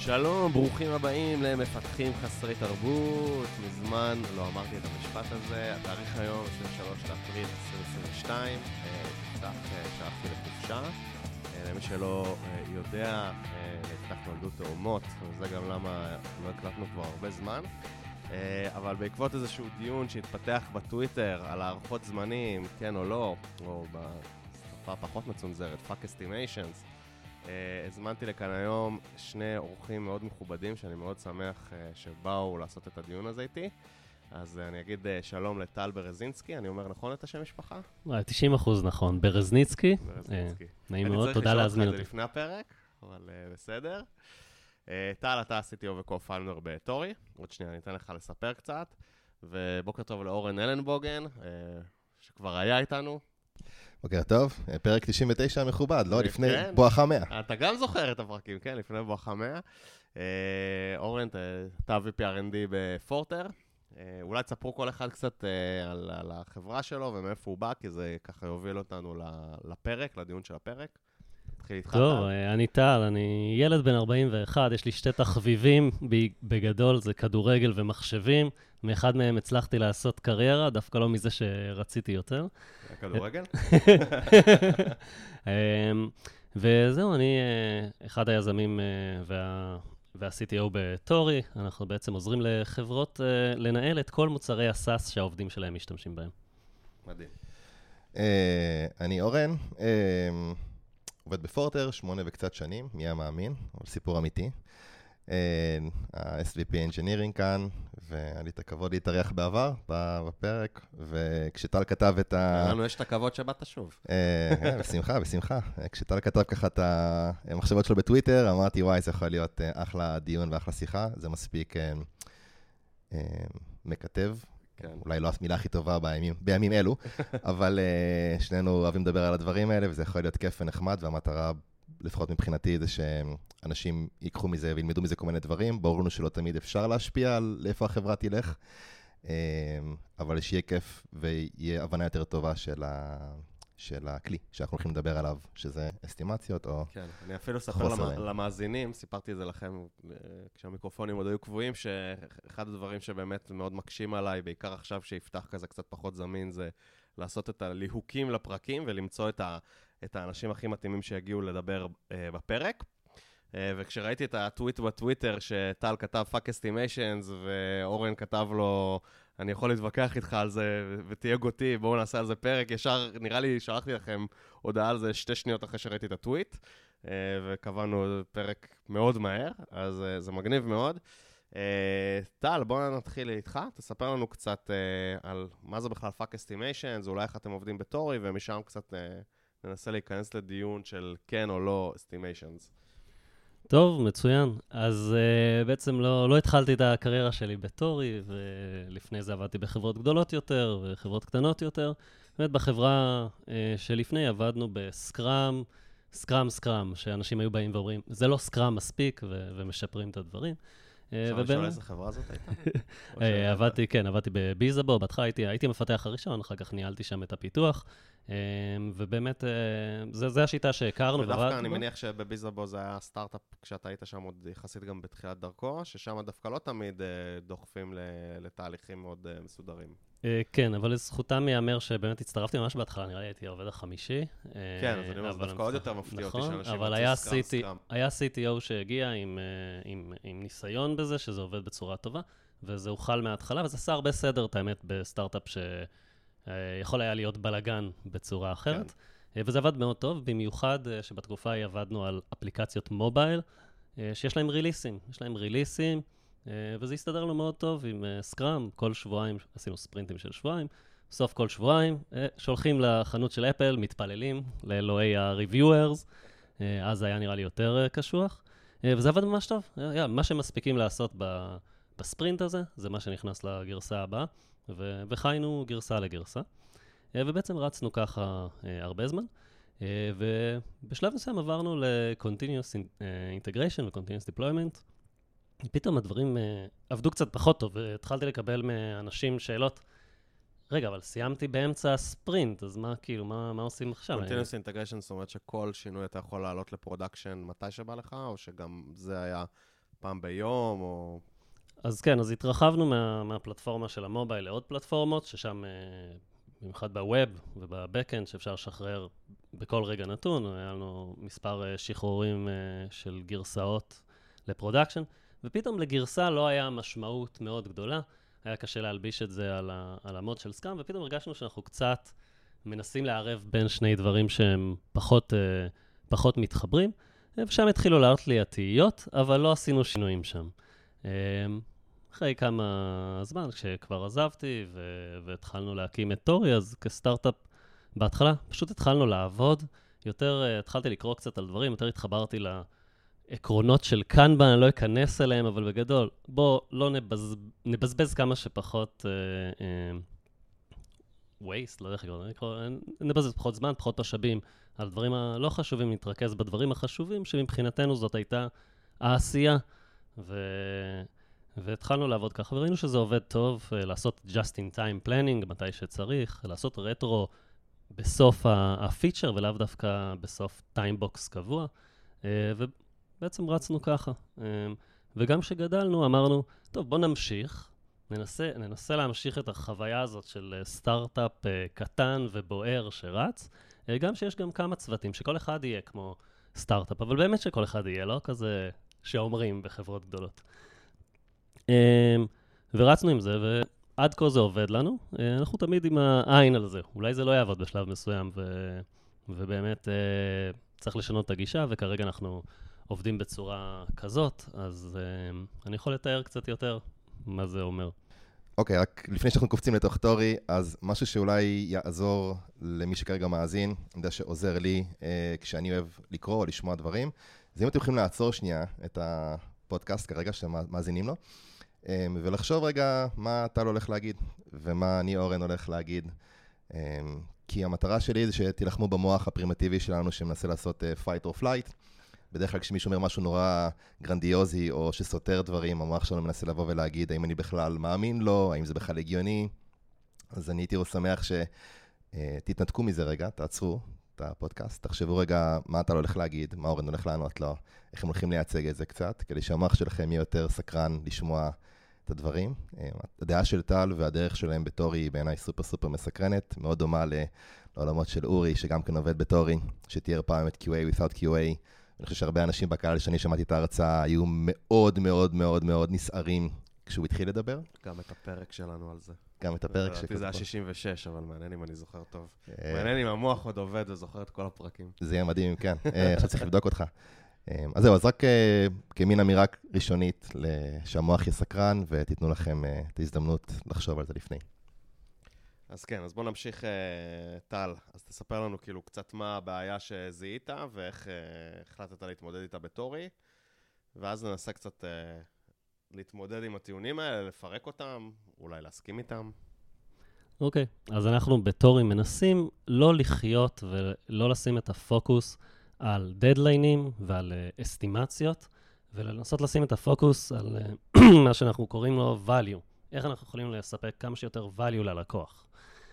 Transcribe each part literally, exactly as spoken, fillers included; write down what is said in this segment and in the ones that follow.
שלום, ברוכים הבאים למפתחים חסרי תרבות. מזמן לא אמרתי את המשפט הזה. התאריך היום עשרים ושלושה באפריל עשרים עשרים ושתיים. נפתח כשהלכתי לחופשה. למי שלא יודע, נפתח נולדו תאומות, וזה גם למה לא הקלטנו כבר הרבה זמן. אבל בעקבות איזשהו דיון שהתפתח בטוויטר על הערכות זמנים, כן או לא, או בשפה פחות מצונזרת, fuck estimations, Uh, הזמנתי לכאן היום שני אורחים מאוד מכובדים שאני מאוד שמח uh, שבאו לעשות את הדיון הזה איתי. אז uh, אני אגיד uh, שלום לטל ברזינסקי, אני אומר נכון את השם משפחה? תשעים אחוז נכון, ברזניצקי. ברזניצקי. נעים מאוד, תודה להזמין אותי. אני צריך לשאול אותך את זה לפני הפרק, אבל uh, בסדר. Uh, טל, אתה ה-סי טי או ו-co-founder בטורי, עוד שנייה אני אתן לך לספר קצת. ובוקר טוב לאורן אלנבוגן, uh, שכבר היה איתנו. בוקר טוב, פרק תשעים ותשע המכובד, לא? לפני בואכה מאה. אתה גם זוכר את הפרקים, כן? לפני בואכה מאה. אורן, אתה וי פי אר אנד די בפורטר. אולי תספרו כל אחד קצת על החברה שלו ומאיפה הוא בא, כי זה ככה יוביל אותנו לפרק, לדיון של הפרק. תתחיל איתך. טוב, אני טל, אני ילד בן ארבעים ואחת, יש לי שתי תחביבים, בגדול זה כדורגל ומחשבים. מאחד מהם הצלחתי לעשות קריירה, דווקא לא מזה שרציתי יותר. כדורגל? וזהו, אני אחד היזמים וה-סי טי או בטורי. אנחנו בעצם עוזרים לחברות לנהל את כל מוצרי הסאס שהעובדים שלהם משתמשים בהם. מדהים. אני אורן, עובד בפורטר, שמונה וקצת שנים, מי המאמין, אבל סיפור אמיתי. ה-אס וי פי Engineering כאן, והיה לי את הכבוד להתארח בעבר בפרק, וכשטל כתב את ה... לנו יש את הכבוד שבאת שוב. בשמחה, בשמחה. כשטל כתב ככה את המחשבות שלו בטוויטר, אמרתי, וואי, זה יכול להיות אחלה דיון ואחלה שיחה, זה מספיק מקטב. אולי לא המילה הכי טובה בימים אלו, אבל שנינו אוהבים לדבר על הדברים האלה, וזה יכול להיות כיף ונחמד, והמטרה לפחות מבחינתי זה שאנשים ייקחו מזה וילמדו מזה כל מיני דברים. ברור לנו שלא תמיד אפשר להשפיע על איפה החברה תלך, אבל שיהיה כיף ויהיה הבנה יותר טובה של, ה... של הכלי שאנחנו הולכים לדבר עליו, שזה אסטימציות או... כן, אני אפילו אספר למאזינים, סיפרתי את זה לכם כשהמיקרופונים עוד היו קבועים, שאחד הדברים שבאמת מאוד מקשים עליי, בעיקר עכשיו שיפתח כזה קצת פחות זמין, זה לעשות את הליהוקים לפרקים ולמצוא את ה... את האנשים הכי מתאימים שיגיעו לדבר uh, בפרק. Uh, וכשראיתי את הטוויט בטוויטר שטל כתב fuck estimations ואורן כתב לו אני יכול להתווכח איתך על זה ותייג אותי, בואו נעשה על זה פרק, ישר נראה לי שלחתי לכם הודעה על זה שתי שניות אחרי שראיתי את הטוויט, uh, וקבענו פרק מאוד מהר, אז uh, זה מגניב מאוד. Uh, טל, בואו נתחיל איתך, תספר לנו קצת uh, על מה זה בכלל fuck estimations, אולי איך אתם עובדים בטורי, ומשם קצת... Uh, ננסה להיכנס לדיון של כן או לא estimations. טוב, מצוין. אז uh, בעצם לא, לא התחלתי את הקריירה שלי בטורי, ולפני זה עבדתי בחברות גדולות יותר וחברות קטנות יותר. באמת בחברה uh, שלפני עבדנו בסקראם, סקראם סקראם, שאנשים היו באים ואומרים, זה לא סקראם מספיק, ו- ומשפרים את הדברים. אפשר לשאול איזה חברה זאת הייתה? עבדתי, כן, עבדתי בביזאבו, בהתחלה הייתי המפתח הראשון, אחר כך ניהלתי שם את הפיתוח, ובאמת, זה השיטה שהכרנו. ודווקא אני מניח שבביזאבו זה היה סטארט-אפ, כשאתה היית שם עוד יחסית גם בתחילת דרכו, ששם דווקא לא תמיד דוחפים לתהליכים מאוד מסודרים. כן, אבל לזכותם יאמר שבאמת הצטרפתי ממש בהתחלה, נראה לי הייתי העובד החמישי. כן, אז אני אומר, זה דווקא עוד יותר מפתיע אותי שאנשים אבל היה סי טי או שהגיע עם ניסיון בזה, שזה עובד בצורה טובה, וזה הוחל מההתחלה, וזה עשה הרבה סדר, את האמת, בסטארט-אפ שיכול היה להיות בלגן בצורה אחרת. וזה עבד מאוד טוב, במיוחד שבתקופה ההיא עבדנו על אפליקציות מובייל, שיש להם ריליסים, יש להם ריליסים, וזה הסתדר לנו מאוד טוב עם סקראם, כל שבועיים עשינו ספרינטים של שבועיים, בסוף כל שבועיים שולחים לחנות של אפל, מתפללים לאלוהי ה-reviewers, אז היה נראה לי יותר קשוח, וזה עבד ממש טוב. מה שמספיקים לעשות בספרינט הזה, זה מה שנכנס לגרסה הבאה, וחיינו גרסה לגרסה, ובעצם רצנו ככה הרבה זמן, ובשלב מסוים עברנו ל-continuous integration ו-continuous deployment, פתאום הדברים עבדו קצת פחות טוב, והתחלתי לקבל מאנשים שאלות, רגע, אבל סיימתי באמצע הספרינט, אז מה, כאילו, מה, מה עושים עכשיו? Continuous Integration, זאת אומרת שכל שינוי אתה יכול לעלות לפרודקשן מתי שבא לך, או שגם זה היה פעם ביום, או... אז כן, אז התרחבנו מה, מהפלטפורמה של המובייל לעוד פלטפורמות, ששם, במיוחד בווב ובבקאנד, שאפשר לשחרר בכל רגע נתון. היה לנו מספר שחרורים של גרסאות לפרודקשן, ופתאום לגרסה לא היה משמעות מאוד גדולה. היה קשה להלביש את זה על, ה, על המוד של סקאם, ופתאום הרגשנו שאנחנו קצת מנסים לערב בין שני דברים שהם פחות, פחות מתחברים, ושם התחילו לעלות לי התהיות, אבל לא עשינו שינויים שם. אחרי כמה זמן, כשכבר עזבתי ו- והתחלנו להקים את טורי, אז כסטארט-אפ בהתחלה פשוט התחלנו לעבוד, יותר התחלתי לקרוא קצת על דברים, יותר התחברתי לעקרונות של קנבן, אני לא אכנס אליהם, אבל בגדול, בוא לא נבז... נבזבז כמה שפחות uh, uh, waste, לא יודע איך לקרוא, נבזבז פחות זמן, פחות משאבים על דברים הלא חשובים, נתרכז בדברים החשובים, שמבחינתנו זאת הייתה העשייה, ו... והתחלנו לעבוד ככה, וראינו שזה עובד טוב, לעשות just-in-time planning מתי שצריך, לעשות רטרו בסוף הפיצ'ר, ולאו דווקא בסוף טיימבוקס קבוע, ובעצם רצנו ככה. וגם כשגדלנו, אמרנו, טוב, בוא נמשיך, ננסה, ננסה להמשיך את החוויה הזאת של סטארט-אפ קטן ובוער שרץ, גם שיש גם כמה צוותים, שכל אחד יהיה כמו סטארט-אפ, אבל באמת שכל אחד יהיה, לא כזה שאומרים בחברות גדולות. ורצנו עם זה, ועד כה זה עובד לנו. אנחנו תמיד עם העין על זה. אולי זה לא יעבוד בשלב מסוים, ו... ובאמת צריך לשנות את הגישה, וכרגע אנחנו עובדים בצורה כזאת, אז אני יכול לתאר קצת יותר מה זה אומר. אוקיי, רק לפני שאנחנו קופצים לתוך טורי, אז משהו שאולי יעזור למי שכרגע מאזין, אני יודע שעוזר לי כשאני אוהב לקרוא או לשמוע דברים, זה אם אתם יכולים לעצור שנייה את הפודקאסט כרגע שאתם מאזינים לו, ולחשוב רגע מה אתה הולך להגיד, ומה אני אורן הולך להגיד. כי המטרה שלי זה שתילחמו במוח הפרימיטיבי שלנו שמנסה לעשות fight or flight. בדרך כלל כשמישהו אומר משהו נורא גרנדיוזי או שסותר דברים, המוח שלנו מנסה לבוא ולהגיד האם אני בכלל מאמין לו, האם זה בכלל הגיוני. אז אני הייתי שמח שתתנתקו מזה רגע, תעצרו את הפודקאסט, תחשבו רגע מה אתה הולך להגיד, מה אורן הולך לענות לו, איך הם הולכים לייצג את זה קצת, כדי שהמוח שלכם יהיה יותר סקרן לשמוע את הדברים. הדעה של טל והדרך שלהם בטורי היא בעיניי סופר סופר מסקרנת, מאוד דומה לעולמות של אורי, שגם כן עובד בטורי, שתיאר פעם את קיו איי without קיו איי. אני חושב שהרבה אנשים בקהל שאני שמעתי את ההרצאה היו מאוד מאוד מאוד מאוד נסערים כשהוא התחיל לדבר. גם את הפרק שלנו על זה. גם את הפרק שלנו. זה היה שישים ושש, אבל מעניין אם אני זוכר טוב. מעניין אם המוח עוד עובד וזוכר את כל הפרקים. זה יהיה מדהים, כן. עכשיו צריך לבדוק אותך. אז זהו, אז רק כמין אמירה ראשונית שהמוח יהיה סקרן, ותיתנו לכם את ההזדמנות לחשוב על זה לפני. אז כן, אז בוא נמשיך, טל. אז תספר לנו כאילו קצת מה הבעיה שזיהית, ואיך החלטת להתמודד איתה בטורי, ואז ננסה קצת להתמודד עם הטיעונים האלה, לפרק אותם, אולי להסכים איתם. אוקיי, אז אנחנו בטורי מנסים לא לחיות ולא לשים את הפוקוס על דדליינים ועל אסטימציות, ולנסות לשים את הפוקוס על מה שאנחנו קוראים לו value. איך אנחנו יכולים לספק כמה שיותר value ללקוח.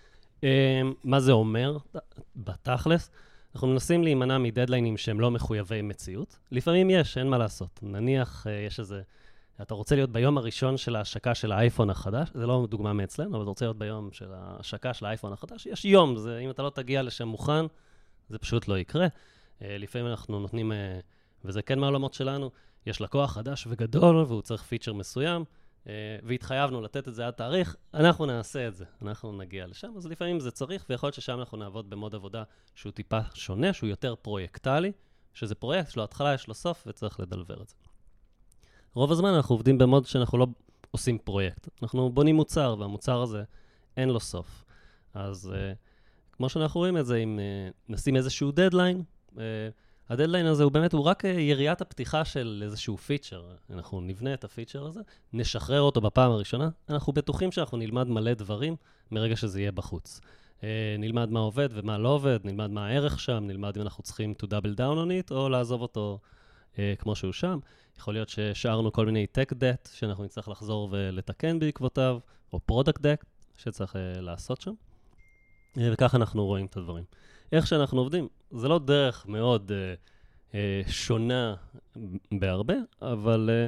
מה זה אומר? בתכלס, אנחנו מנסים להימנע מדדליינים שהם לא מחויבי מציאות. לפעמים יש, אין מה לעשות. נניח יש איזה, אתה רוצה להיות ביום הראשון של ההשקה של האייפון החדש, זה לא דוגמה מאצלנו, אבל אתה רוצה להיות ביום של ההשקה של האייפון החדש, יש יום, זה, אם אתה לא תגיע לשם מוכן, זה פשוט לא יקרה. לפעמים אנחנו נותנים, וזה כן מהעולמות שלנו, יש לקוח חדש וגדול, והוא צריך פיצ'ר מסוים, והתחייבנו לתת את זה עד תאריך, אנחנו נעשה את זה, אנחנו נגיע לשם, אז לפעמים זה צריך, ויכול להיות ששם אנחנו נעבוד במוד עבודה שהוא טיפה שונה, שהוא יותר פרויקטלי, שזה פרויקט, יש לו התחלה, יש לו סוף, וצריך לדלבר את זה. רוב הזמן אנחנו עובדים במוד שאנחנו לא עושים פרויקט, אנחנו בונים מוצר, והמוצר הזה אין לו סוף. אז כמו שאנחנו רואים את זה, אם נשים איזשהו דדליין, הדדליין הזה הוא באמת, הוא רק יריית הפתיחה של איזשהו פיצ'ר. אנחנו נבנה את הפיצ'ר הזה, נשחרר אותו בפעם הראשונה, אנחנו בטוחים שאנחנו נלמד מלא דברים מרגע שזה יהיה בחוץ. נלמד מה עובד ומה לא עובד, נלמד מה הערך שם, נלמד אם אנחנו צריכים to double down on it, או לעזוב אותו כמו שהוא שם. יכול להיות ששארנו כל מיני tech debt שאנחנו נצטרך לחזור ולתקן בעקבותיו, או product debt שצריך לעשות שם. וככה אנחנו רואים את הדברים. איך שאנחנו עובדים, זה לא דרך מאוד אה, אה, שונה בהרבה, אבל אה,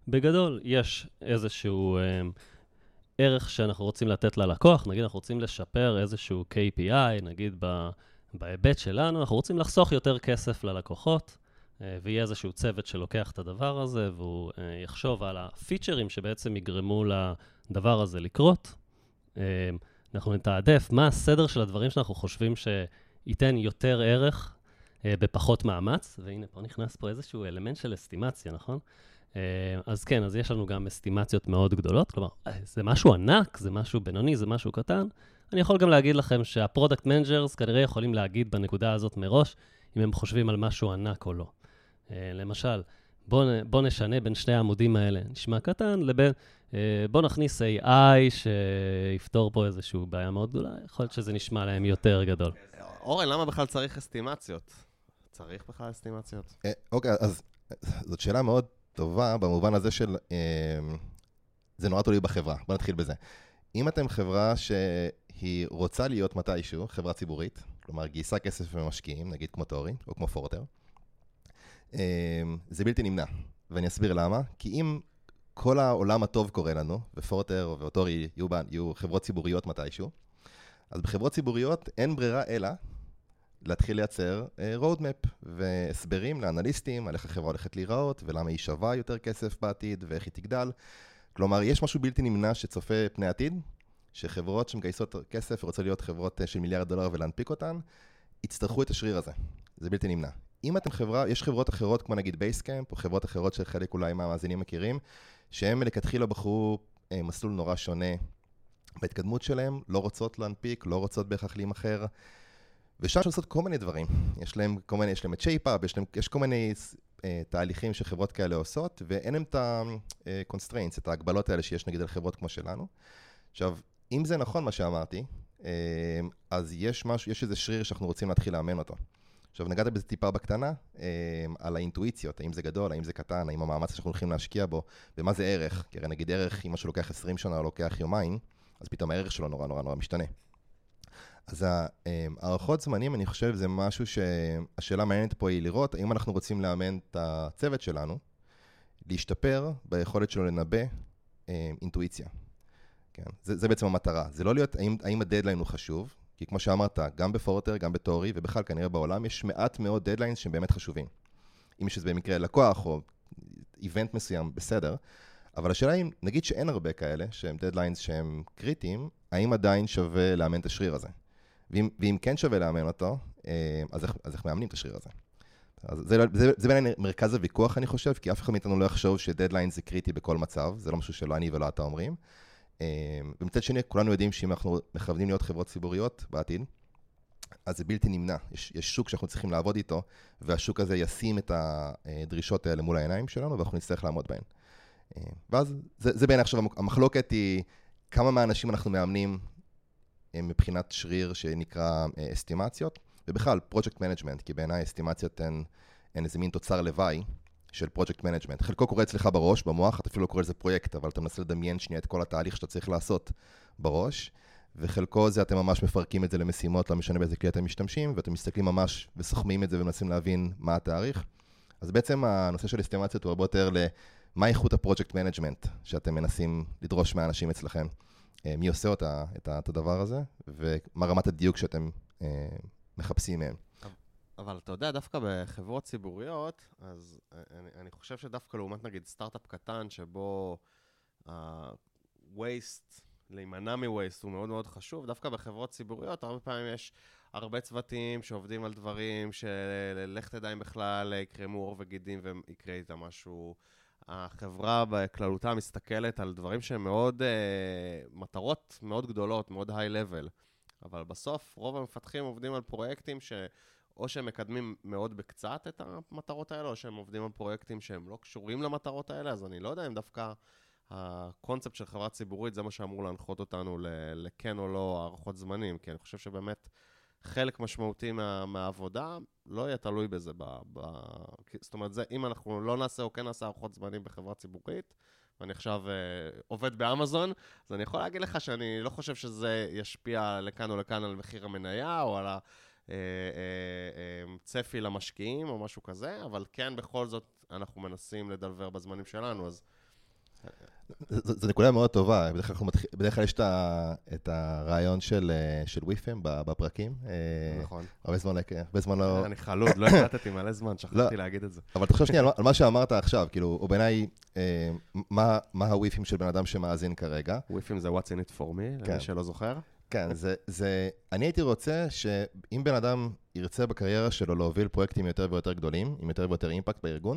בגדול, יש איזשהו אה, ערך שאנחנו רוצים לתת ללקוח, נגיד אנחנו רוצים לשפר איזשהו קיי פי איי, נגיד ב, בהיבט שלנו, אנחנו רוצים לחסוך יותר כסף ללקוחות, אה, ויהיה איזשהו צוות שלוקח את הדבר הזה, והוא אה, יחשוב על הפיצ'רים שבעצם יגרמו לדבר הזה לקרות. אה, אנחנו נתעדף מה הסדר של הדברים שאנחנו חושבים שייתן יותר ערך אה, בפחות מאמץ, והנה פה נכנס פה איזשהו אלמנט של אסטימציה, נכון? אז כן, אז יש לנו גם אסטימציות מאוד גדולות, כלומר, זה משהו ענק, זה משהו בינוני, זה משהו קטן. אני יכול גם להגיד לכם שהפרודקט מנג'רס כנראה יכולים להגיד בנקודה הזאת מראש, אם הם חושבים על משהו ענק או לא. למשל, בוא, בוא נשנה בין שני העמודים האלה, נשמע קטן, לבין בוא נכניס איי איי שיפתור פה איזושהי בעיה מאוד גדולה, יכול להיות שזה נשמע להם יותר גדול. אורן, למה בכלל צריך אסטימציות? צריך בכלל אסטימציות? אוקיי, אז זאת שאלה מאוד טובה במובן הזה של, אה, זה נורא תלוי בחברה. בוא נתחיל בזה. אם אתם חברה שהיא רוצה להיות מתישהו, חברה ציבורית, כלומר גייסה כסף ומשקיעים, נגיד כמו תורי או כמו פורטר, אה, זה בלתי נמנע. ואני אסביר למה. כי אם כל העולם הטוב קורה לנו, ופורטר ותורי יהיו, יהיו חברות ציבוריות מתישהו, אז בחברות ציבוריות אין ברירה אלא להתחיל לייצר roadmap והסברים לאנליסטים על איך החברה הולכת להיראות ולמה היא שווה יותר כסף בעתיד ואיך היא תגדל. כלומר, יש משהו בלתי נמנע שצופה פני עתיד, שחברות שמגייסות כסף ורוצות להיות חברות של מיליארד דולר ולהנפיק אותן, יצטרכו את השריר הזה. זה בלתי נמנע. אם אתם חברה, יש חברות אחרות כמו נגיד בייסקאמפ, או חברות אחרות שחלק אולי מהמאזינים מכירים, שהם מלכתחילה בחרו מסלול נורא שונה בהתקדמות שלהם, לא רוצות להנפיק, לא רוצות בהכרח להימחר, ושם יש לעשות כל מיני דברים. יש להם כל מיני, יש להם את שייפ-אפ, יש להם, יש כל מיני uh, תהליכים שחברות כאלה עושות, ואין להם את ה-constraints, את ההגבלות האלה שיש נגיד על חברות כמו שלנו. עכשיו, אם זה נכון מה שאמרתי, uh, אז יש משהו, יש איזה שריר שאנחנו רוצים להתחיל לאמן אותו. עכשיו, נגעת בזה טיפה בקטנה, uh, על האינטואיציות, האם זה גדול, האם זה קטן, האם המאמץ שאנחנו הולכים להשקיע בו, ומה זה ערך, כי הרי נגיד ערך, אם משהו לוקח עשרים שנה או לוקח יומיים, אז פתאום הערך שלו נורא נורא נורא משתנה. אז הערכות זמנים, אני חושב, זה משהו שהשאלה מעניינת פה היא לראות, האם אנחנו רוצים לאמן את הצוות שלנו, להשתפר ביכולת שלו לנבא אינטואיציה. כן? זה, זה בעצם המטרה. זה לא להיות, האם, האם הדדליין הוא חשוב, כי כמו שאמרת, גם בפורטר, גם בתורי, ובכלל כנראה בעולם, יש מעט מאוד דדליינס שהם באמת חשובים. אם יש איזה במקרה לקוח או איבנט מסוים, בסדר, אבל השאלה היא, נגיד שאין הרבה כאלה, שהם דדליינס שהם קריטיים, האם עדיין שווה לאמן את השריר הזה? ואם, ואם כן שווה לאמן אותו, אז איך, אז איך מאמנים את השריר הזה? אז זה, זה, זה בין מרכז הוויכוח, אני חושב, כי אף אחד מאיתנו לא יחשוב שדדליין זה קריטי בכל מצב, זה לא משהו שלא אני ולא אתה אומרים. ומצד שני, כולנו יודעים שאם אנחנו מכוונים להיות חברות ציבוריות בעתיד, אז זה בלתי נמנע. יש, יש שוק שאנחנו צריכים לעבוד איתו, והשוק הזה ישים את הדרישות האלה מול העיניים שלנו, ואנחנו נצטרך לעמוד בהן. ואז זה, זה בין עכשיו, המחלוקת היא כמה מהאנשים אנחנו מאמנים מבחינת שריר שנקרא אסטימציות, ובכלל, פרויקט מנג'מנט, כי בעיניי אסטימציות הן, הן איזה מין תוצר לוואי של פרויקט מנג'מנט. חלקו קורה אצלך בראש, במוח, אתה אפילו לא קורא לזה פרויקט, אבל אתה מנסה לדמיין שנייה את כל התהליך שאתה צריך לעשות בראש, וחלקו זה אתם ממש מפרקים את זה למשימות, לא משנה באיזה כלי אתם משתמשים, ואתם מסתכלים ממש וסוכמים את זה ומנסים להבין מה התאריך. אז בעצם הנושא של אסטימציות הוא הרבה יותר למה איכות הפרויקט מנג'מנט שאתם מנסים לדרוש מהאנשים אצלכם. מי עושה אותה, את הדבר הזה, ומה רמת הדיוק שאתם מחפשים מהם. אבל אתה יודע, דווקא בחברות ציבוריות, אז אני, אני חושב שדווקא לעומת נגיד סטארט-אפ קטן, שבו ה-waste, להימנע מ-waste הוא מאוד מאוד חשוב, דווקא בחברות ציבוריות, הרבה פעמים יש הרבה צוותים שעובדים על דברים, שלך תדע אם בכלל יקרמו עור וגידים ויקרה איתה משהו. החברה בכללותה מסתכלת על דברים שהם מאוד, uh, מטרות מאוד גדולות, מאוד high level. אבל בסוף רוב המפתחים עובדים על פרויקטים שאו שהם מקדמים מאוד בקצת את המטרות האלה, או שהם עובדים על פרויקטים שהם לא קשורים למטרות האלה, אז אני לא יודע אם דווקא הקונספט של חברה ציבורית זה מה שאמור להנחות אותנו לכן או לא הערכות זמנים, כי אני חושב שבאמת חלק משמעותי מה, מהעבודה לא יהיה תלוי בזה. ב, ב, זאת אומרת, זה, אם אנחנו לא נעשה או כן נעשה הערכות זמנים בחברה ציבורית, ואני עכשיו אה, עובד באמזון, אז אני יכול להגיד לך שאני לא חושב שזה ישפיע לכאן או לכאן על מחיר המניה, או על הצפי למשקיעים או משהו כזה, אבל כן, בכל זאת אנחנו מנסים לדלבר בזמנים שלנו, אז זו נקודה מאוד טובה, בדרך כלל יש את הרעיון של וויפים בפרקים. נכון. הרבה זמן לא... אני חלוד, לא הקלטתי מלא זמן, שכחתי להגיד את זה. אבל תחשוב שנייה על מה שאמרת עכשיו, כאילו, או בעיניי, מה הוויפים של בן אדם שמאזין כרגע? וויפים זה what's in it for me, למי שלא זוכר. כן, זה... אני הייתי רוצה שאם בן אדם ירצה בקריירה שלו להוביל פרויקטים יותר ויותר גדולים, עם יותר ויותר אימפקט בארגון,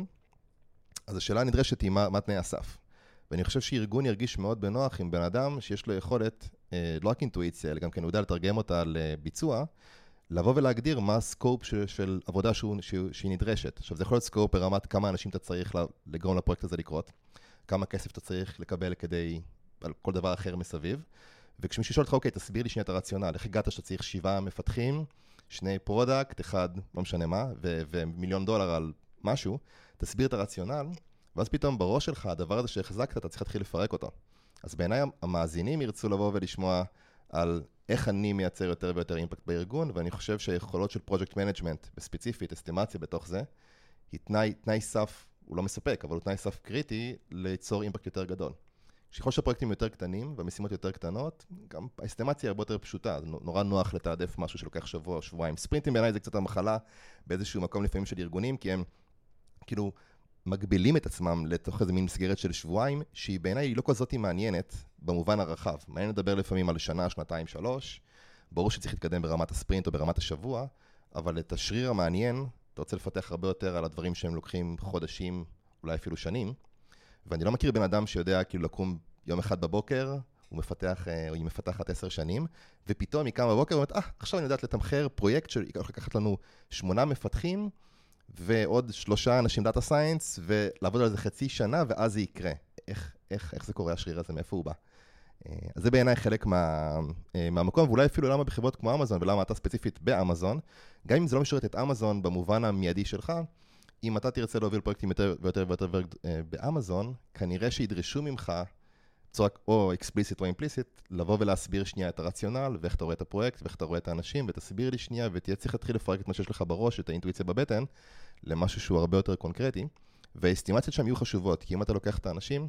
אז השאלה הנדרשת היא מה תנאי הסף. ואני חושב שארגון ירגיש מאוד בנוח עם בן אדם שיש לו יכולת, לא רק אינטואיציה, אלא גם כן הוא יודע לתרגם אותה לביצוע, לבוא ולהגדיר מה הסקופ של, של עבודה שהוא, שהיא נדרשת. עכשיו, זה יכול להיות סקופ ברמת כמה אנשים אתה צריך לגרום לפרויקט הזה לקרות, כמה כסף אתה צריך לקבל כדי, על כל דבר אחר מסביב. וכשמישהו שואל אותך, אוקיי, תסביר לי שנייה את הרציונל, איך הגעת שאתה צריך שבעה מפתחים, שני פרודקט, אחד, לא משנה מה, ו- ומיליון דולר על משהו, תסביר את הרציונל, ואז פתאום בראש שלך, הדבר הזה שהחזקת, אתה צריך להתחיל לפרק אותו. אז בעיניי המאזינים ירצו לבוא ולשמוע על איך אני מייצר יותר ויותר אימפקט בארגון, ואני חושב שהיכולות של פרויקט מנג'מנט, בספציפית, אסטימציה בתוך זה, היא תנאי, תנאי סף, הוא לא מספק, אבל הוא תנאי סף קריטי ליצור אימפקט יותר גדול. כשכל שהפרויקטים יותר קטנים והמשימות יותר קטנות, גם האסטימציה היא הרבה יותר פשוטה, זה נורא נוח לתעדף משהו שלוקח שבוע או שבועיים. ספרינטים בעיניי זה קצת המחלה באיזשהו מקום לפעמים של ארגונים, כי הם כאילו מגבילים את עצמם לתוך איזה מין מסגרת של שבועיים, שהיא בעיניי היא לא כזאת מעניינת במובן הרחב. מעניין לדבר לפעמים על שנה, שנתיים, שלוש, ברור שצריך להתקדם ברמת הספרינט או ברמת השבוע, אבל את השריר המעניין, אתה רוצה לפתח הרבה יותר על הדברים שהם לוקחים חודשים, אולי אפילו שנים, ואני לא מכיר בן אדם שיודע כאילו לקום יום אחד בבוקר, הוא מפתח, או היא מפתחת עשר שנים, ופתאום היא קמה בבוקר ואומרת, אה, עכשיו אני יודעת לתמחר פרויקט שייקח לקחת לנו שמונה מפתחים, ועוד שלושה אנשים דאטה סיינס, ולעבוד על זה חצי שנה, ואז זה יקרה. איך, איך, איך זה קורה, השריר הזה, מאיפה הוא בא? אז זה בעיניי חלק מה, מהמקום, ואולי אפילו למה בחברות כמו אמזון, ולמה אתה ספציפית באמזון, גם אם זה לא משרת את אמזון במובן המיידי שלך, אם אתה תרצה להוביל פרויקטים יותר ויותר ויותר באמזון, כנראה שידרשו ממך, בצורה או אקספליסיט או אימפליסיט, לבוא ולהסביר שנייה את הרציונל, ואיך אתה רואה את הפרויקט, ואיך אתה רואה את האנשים, ותסביר לי שנייה, ותהיה צריך להתחיל לפרק את מה שיש לך בראש, את האינטואיציה בבטן, למשהו שהוא הרבה יותר קונקרטי, והאסטימציות שם יהיו חשובות, כי אם אתה לוקח את האנשים,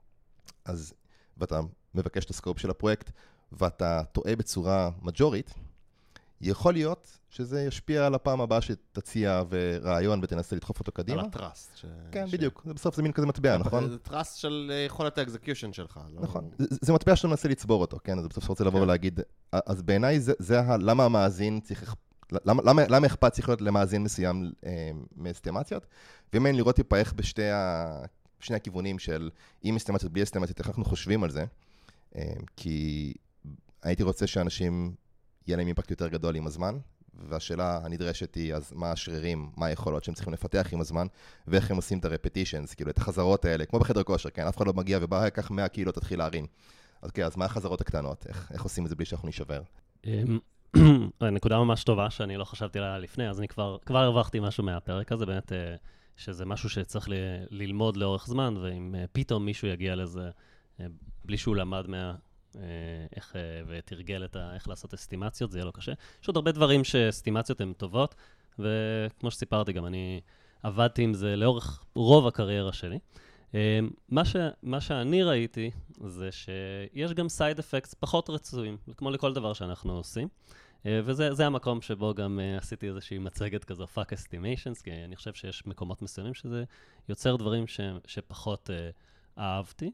אז, ואתה מבקש את הסקופ של הפרויקט, ואתה טועה בצורה מג'ורית, יכול להיות שזה ישפיע על הפעם הבאה שתציע ורעיון ותנסה לדחוף אותו קדימה. על הטראסט. כן, בדיוק. בסוף זה מין כזה מטבע, נכון? זה טראסט של יכולת האקזקיושן שלך. נכון. זה מטבע שאתה מנסה לצבור אותו, כן? אז בסוף אתה רוצה לבוא ולהגיד, אז בעיניי זה למה המאזין צריך, למה אכפת צריך להיות למאזין מסוים מאסטימציות, ואם אין לראות טיפה איך בשני הכיוונים של עם אסטימציות, בלי אסטימציות, איך אנחנו חושבים על זה, כי הייתי רוצה שאנשים יהיה להם אימפקט יותר גדול עם הזמן, והשאלה הנדרשת היא, אז מה השרירים, מה היכולות שהם צריכים לפתח עם הזמן, ואיך הם עושים את הרפטישנס, כאילו את החזרות האלה, כמו בחדר כושר, כן, אף אחד לא מגיע ובא, כך מאה קילו תתחיל להרים. אז אוקיי, אז מה החזרות הקטנות? איך, איך עושים את זה בלי שאנחנו נשבר? נקודה ממש טובה שאני לא חשבתי עליה לפני, אז אני כבר, כבר הרווחתי משהו מהפרק הזה, באמת שזה משהו שצריך ל- ללמוד לאורך זמן, ואם פתאום מישהו יגיע לזה בלי שהוא למד מה... איך, ותרגל את ה, איך לעשות אסטימציות, זה יהיה לו קשה. יש עוד הרבה דברים שאסטימציות הן טובות, וכמו שסיפרתי גם, אני עבדתי עם זה לאורך רוב הקריירה שלי. מה, ש, מה שאני ראיתי זה שיש גם סייד אפקטס פחות רצויים, כמו לכל דבר שאנחנו עושים, וזה זה המקום שבו גם עשיתי איזושהי מצגת כזו, fuck estimations, כי אני חושב שיש מקומות מסוימים שזה יוצר דברים ש, שפחות אהבתי.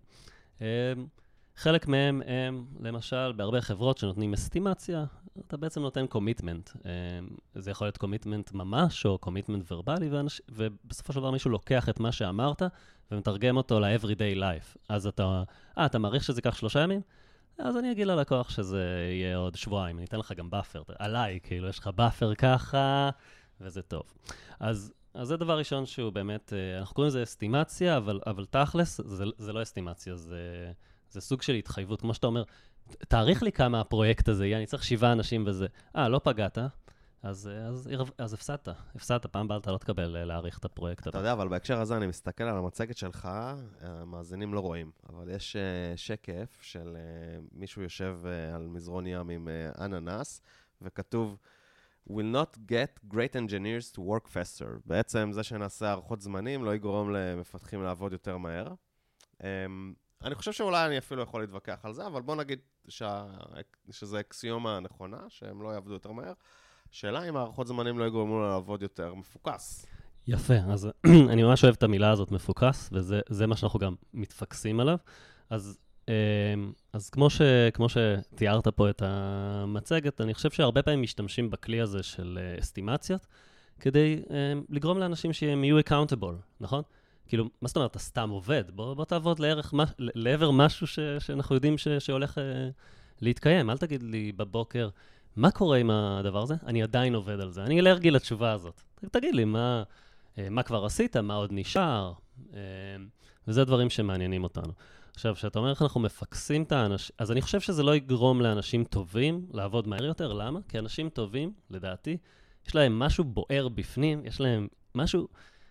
חלק מהם הם, למשל, בהרבה חברות שנותנים אסטימציה, אתה בעצם נותן קומיטמנט. זה יכול להיות קומיטמנט ממש, או קומיטמנט ורבלי, ובסופו של דבר מישהו לוקח את מה שאמרת, ומתרגם אותו ל-everyday life. אז אתה, אה, אתה מעריך שזה ייקח שלושה ימים? אז אני אגיד ללקוח שזה יהיה עוד שבועיים. אני אתן לך גם באפר, עליי, כאילו, יש לך באפר ככה, וזה טוב. אז... אז זה דבר ראשון שהוא באמת, אנחנו קוראים לזה אסטימציה, אבל, אבל תכלס, זה, זה לא אסטימציה, זה... זה סוג של התחייבות, כמו שאתה אומר, תאריך לי כמה הפרויקט הזה יהיה, אני צריך שבעה אנשים וזה. אה, לא פגעת, אז, אז, אז הפסדת. הפסדת, פעם הבאה אתה לא תקבל להאריך את הפרויקט. אתה יודע, אבל בהקשר הזה אני מסתכל על המצגת שלך, המאזינים לא רואים, אבל יש שקף של מישהו יושב על מזרון ים עם אננס, וכתוב, will not get great engineers to work faster. בעצם זה שנעשה הערכות זמנים לא יגרום למפתחים לעבוד יותר מהר. אני חושב שאולי אני אפילו יכול להתווכח על זה, אבל בוא נגיד שה... שזה אקסיומה הנכונה, שהם לא יעבדו יותר מהר. שאלה אם הערכות זמנים לא יגרמו לעבוד יותר מפוקס. יפה, אז אני ממש אוהב את המילה הזאת, מפוקס, וזה מה שאנחנו גם מתפקסים עליו. אז, אז כמו, ש, כמו שתיארת פה את המצגת, אני חושב שהרבה פעמים משתמשים בכלי הזה של אסטימציות, כדי לגרום לאנשים שהם יהיו accountable, נכון? כאילו, מה זאת אומרת, אתה סתם עובד, בוא, בוא תעבוד לערך, לעבר משהו ש, שאנחנו יודעים ש, שהולך להתקיים. אל תגיד לי בבוקר, מה קורה עם הדבר הזה? אני עדיין עובד על זה. אני אלרגי לתשובה הזאת. תגיד לי, מה, מה כבר עשית? מה עוד נשאר? וזה דברים שמעניינים אותנו. עכשיו, כשאתה אומר איך אנחנו מפקסים את האנשים, אז אני חושב שזה לא יגרום לאנשים טובים לעבוד מהר יותר. למה? כי אנשים טובים, לדעתי, יש להם משהו בוער בפנים, יש להם משהו,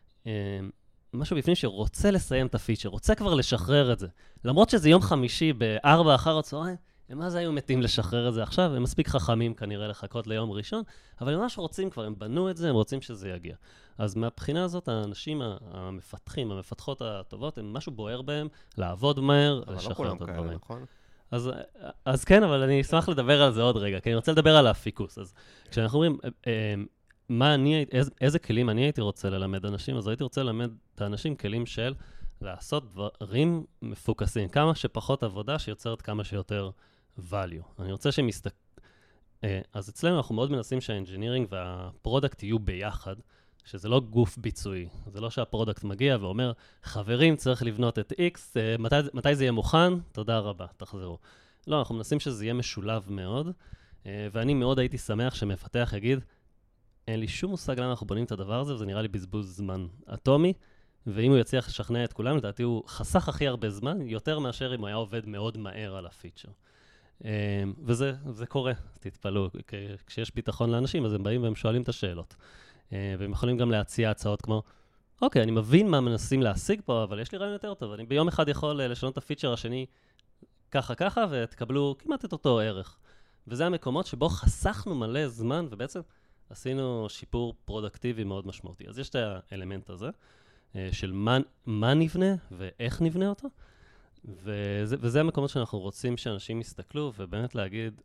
משהו בפנים שרוצה לסיים את הפיצ'ר, רוצה כבר לשחרר את זה. למרות שזה יום חמישי בארבע אחר הצהריים, הם מה זה היו מתים לשחרר את זה עכשיו? הם מספיק חכמים כנראה לחכות ליום ראשון, אבל הם ממש רוצים כבר, הם בנו את זה, הם רוצים שזה יגיע. אז מהבחינה הזאת, האנשים המפתחים, המפתחות הטובות, הם משהו בוער בהם, לעבוד מהר, לשחרר את הדברים. אבל לא כולם כאלה, נכון? אז, אז כן, אבל אני אשמח לדבר על זה עוד רגע, כי אני רוצה לדבר על הפיקוס. אז כשאנחנו אומרים, מה אני, איזה, איזה כלים אני הייתי רוצה ללמד אנשים, אז הייתי רוצה ללמד את האנשים כלים של לעשות דברים מפוקסים, כמה שפחות עבודה שיוצרת כמה שיותר value. אני רוצה שהם יסתק... אז אצלנו אנחנו מאוד מנסים שהאנג'ינירינג והפרודקט יהיו ביחד, שזה לא גוף ביצועי. זה לא שהפרודקט מגיע ואומר, חברים, צריך לבנות את X, מתי, מתי זה יהיה מוכן? תודה רבה, תחזרו. לא, אנחנו מנסים שזה יהיה משולב מאוד, ואני מאוד הייתי שמח שמפתח יגיד, אין לי שום מושג למה אנחנו בונים את הדבר הזה, וזה נראה לי בזבוז זמן אטומי, ואם הוא יצליח לשכנע את כולם, לדעתי הוא חסך הכי הרבה זמן, יותר מאשר אם הוא היה עובד מאוד מהר על הפיצ'ר. וזה זה קורה, תתפלאו. כשיש ביטחון לאנשים, אז הם באים והם שואלים את השאלות. והם יכולים גם להציע הצעות כמו, אוקיי, אני מבין מה מנסים להשיג פה, אבל יש לי רעיון יותר טוב. אני ביום אחד יכול לשנות את הפיצ'ר השני ככה ככה, ותקבלו כמעט את אותו ערך. וזה המקומות שבו חסכנו מלא זמן, ובעצם עשינו שיפור פרודקטיבי מאוד משמעותי. אז יש את האלמנט הזה, של מה, מה נבנה ואיך נבנה אותו, וזה, וזה המקומות שאנחנו רוצים שאנשים יסתכלו, ובאמת להגיד,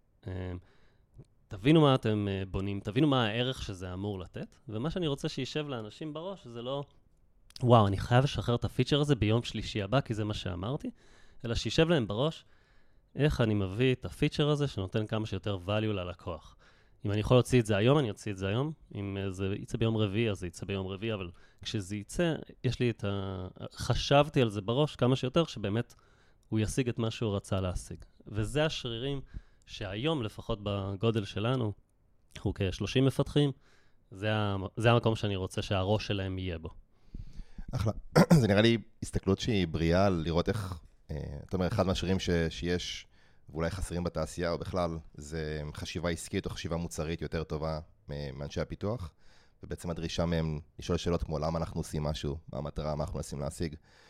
תבינו מה אתם בונים, תבינו מה הערך שזה אמור לתת, ומה שאני רוצה שישב לאנשים בראש, זה לא, וואו, אני חייב לשחרר את הפיצ'ר הזה ביום שלישי הבא, כי זה מה שאמרתי, אלא שישב להם בראש, איך אני מביא את הפיצ'ר הזה שנותן כמה שיותר value ללקוח. אם אני יכול להוציא את זה היום, אני אוציא את זה היום. אם זה יצא ביום רביעי, אז זה יצא ביום רביעי, אבל כשזה יצא, יש לי את ה... חשבתי על זה בראש כמה שיותר, שבאמת הוא ישיג את מה שהוא רצה להשיג. וזה השרירים שהיום, לפחות בגודל שלנו, אנחנו כ-שלושים מפתחים, זה, ה... זה המקום שאני רוצה שהראש שלהם יהיה בו. אחלה. זה נראה לי הסתכלות שהיא בריאה, לראות איך, אתה אומר, אחד מהשרירים ש... שיש... ואולי חסרים בתעשייה, או בכלל, זה חשיבה עסקית או חשיבה מוצרית יותר טובה מאנשי הפיתוח, ובעצם הדרישה מהם לשאול שאלות כמו למה אנחנו עושים משהו, מה המטרה, מה אנחנו מנסים להשיג.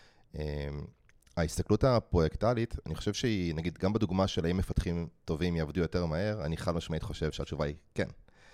ההסתכלות הפרויקטלית, אני חושב שהיא, נגיד, גם בדוגמה של האם מפתחים טובים יעבדו יותר מהר, אני חד משמעית חושב שהתשובה היא כן.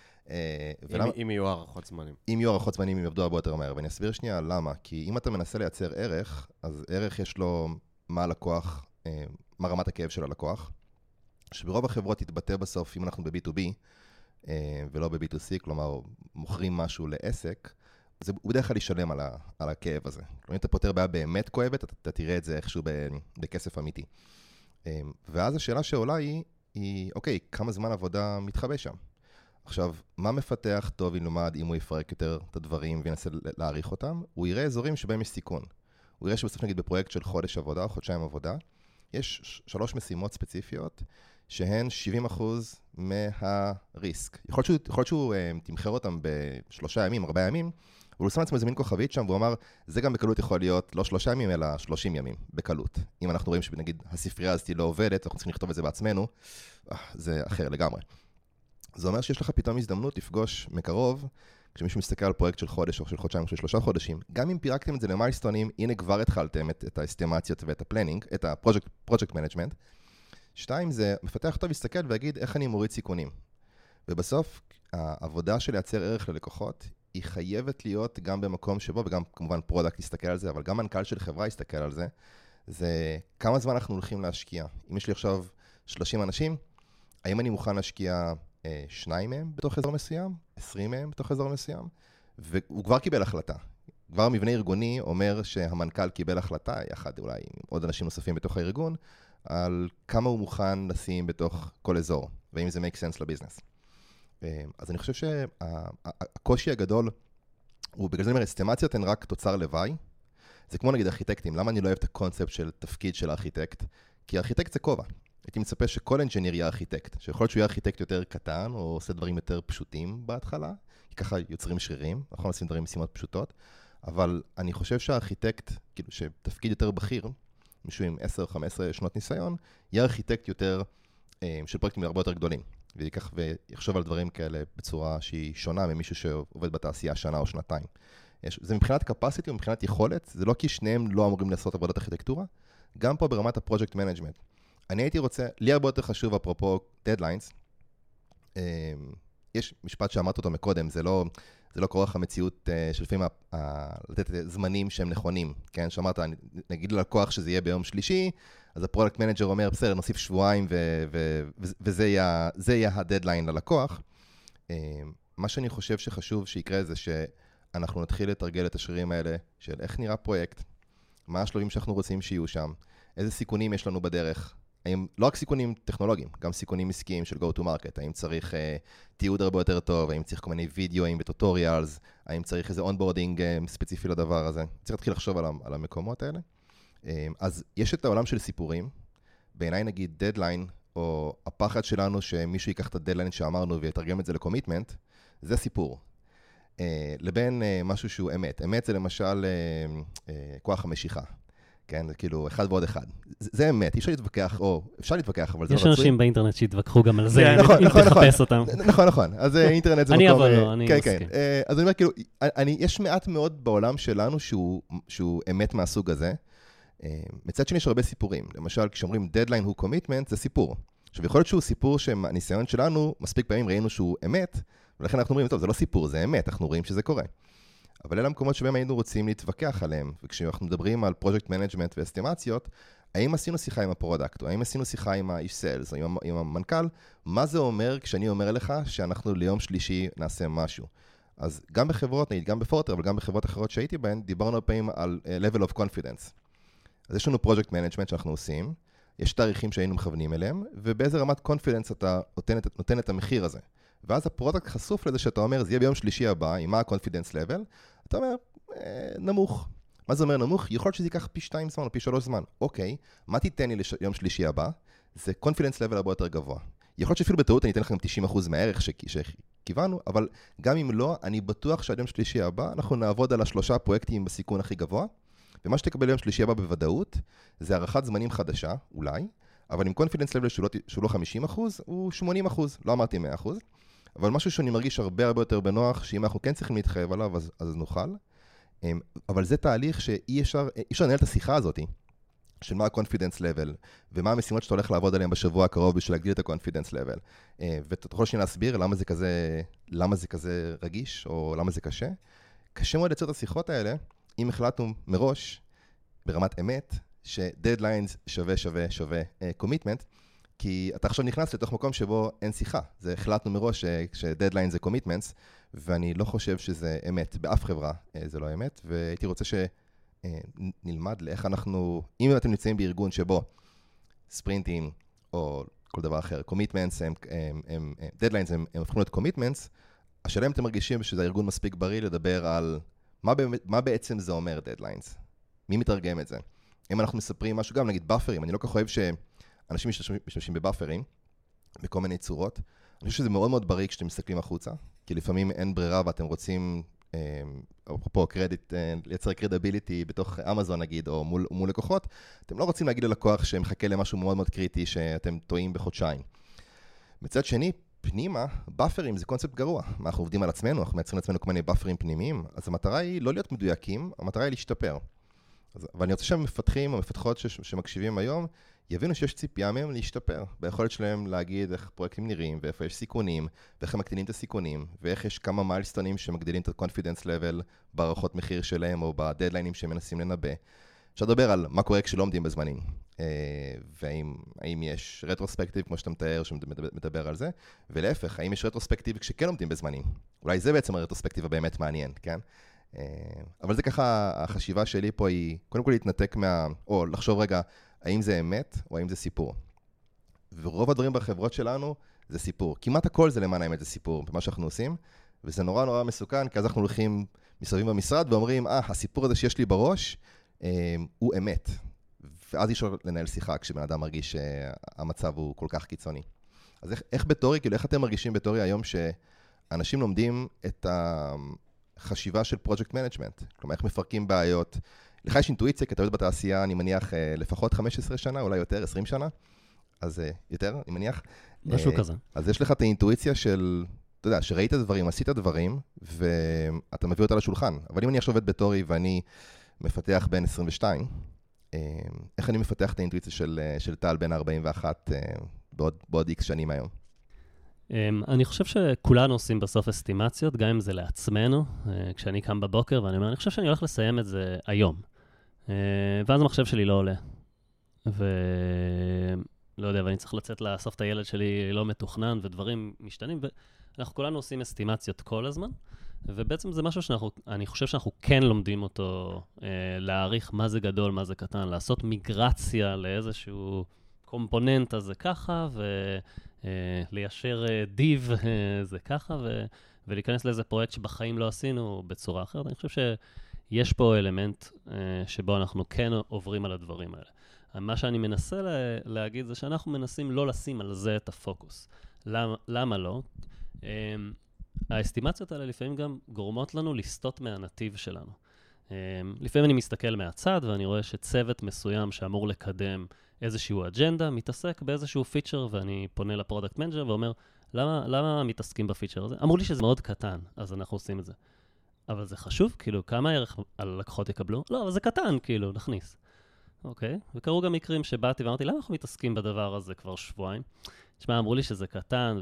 אם יהיו הערכות זמנים. אם יהיו הערכות זמנים, הם יעבדו הרבה יותר מהר. ואני אסביר שנייה למה, כי אם אתה מנסה לייצר ערך, אז ערך יש לו מה הלקוח, מה רמת הכאב של הלקוח, שברוב החברות יתבטא בסוף, אם אנחנו ב-בי טו בי ולא ב-בי טו סי, כלומר, מוכרים משהו לעסק, זה בדרך כלל ישלם על, ה, על הכאב הזה. אם אתה פותר בעיה באמת כואבת, אתה, אתה תראה את זה איכשהו בכסף אמיתי. ואז השאלה שעולה היא, היא, אוקיי, כמה זמן עבודה מתחבא שם? עכשיו, מה מפתח טוב ילמד אם הוא יפרק יותר את הדברים וינסה להעריך אותם? הוא יראה אזורים שבהם יש סיכון. הוא יראה שבסוף נגיד בפרויקט של חודש עבודה או חודשיים עבודה, יש שלוש משימות ספציפיות שהן שבעים אחוז מהריסק. יכול להיות שהוא, יכול להיות שהוא uh, תמחר אותם בשלושה ימים, ארבעה ימים, אבל הוא שם לעצמו איזה מין כוכבית שם, והוא אמר, זה גם בקלות יכול להיות לא שלושה ימים, אלא שלושים ימים, בקלות. אם אנחנו רואים שנגיד הספרייה הזאת לא עובדת, אנחנו צריכים לכתוב את זה בעצמנו, זה אחר לגמרי. זה אומר שיש לך פתאום הזדמנות לפגוש מקרוב, כשמישהו מסתכל על פרויקט של חודש או של חודשיים או של שלושה חודשים, גם אם פירקתם את זה למיילסטונים, הנה כבר התחלתם את, את האסטימציות ואת הפלנינג, את הפרויקט מנג'מנט. שתיים, זה מפתח טוב להסתכל ויגיד איך אני מוריד סיכונים. ובסוף, העבודה של לייצר ערך ללקוחות, היא חייבת להיות גם במקום שבו, וגם כמובן פרודקט יסתכל על זה, אבל גם מנכ"ל של חברה יסתכל על זה, זה כמה זמן אנחנו הולכים להשקיע. אם יש לי עכשיו שלושים אנשים, האם אני מוכן להשקיע אה, שניים מהם בתוך אזור מסוים, עשרים מהם בתוך אזור מסוים, והוא כבר קיבל החלטה. כבר מבנה ארגוני אומר שהמנכ"ל קיבל החלטה, יחד אולי עם עוד אנשים נוספים בתוך הארגון, על כמה הוא מוכן לשים בתוך כל אזור, ואם זה make sense לביזנס. אז אני חושב שהקושי הגדול, הוא בגלל זה אומר, אסטימציות הן רק תוצר לוואי. זה כמו נגיד ארכיטקטים, למה אני לא אוהב את הקונספט של תפקיד של הארכיטקט? כי ארכיטקט זה כובע. הייתי מצפה שכל אנג'יניר יהיה ארכיטקט, שיכול להיות שהוא יהיה ארכיטקט יותר קטן, או עושה דברים יותר פשוטים בהתחלה, כי ככה יוצרים שרירים, נכון לשים דברים משימות פשוטות, אבל אני חושב שהארכיטקט, כאילו שתפקיד יותר בכיר, מישהו עם עשר חמש עשרה שנות ניסיון, יהיה ארכיטקט יותר, של פרויקטים הרבה יותר גדולים, ויקח ויחשוב על דברים כאלה בצורה שהיא שונה ממישהו שעובד בתעשייה שנה או שנתיים. זה מבחינת capacity ומבחינת יכולת, זה לא כי שניהם לא אמורים לעשות עבודת ארכיטקטורה, גם פה ברמת הפרויקט מנג'מנט. אני הייתי רוצה, לי הרבה יותר חשוב אפרופו דדליינס, יש משפט שאמרת אותו מקודם, זה לא, זה לא כורח המציאות שלפעמים לתת זמנים שהם נכונים, כן? שאמרת, נגיד ללקוח שזה יהיה ביום שלישי, אז הפרודקט מנג'ר אומר, בסדר, נוסיף שבועיים ו- ו- ו- וזה יהיה, זה יהיה הדדליין ללקוח. מה שאני חושב שחשוב שיקרה זה שאנחנו נתחיל לתרגל את השרירים האלה של איך נראה פרויקט, מה השלבים שאנחנו רוצים שיהיו שם, איזה סיכונים יש לנו בדרך, האם, לא רק סיכונים טכנולוגיים, גם סיכונים עסקיים של go to market, האם צריך uh, תיעוד הרבה יותר טוב, האם צריך כל מיני וידאוים וטוטוריאלס, האם צריך איזה אונבורדינג uh, ספציפי לדבר הזה. צריך להתחיל לחשוב על, על המקומות האלה. Um, אז יש את העולם של סיפורים, בעיניי נגיד דדליין, או הפחד שלנו שמישהו ייקח את הדדליין שאמרנו ויתרגם את זה לקומיטמנט, זה סיפור. Uh, לבין uh, משהו שהוא אמת. אמת זה למשל uh, uh, כוח המשיכה. כן, זה כאילו אחד ועוד אחד. זה, זה אמת, אי אפשר להתווכח, או אפשר להתווכח, אבל זה לא רצוי. יש אנשים באינטרנט שהתווכחו גם על זה, אם תחפש אותם. נכון, נכון. אז אינטרנט זה מקום... אני אבל לא, אני מסכים. אז אני אומר, כאילו, יש מעט מאוד בעולם שלנו שהוא אמת מהסוג הזה. מצד שני יש הרבה סיפורים. למשל, כשאומרים deadline הוא commitment, זה סיפור. עכשיו, יכול להיות שהוא סיפור שהניסיון שלנו, מספיק פעמים ראינו שהוא אמת, ולכן אנחנו אומרים, טוב, זה לא סיפור, זה אמת, אנחנו רואים שזה קורה. אבל אלה המקומות שבהם היינו רוצים להתווכח עליהם, וכשאנחנו מדברים על פרויקט מנג'מנט ואסטימציות, האם עשינו שיחה עם הפרודקט, או האם עשינו שיחה עם האיש סיילס, או עם, עם המנכ"ל, מה זה אומר כשאני אומר לך שאנחנו ליום שלישי נעשה משהו? אז גם בחברות, נגיד גם בפורטר, אבל גם בחברות אחרות שהייתי בהן, דיברנו פעמים על uh, level of confidence. אז יש לנו פרויקט מנג'מנט שאנחנו עושים, יש תאריכים שהיינו מכוונים אליהם, ובאיזה רמת קונפידנס אתה נותן, נותן את המחיר הזה. ואז הפרודקט חשוף לזה שאתה אומר, זה יהיה ביום שלישי הבא, עם מה ה-confidence level, אתה אומר, אה, נמוך. מה זה אומר נמוך? יכול להיות שזה ייקח פי שתיים זמן או פי שלוש זמן. אוקיי, מה תיתן לי ליום שלישי הבא? זה confidence level הרבה יותר גבוה. יכול להיות שאפילו בטעות אני אתן לכם תשעים אחוז מהערך שכיוונו, אבל גם אם לא, אני בטוח שעד יום שלישי הבא אנחנו נעבוד על השלושה פרויקטים בסיכון הכי גבוה, ומה שתקבל יום שלישי הבא בוודאות, זה הערכת זמנים חדשה, אולי, אבל עם confidence level שהוא לא, שהוא לא חמישים אחוז, הוא שמונים אחוז, לא אמרתי מאה אחוז. אבל משהו שאני מרגיש הרבה הרבה יותר בנוח, שאם אנחנו כן צריכים להתחייב עליו, אז, אז נוכל. אבל זה תהליך שאי אפשר, אי אפשר לנהל את השיחה הזאת, של מה ה-confidence level, ומה המשימות שאתה הולך לעבוד עליהן בשבוע הקרוב, בשביל להגדיל את ה-confidence level. ואתה יכול שנייה להסביר למה זה כזה, למה זה כזה רגיש, או למה זה קשה. קשה מאוד לייצר את השיחות האלה, אם החלטנו מראש, ברמת אמת, ש-deadlines שווה שווה שווה commitment, כי אתה עכשיו נכנס לתוך מקום שבו אין שיחה. זה החלטנו מראש ש-deadline זה commitments, ואני לא חושב שזה אמת. באף חברה זה לא אמת, והייתי רוצה שנלמד לאיך אנחנו, אם אתם נמצאים בארגון שבו ספרינטים או כל דבר אחר, commitments, הם, הם, הם, deadlines הם, הם הפכו להיות commitments, השאלה אם אתם מרגישים שזה הארגון מספיק בריא לדבר על מה, מה בעצם זה אומר deadlines. מי מתרגם את זה? אם אנחנו מספרים משהו, גם נגיד באפרים, אני לא כך אוהב ש... אנשים משתמשים בבאפרים, בכל מיני צורות. אני חושב שזה מאוד מאוד בריא כשאתם מסתכלים החוצה, כי לפעמים אין ברירה ואתם רוצים, אפרופו קרדיט, לייצר קרדיביליטי בתוך אמזון נגיד, או מול, מול לקוחות, אתם לא רוצים להגיד ללקוח שמחכה למשהו מאוד מאוד קריטי שאתם טועים בחודשיים. מצד שני, פנימה, באפרים זה קונספט גרוע. מה, אנחנו עובדים על עצמנו, אנחנו מייצרים לעצמנו כל מיני באפרים פנימיים, אז המטרה היא לא להיות מדויקים, המטרה היא להשתפר. אז, ואני רוצה שהמפתחים, המפתחות ש, שמקשיבים היום, יבינו שיש ציפייה מהם להשתפר, ביכולת שלהם להגיד איך פרויקטים נראים, ואיפה יש סיכונים, ואיך הם מקטינים את הסיכונים, ואיך יש כמה מיילסטונים שמגדילים את ה-confidence level בערכות מחיר שלהם, או בדדליינים שהם מנסים לנבא. אפשר לדבר על מה קורה כשלא עומדים בזמנים, והאם יש רטרוספקטיב, כמו שאתה מתאר, שמדבר על זה, ולהפך, האם יש רטרוספקטיב כשכן עומדים בזמנים. אולי זה בעצם הרטרוספקטיב הבאמת מעניין, כן? אבל זה ככה, החשיבה שלי פה היא, קודם כל להתנתק מה, או לחשוב רגע, האם זה אמת או האם זה סיפור. ורוב הדברים בחברות שלנו זה סיפור. כמעט הכל זה למען האמת זה סיפור, במה שאנחנו עושים, וזה נורא נורא מסוכן, כי אז אנחנו הולכים מסביב במשרד ואומרים, אה, הסיפור הזה שיש לי בראש, אה, הוא אמת. ואז אי אפשר לנהל שיחה כשבן אדם מרגיש שהמצב הוא כל כך קיצוני. אז איך, איך בתורי, כאילו איך אתם מרגישים בתורי היום שאנשים לומדים את החשיבה של פרויקט מנג'מנט? כלומר, איך מפרקים בעיות? לך יש אינטואיציה, כי אתה יודע בתעשייה, אני מניח, לפחות חמש עשרה שנה, אולי יותר, עשרים שנה. אז יותר, אני מניח. משהו כזה. אז יש לך את האינטואיציה של, אתה יודע, שראית דברים, עשית דברים, ואתה מביא אותה לשולחן. אבל אם אני עכשיו עובד בתורי ואני מפתח בין עשרים ושתיים, איך אני מפתח את האינטואיציה של, של טל בין ארבעים ואחת בעוד, בעוד איקס שנים היום? אני חושב שכולנו עושים בסוף אסטימציות, גם אם זה לעצמנו, כשאני קם בבוקר ואני אומר, אני חושב שאני הולך לסיים את זה היום. ואז המחשב שלי לא עולה. ולא יודע, ואני צריך לצאת לאסוף את הילד שלי לא מתוכנן, ודברים משתנים, ואנחנו כולנו עושים אסטימציות כל הזמן. ובעצם זה משהו שאנחנו, אני חושב שאנחנו כן לומדים אותו, אה, להעריך מה זה גדול, מה זה קטן, לעשות מיגרציה לאיזשהו קומפוננט הזה ככה, וליישר אה, דיב אה, זה ככה, ו, ולהיכנס לאיזה פרויקט שבחיים לא עשינו בצורה אחרת. אני חושב שיש פה אלמנט אה, שבו אנחנו כן עוברים על הדברים האלה. מה שאני מנסה לה, להגיד זה שאנחנו מנסים לא לשים על זה את הפוקוס. למה, למה לא? אה, האסטימציות האלה לפעמים גם גורמות לנו לסטות מהנתיב שלנו. לפעמים אני מסתכל מהצד ואני רואה שצוות מסוים שאמור לקדם איזשהו אג'נדה, מתעסק באיזשהו פיצ'ר ואני פונה לפרודקט מנג'ר ואומר, למה, למה מתעסקים בפיצ'ר הזה? אמרו לי שזה מאוד קטן, אז אנחנו עושים את זה. אבל זה חשוב, כאילו, כמה ערך הלקוחות יקבלו? לא, אבל זה קטן, כאילו, נכניס. אוקיי, וקראו גם מקרים שבאתי ואמרתי, למה אנחנו מתעסקים בדבר הזה כבר שבועיים? תשמע, אמרו לי שזה קטן,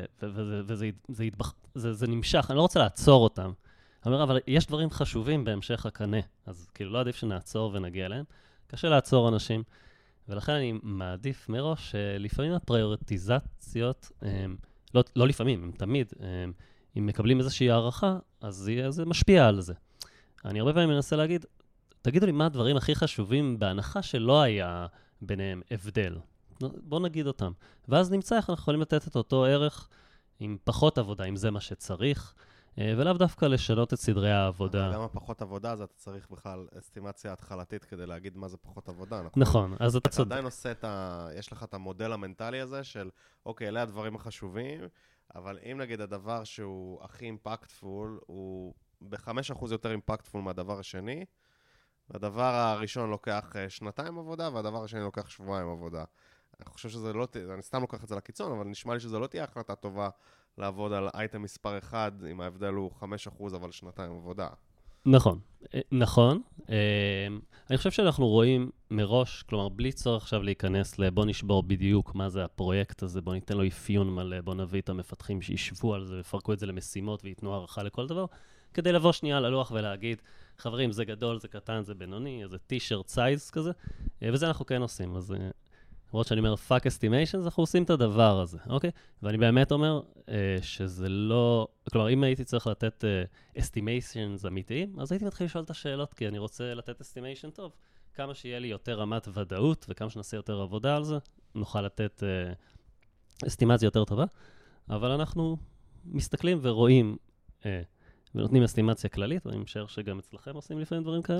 וזה נמשך, אני לא רוצה לעצור אותם. אני אומר, אבל יש דברים חשובים בהמשך הקנה, אז כאילו לא עדיף שנעצור ונגיע אליהם. קשה לעצור אנשים, ולכן אני מעדיף מראש שלפעמים הפריורטיזציות, לא, לא לפעמים, הם תמיד, אם מקבלים איזושהי הערכה, אז זה משפיע על זה. אני הרבה פעמים מנסה להגיד, תגידו לי מה הדברים הכי חשובים בהנחה שלא היה ביניהם הבדל. בואו נגיד אותם. ואז נמצא איך אנחנו יכולים לתת את אותו ערך עם פחות עבודה, אם זה מה שצריך, ולאו דווקא לשנות את סדרי העבודה. גם הפחות עבודה, אז אתה צריך בכלל אסטימציה התחלתית כדי להגיד מה זה פחות עבודה. נכון, אז אתה צודק. אתה עדיין עושה את ה... יש לך את המודל המנטלי הזה של, אוקיי, אלה הדברים החשובים, אבל אם נגיד הדבר שהוא הכי אימפקטפול, הוא ב-חמישה אחוז יותר אימפקטפול מהדבר השני, והדבר הראשון לוקח שנתיים עבודה, והדבר השני לוקח שבועיים עבודה. אני חושב שזה לא, אני סתם לוקח את זה לקיצון, אבל נשמע לי שזה לא תהיה החלטה טובה לעבוד על אייטם מספר אחד, אם ההבדל הוא חמישה אחוז, אבל שנתיים עבודה. נכון, נכון. אני חושב שאנחנו רואים מראש, כלומר, בלי צורך עכשיו להיכנס לבוא נשבור בדיוק מה זה הפרויקט הזה, בוא ניתן לו אפיון מלא, בוא נביא את המפתחים שישבו על זה, יפרקו את זה למשימות ויתנו הערכה לכל דבר, כדי לבוא שנייה ללוח ולהגיד, חברים, זה גדול, זה קטן, זה בינוני, איזה טישרט סייז כזה, וזה אנחנו כן עושים, אז... למרות שאני אומר, fuck estimations, אנחנו עושים את הדבר הזה, אוקיי? ואני באמת אומר אה, שזה לא... כלומר, אם הייתי צריך לתת אה, estimations אמיתיים, אז הייתי מתחיל לשאול את השאלות, כי אני רוצה לתת estimation טוב. כמה שיהיה לי יותר רמת ודאות, וכמה שנעשה יותר עבודה על זה, נוכל לתת אה, אסטימציה יותר טובה. אבל אנחנו מסתכלים ורואים, אה, ונותנים אסטימציה כללית, ואני משער שגם אצלכם עושים לפעמים דברים כאלה.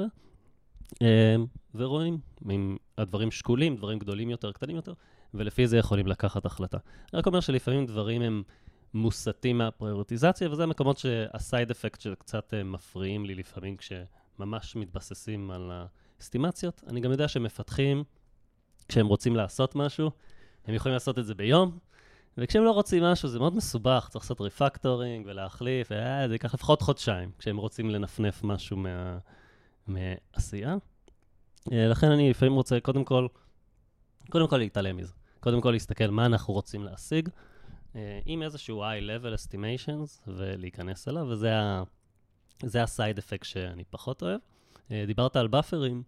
ורואים אם הדברים שקולים, דברים גדולים יותר, קטנים יותר, ולפי זה יכולים לקחת החלטה. אני רק אומר שלפעמים דברים הם מוסתים מהפריורטיזציה, וזה המקומות שהסייד אפקט שקצת מפריעים לי לפעמים כשממש מתבססים על האסטימציות. אני גם יודע שמפתחים, כשהם רוצים לעשות משהו, הם יכולים לעשות את זה ביום, וכשהם לא רוצים משהו זה מאוד מסובך, צריך לעשות ריפקטורינג ולהחליף, זה ייקח לפחות חודשיים, כשהם רוצים לנפנף משהו מה... מעשייה. לכן אני לפעמים רוצה קודם כל, קודם כל להתעלם מזה. קודם כל להסתכל מה אנחנו רוצים להשיג, עם איזשהו high-level estimations, ולהיכנס אליו, וזה ה, זה ה-side effect שאני פחות אוהב. דיברת על באפרים,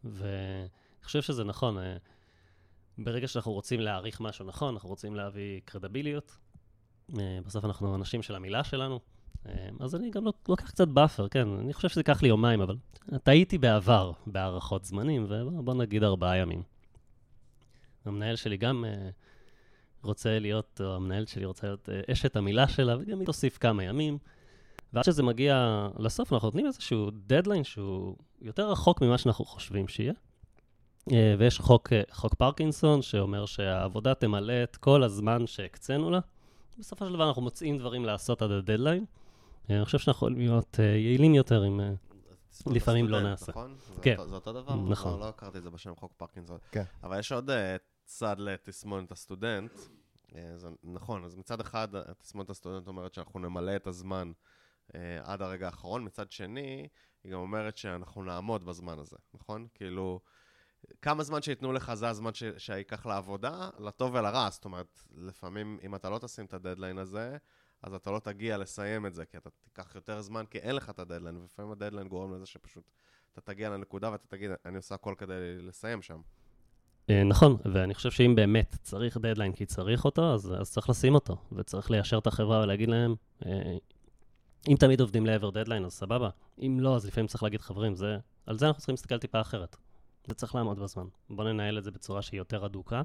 ואני חושב שזה נכון. ברגע שאנחנו רוצים להעריך משהו נכון, אנחנו רוצים להביא קרדיביליות. בסוף אנחנו אנשים של המילה שלנו. אז אני גם לוקח קצת באפר, כן. אני חושב שזה ייקח לי יומיים, אבל טעיתי בעבר, בהערכות זמנים, ובוא נגיד ארבעה ימים. המנהל שלי גם רוצה להיות, או המנהלת שלי רוצה להיות אשת המילה שלה, וגם היא תוסיף כמה ימים. ועד שזה מגיע לסוף, אנחנו נותנים איזשהו דדליין שהוא יותר רחוק ממה שאנחנו חושבים שיהיה. ויש חוק, חוק פרקינסון שאומר שהעבודה תמלא את כל הזמן שהקצנו לה. בסופו של דבר אנחנו מוצאים דברים לעשות עד הדדליין. אני חושב שאנחנו יכולים להיות יעילים יותר אם לפעמים לא נעשה. נכון? כן. זה אותו דבר? נכון. לא הכרתי את זה בשם חוק פרקינסון. כן. אבל יש עוד צד לתסמונת הסטודנט. זה נכון, אז מצד אחד, תסמונת הסטודנט אומרת שאנחנו נמלא את הזמן עד הרגע האחרון. מצד שני, היא גם אומרת שאנחנו נעמוד בזמן הזה, נכון? כאילו, כמה זמן שיתנו לך זה הזמן ש... שיקח לעבודה, לטוב ולרע. זאת אומרת, לפעמים אם אתה לא תשים את הדדליין הזה, אז אתה לא תגיע לסיים את זה, כי אתה תיקח יותר זמן, כי אין לך את הדדליין, ולפעמים הדדליין גורם לזה שפשוט אתה תגיע לנקודה ואתה תגיד, אני עושה הכל כדי לסיים שם. נכון, ואני חושב שאם באמת צריך דדליין כי צריך אותו, אז, אז צריך לשים אותו, וצריך ליישר את החברה ולהגיד להם, אם תמיד עובדים לעבר דדליין, אז סבבה. אם לא, אז לפעמים צריך להגיד, חברים, זה, על זה אנחנו צריכים להסתכל טיפה אחרת. זה צריך לעמוד בזמן. בוא ננהל את זה בצורה שהיא יותר אדוקה.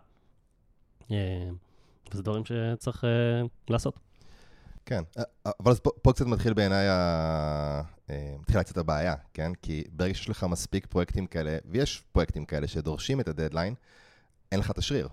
וזה דברים שצריך לעשות. כן, אבל פה, פה קצת מתחיל בעיניי, מתחילה קצת הבעיה, כן? כי ברגע שיש לך מספיק פרויקטים כאלה, ויש פרויקטים כאלה שדורשים את הדדליין, אין לך תשריר.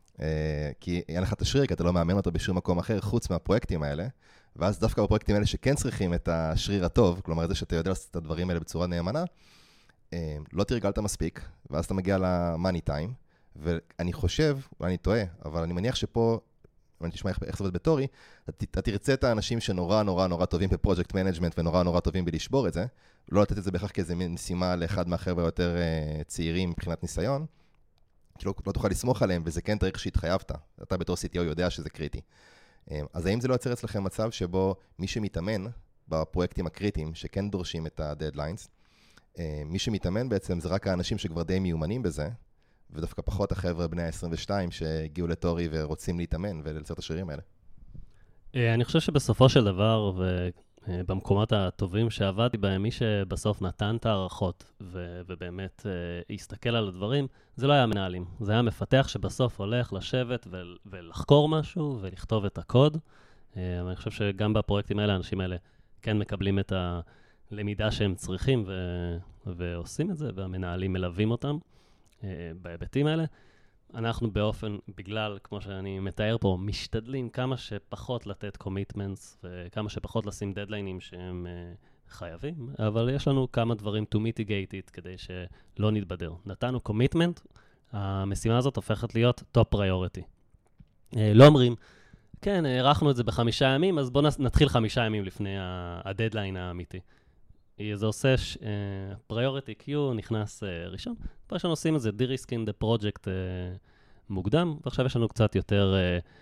כי אין לך תשריר, כי אתה לא מאמן אותו בשום מקום אחר, חוץ מהפרויקטים האלה, ואז דווקא בפרויקטים האלה שכן צריכים את השריר הטוב, כלומר זה שאתה יודע לעשות את הדברים האלה בצורה נאמנה, לא תרגלת מספיק, ואז אתה מגיע למאני טיים, ואני חושב, אולי אני טועה, אבל אני מניח שפה, אני תשמע איך, איך זה עובד בתורי, אתה תרצה את האנשים שנורא נורא נורא טובים בפרויקט מנג'מנט, ונורא נורא טובים בלשבור את זה, לא לתת את זה בהכרח כאיזו משימה לאחד מהחבר'ה יותר uh, צעירים מבחינת ניסיון, כי לא, לא תוכל לסמוך עליהם, וזה כן תאריך שהתחייבת, אתה בתור סי טי או יודע שזה קריטי. אז האם זה לא יוצר אצלכם מצב שבו מי שמתאמן בפרויקטים הקריטיים, שכן דורשים את הדדליינס, מי שמתאמן בעצם זה רק האנשים שכבר די מיומנים בזה, ודווקא פחות החבר'ה בני ה-עשרים ושתיים שהגיעו לתורי ורוצים להתאמן ולייצר את השירים האלה. אני חושב שבסופו של דבר, ובמקומות הטובים שעבדתי בהם, מי שבסוף נתן את הערכות ובאמת הסתכל על הדברים, זה לא היה מנהלים. זה היה מפתח שבסוף הולך לשבת ולחקור משהו ולכתוב את הקוד. אני חושב שגם בפרויקטים האלה, האנשים האלה כן מקבלים את ה... למידה שהם צריכים ו- ועושים את זה, והמנהלים מלווים אותם uh, בהיבטים האלה. אנחנו באופן, בגלל, כמו שאני מתאר פה, משתדלים כמה שפחות לתת קומיטמנטס, וכמה שפחות לשים דדליינים שהם uh, חייבים, אבל יש לנו כמה דברים to mitigate it, כדי שלא נתבדר. נתנו קומיטמנט, המשימה הזאת הופכת להיות top priority. Uh, לא אומרים, כן, הערכנו את זה בחמישה ימים, אז בואו נתחיל חמישה ימים לפני הדדליין האמיתי. זה עושה priority queue, נכנס ראשון. פה ראשון עושים את זה, de-risking the project מוקדם, ועכשיו יש לנו קצת יותר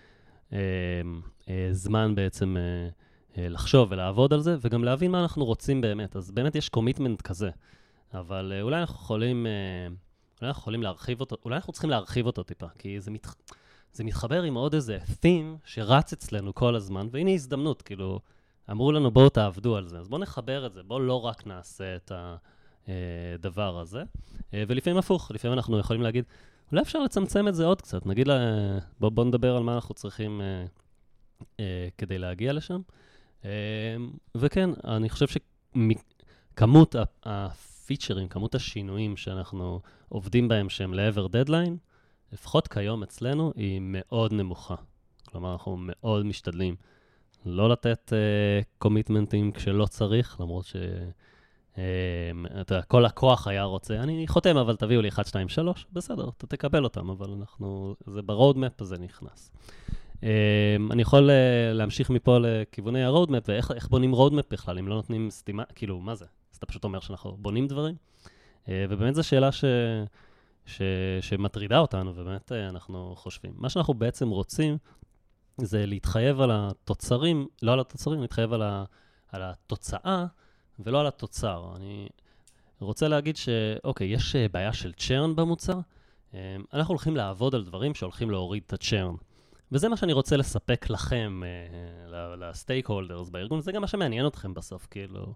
זמן בעצם לחשוב ולעבוד על זה, וגם להבין מה אנחנו רוצים באמת. אז באמת יש קומיטמנט כזה, אבל אולי אנחנו יכולים, אולי אנחנו יכולים להרחיב אותו, אולי אנחנו צריכים להרחיב אותו טיפה, כי זה מתח... זה מתחבר עם עוד איזה theme שרץ אצלנו כל הזמן, והנה הזדמנות, כאילו, אמרו לנו בואו תעבדו על זה, אז בואו נחבר את זה, בואו לא רק נעשה את הדבר הזה, ולפעמים הפוך, לפעמים אנחנו יכולים להגיד, אולי אפשר לצמצם את זה עוד קצת, נגיד, בואו בוא נדבר על מה אנחנו צריכים כדי להגיע לשם, וכן, אני חושב שכמות הפיצ'רים, כמות השינויים שאנחנו עובדים בהם שהם לעבר דדליין, לפחות כיום אצלנו היא מאוד נמוכה. כלומר, אנחנו מאוד משתדלים לא לתת קומיטמנטים uh, כשלא צריך, למרות ש... Uh, אתה, כל הכוח היה רוצה, אני חותם, אבל תביאו לי אחת, שתיים, שלוש, בסדר, אתה תקבל אותם, אבל אנחנו, זה ברודמפ הזה נכנס. Uh, אני יכול uh, להמשיך מפה לכיווני הרודמפ, ואיך איך בונים רודמפ בכלל, אם לא נותנים סתימה, כאילו, מה זה? אז אתה פשוט אומר שאנחנו בונים דברים, uh, ובאמת זו שאלה ש... ש... שמטרידה אותנו, ובאמת אנחנו חושבים. מה שאנחנו בעצם רוצים, זה להתחייב על התוצרים, לא על התוצרים, להתחייב על, ה... על התוצאה, ולא על התוצר. אני... רוצה להגיד שאוקיי, יש בעיה של צ'רן במוצר, אנחנו הולכים לעבוד על דברים שהולכים להוריד את הצ'רן. וזה מה שאני רוצה לספק לכם, לסטייק הולדרס בארגון, זה גם מה שמעניין אתכם בסוף, כאילו,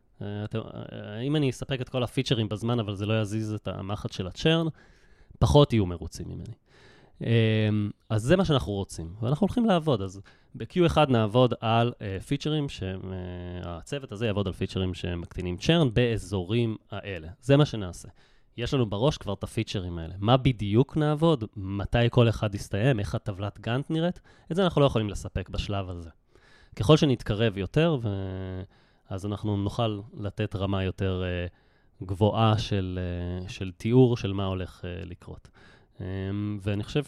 אם אני אספק את כל הפיצ'רים בזמן, אבל זה לא יזיז את המחט של הצ'רן, פחות יהיו מרוצים ממני. אז זה מה שאנחנו רוצים, ואנחנו הולכים לעבוד, אז ב-Q אחד נעבוד על פיצ'רים, שהצוות הזה יעבוד על פיצ'רים שמקטינים צ'רן באזורים האלה, זה מה שנעשה. יש לנו בראש כבר את הפיצ'רים האלה. מה בדיוק נעבוד? מתי כל אחד יסתיים? איך הטבלת גאנט נראית? את זה אנחנו לא יכולים לספק בשלב הזה. ככל שנתקרב יותר, ו... אז אנחנו נוכל לתת רמה יותר uh, גבוהה של, uh, של תיאור של מה הולך uh, לקרות. Um, ואני חושב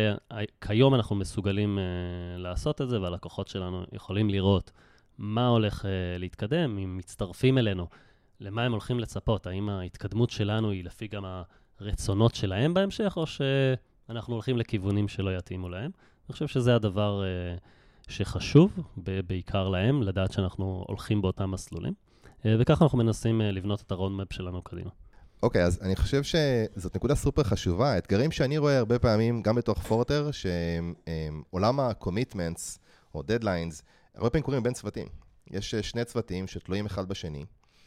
שכיום אנחנו מסוגלים uh, לעשות את זה, והלקוחות שלנו יכולים לראות מה הולך uh, להתקדם, אם מצטרפים אלינו. למה הם הולכים לצפות? האם ההתקדמות שלנו היא לפי גם הרצונות שלהם בהמשך, או שאנחנו הולכים לכיוונים שלא יתאימו להם? אני חושב שזה הדבר uh, שחשוב, ב- בעיקר להם, לדעת שאנחנו הולכים באותם מסלולים, uh, וככה אנחנו מנסים uh, לבנות את הרודמפ שלנו קדימה. אוקיי, okay, אז אני חושב שזאת נקודה סופר חשובה. האתגרים שאני רואה הרבה פעמים, גם בתוך פורטר, שעולם ה-commitments או deadlines, הרבה פעמים קוראים בין צוותים. יש שני צוותים שתלויים אחד בשני,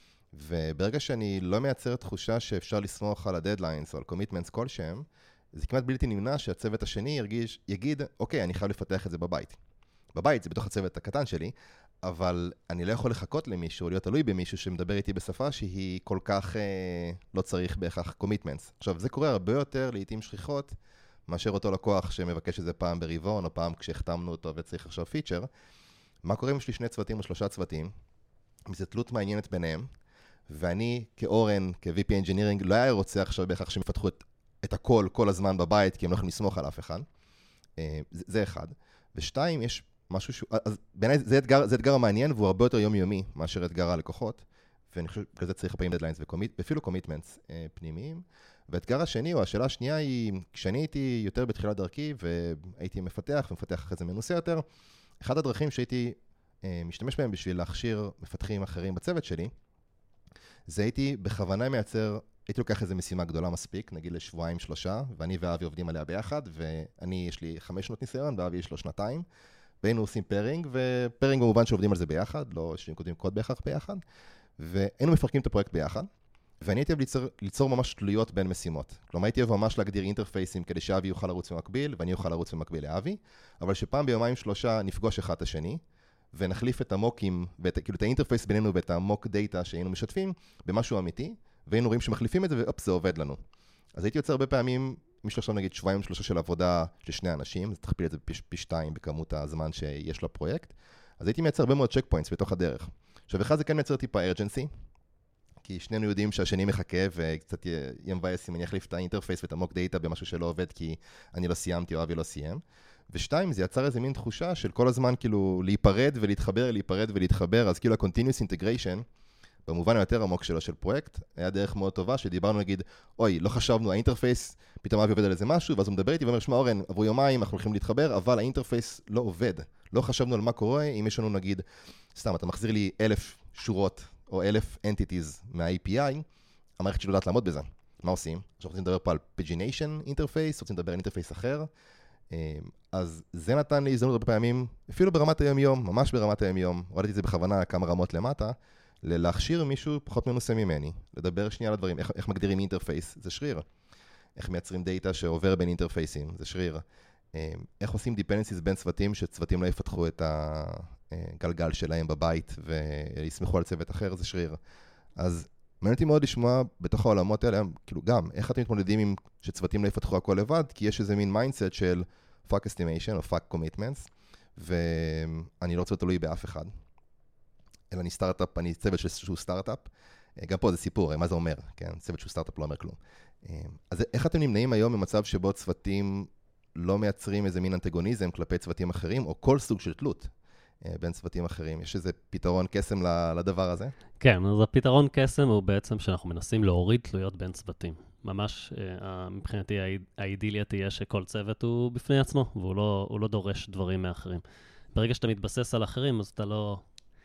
וברגע שאני לא מייצר תחושה שאפשר לסמוך על הדדליינס או על קומיטמנטס כלשהם, זה כמעט בלתי נמנע שהצוות השני ירגיש, יגיד, אוקיי, אני חייב לפתח את זה בבית. בבית זה בתוך הצוות הקטן שלי, אבל אני לא יכול לחכות למישהו, להיות תלוי במישהו שמדבר איתי בשפה שהיא כל כך אה, לא צריך בהכרח קומיטמנטס. עכשיו, זה קורה הרבה יותר לעתים שכיחות, מאשר אותו לקוח שמבקש את זה פעם ברבעון, או פעם כשהחתמנו אותו וצריך עכשיו פיצ'ר. מה קורה אם יש לי שני צוותים או שלושה צוותים? זו תלות מעניינת ביניהם. ואני כאורן, כ-וי פי Engineering, לא היה רוצה עכשיו בהכרח שהם יפתחו את, את הכל, כל הזמן בבית, כי הם לא יכולים לסמוך על אף אחד. זה, זה אחד. ושתיים, יש משהו שהוא, אז בעיניי זה אתגר, זה אתגר המעניין, והוא הרבה יותר יומיומי מאשר אתגר הלקוחות, ואני חושב כזה צריך לפעמים דדליינס ואפילו קומיטמנטס פנימיים. והאתגר השני, או השאלה השנייה היא, כשאני הייתי יותר בתחילת דרכי, והייתי מפתח, ומפתח אחרי זה מנוסה יותר, אחד הדרכים שהייתי משתמש בהם בשביל להכשיר מפתחים אחרים בצוות שלי, זה הייתי בכוונה מייצר, הייתי לוקח איזו משימה גדולה מספיק, נגיד לשבועיים שלושה, ואני ואבי עובדים עליה ביחד, ואני יש לי חמש שנות ניסיון, ואבי יש לו שנתיים, והיינו עושים פארינג, ופארינג במובן שעובדים על זה ביחד, לא שהם כותבים קוד בהכרח ביחד, והיינו מפרקים את הפרויקט ביחד, ואני הייתי אוהב ליצור, ליצור ממש תלויות בין משימות. כלומר, הייתי אוהב ממש להגדיר אינטרפייסים כדי שאבי יוכל לרוץ במקביל, ואני יוכל לרוץ במקביל לאבי, אבל שפעם ביומיים שלושה נפגוש אחד את השני, ונחליף את המוקים, ואת, כאילו את האינטרפייס בינינו ואת המוק דאטה שהיינו משתפים במשהו אמיתי, והיינו רואים שמחליפים את זה, ואופ, זה עובד לנו. אז הייתי יוצר הרבה פעמים, אם יש עכשיו נגיד שבועיים שלושה של עבודה של שני אנשים, אז תכפיל את זה פי, פי שתיים בכמות הזמן שיש לפרויקט, אז הייתי מייצר הרבה מאוד צ'ק פוינטס בתוך הדרך. עכשיו, אחד זה כן מייצר טיפה ארג'נסי, כי שנינו יודעים שהשני מחכה, וקצת יהיה מבאס אם אני אחליף את האינטרפייס ואת המוק דאטה במשהו שלא עובד, כי אני לא סיימתי או אבי לא סיים. ושתיים, זה יצר איזה מין תחושה של כל הזמן כאילו להיפרד ולהתחבר, להיפרד ולהתחבר, אז כאילו ה-continuous integration, במובן היותר עמוק שלו של פרויקט, היה דרך מאוד טובה שדיברנו נגיד, אוי, לא חשבנו, האינטרפייס, פתאום אבי עובד על איזה משהו, ואז הוא מדבר איתי ואומר, שמע אורן, עברו יומיים, אנחנו הולכים להתחבר, אבל האינטרפייס לא עובד. לא חשבנו על מה קורה, אם יש לנו נגיד, סתם, אתה מחזיר לי אלף שורות או אלף entities מה-איי פי איי, המערכת שלא יודעת לעמוד בזה. מה עושים? עכשיו רוצים לדבר פה על pagination interface, רוצים לדבר על אינטרפייס אחר. אז זה נתן לי הזדמנות הרבה פעמים, אפילו ברמת היום-יום, ממש ברמת היום-יום, הורדתי את זה בכוונה כמה רמות למטה, להכשיר מישהו פחות מנוסה ממני, לדבר שנייה על הדברים, איך, איך מגדירים אינטרפייס, זה שריר. איך מייצרים דאטה שעובר בין אינטרפייסים, זה שריר. איך עושים dependencies בין צוותים, שצוותים לא יפתחו את הגלגל שלהם בבית ויסמכו על צוות אחר, זה שריר. אז מעניין אותי מאוד לשמוע בתוך העולמות האלה, כאילו גם, איך אתם מתמודדים עם שצוותים לא יפתחו הכל לבד, כי יש איזה מין מיינדסט של fuck estimation או fuck commitments, ואני לא רוצה תלוי באף אחד. אלא אני סטארט-אפ, אני צוות שהוא סטארט-אפ. גם פה זה סיפור, מה זה אומר? כן? צוות שהוא סטארט-אפ לא אומר כלום. אז איך אתם נמנעים היום במצב שבו צוותים לא מייצרים איזה מין אנטגוניזם כלפי צוותים אחרים, או כל סוג של תלות בין צוותים אחרים? יש איזה פתרון קסם לדבר הזה? כן, אז הפתרון קסם הוא בעצם שאנחנו מנסים להוריד תלויות בין צוותים. ממש, מבחינתי האידיליה תהיה שכל צוות הוא בפני עצמו, והוא לא, הוא לא דורש דברים מאחרים. ברגע שאתה מתבסס על אחרים, אז אתה לא...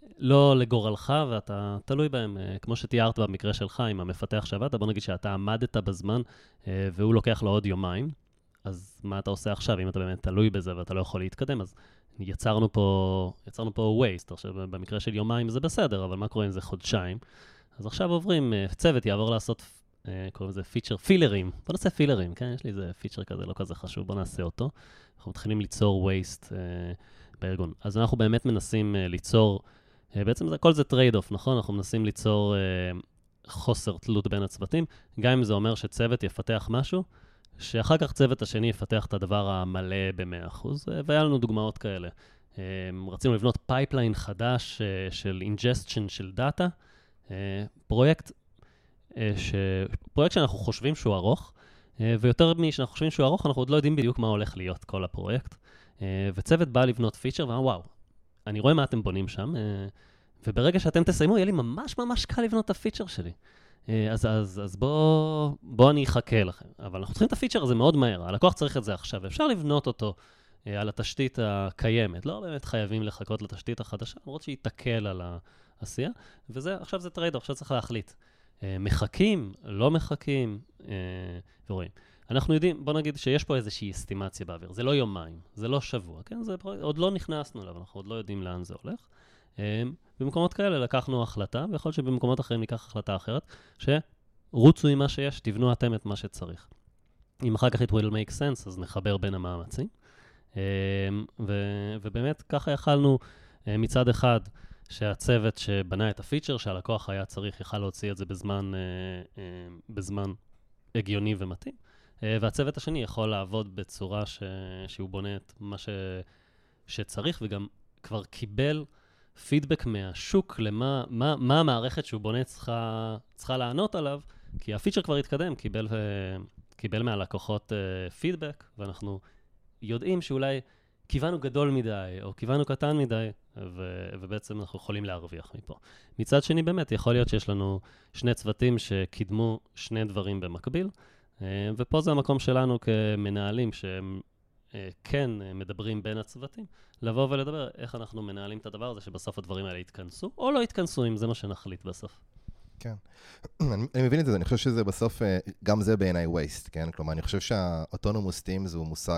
לא לגורלך, ואתה תלוי בהם, כמו שתיארת במקרה שלך עם המפתח שעבדת, בוא נגיד שאתה עמדת בזמן, והוא לוקח לו עוד יומיים, אז מה אתה עושה עכשיו? אם אתה באמת תלוי בזה ואתה לא יכול להתקדם, אז יצרנו פה, יצרנו פה waste, עכשיו במקרה של יומיים זה בסדר, אבל מה קורה אם זה חודשיים? אז עכשיו עוברים, צוות יעבור לעשות, קוראים לזה פיצ'ר, פילרים, בוא נעשה פילרים, כן? יש לי איזה פיצ'ר כזה, לא כזה חשוב, בוא נעשה אותו. אנחנו מתחילים ליצור waste בארגון. אז אנחנו באמת מנסים ליצור, בעצם זה, כל זה טרייד-אוף, נכון? אנחנו מנסים ליצור חוסר תלות בין הצוותים, גם אם זה אומר שצוות יפתח משהו, שאחר כך צוות השני יפתח את הדבר המלא ב-מאה אחוז, והיה לנו דוגמאות כאלה. רצינו לבנות פייפליין חדש של ingestion של דאטה, פרויקט, ש... פרויקט שאנחנו חושבים שהוא ארוך, ויותר משאנחנו חושבים שהוא ארוך, אנחנו עוד לא יודעים בדיוק מה הולך להיות כל הפרויקט. וצוות בא לבנות פיצ'ר, ואמר, וואו, אני רואה מה אתם בונים שם, וברגע שאתם תסיימו, יהיה לי ממש ממש קל לבנות את הפיצ'ר שלי. אז, אז, אז בוא, בוא אני אחכה לכם. אבל אנחנו צריכים את הפיצ'ר הזה מאוד מהר. הלקוח צריך את זה עכשיו. אפשר לבנות אותו על התשתית הקיימת. לא באמת חייבים לחכות לתשתית החדשה, למרות שהיא תקל על העשייה. וזה, עכשיו זה טריידר, עכשיו צריך להחליט. מחכים, לא מחכים, ורואים. אנחנו יודעים, בוא נגיד שיש פה איזושהי אסטימציה באוויר. זה לא יומיים, זה לא שבוע, כן? זה עוד לא נכנסנו אליו, אנחנו עוד לא יודעים לאן זה הולך. במקומות כאלה לקחנו החלטה, ויכול להיות שבמקומות אחרים ניקח החלטה אחרת, שרוצו עם מה שיש, תבנו אתם את מה שצריך. אם אחר כך it will make sense, אז נחבר בין המאמצים. ו- ובאמת ככה יכלנו מצד אחד, שהצוות שבנה את הפיצ'ר, שהלקוח היה צריך, יכל להוציא את זה בזמן, בזמן הגיוני ומתאים, והצוות השני יכול לעבוד בצורה ש- שהוא בונה את מה ש- שצריך, וגם כבר קיבל פידבק מהשוק למה מה, מה המערכת שהוא בונה צריכה, צריכה לענות עליו, כי הפיצ'ר כבר התקדם, קיבל, קיבל מהלקוחות פידבק, ואנחנו יודעים שאולי כיוונו גדול מדי, או כיוונו קטן מדי, ו, ובעצם אנחנו יכולים להרוויח מפה. מצד שני, באמת, יכול להיות שיש לנו שני צוותים שקידמו שני דברים במקביל, ופה זה המקום שלנו כמנהלים שהם כן מדברים בין הצוותים, לבוא ולדבר איך אנחנו מנהלים את הדבר הזה, שבסוף הדברים האלה יתכנסו, או לא יתכנסו, אם זה מה שנחליט בסוף. כן. אני, אני מבין את זה, אני חושב שזה בסוף, גם זה בעיניי waste, כן? כלומר, אני חושב שהאוטונומוס טימס הוא מושג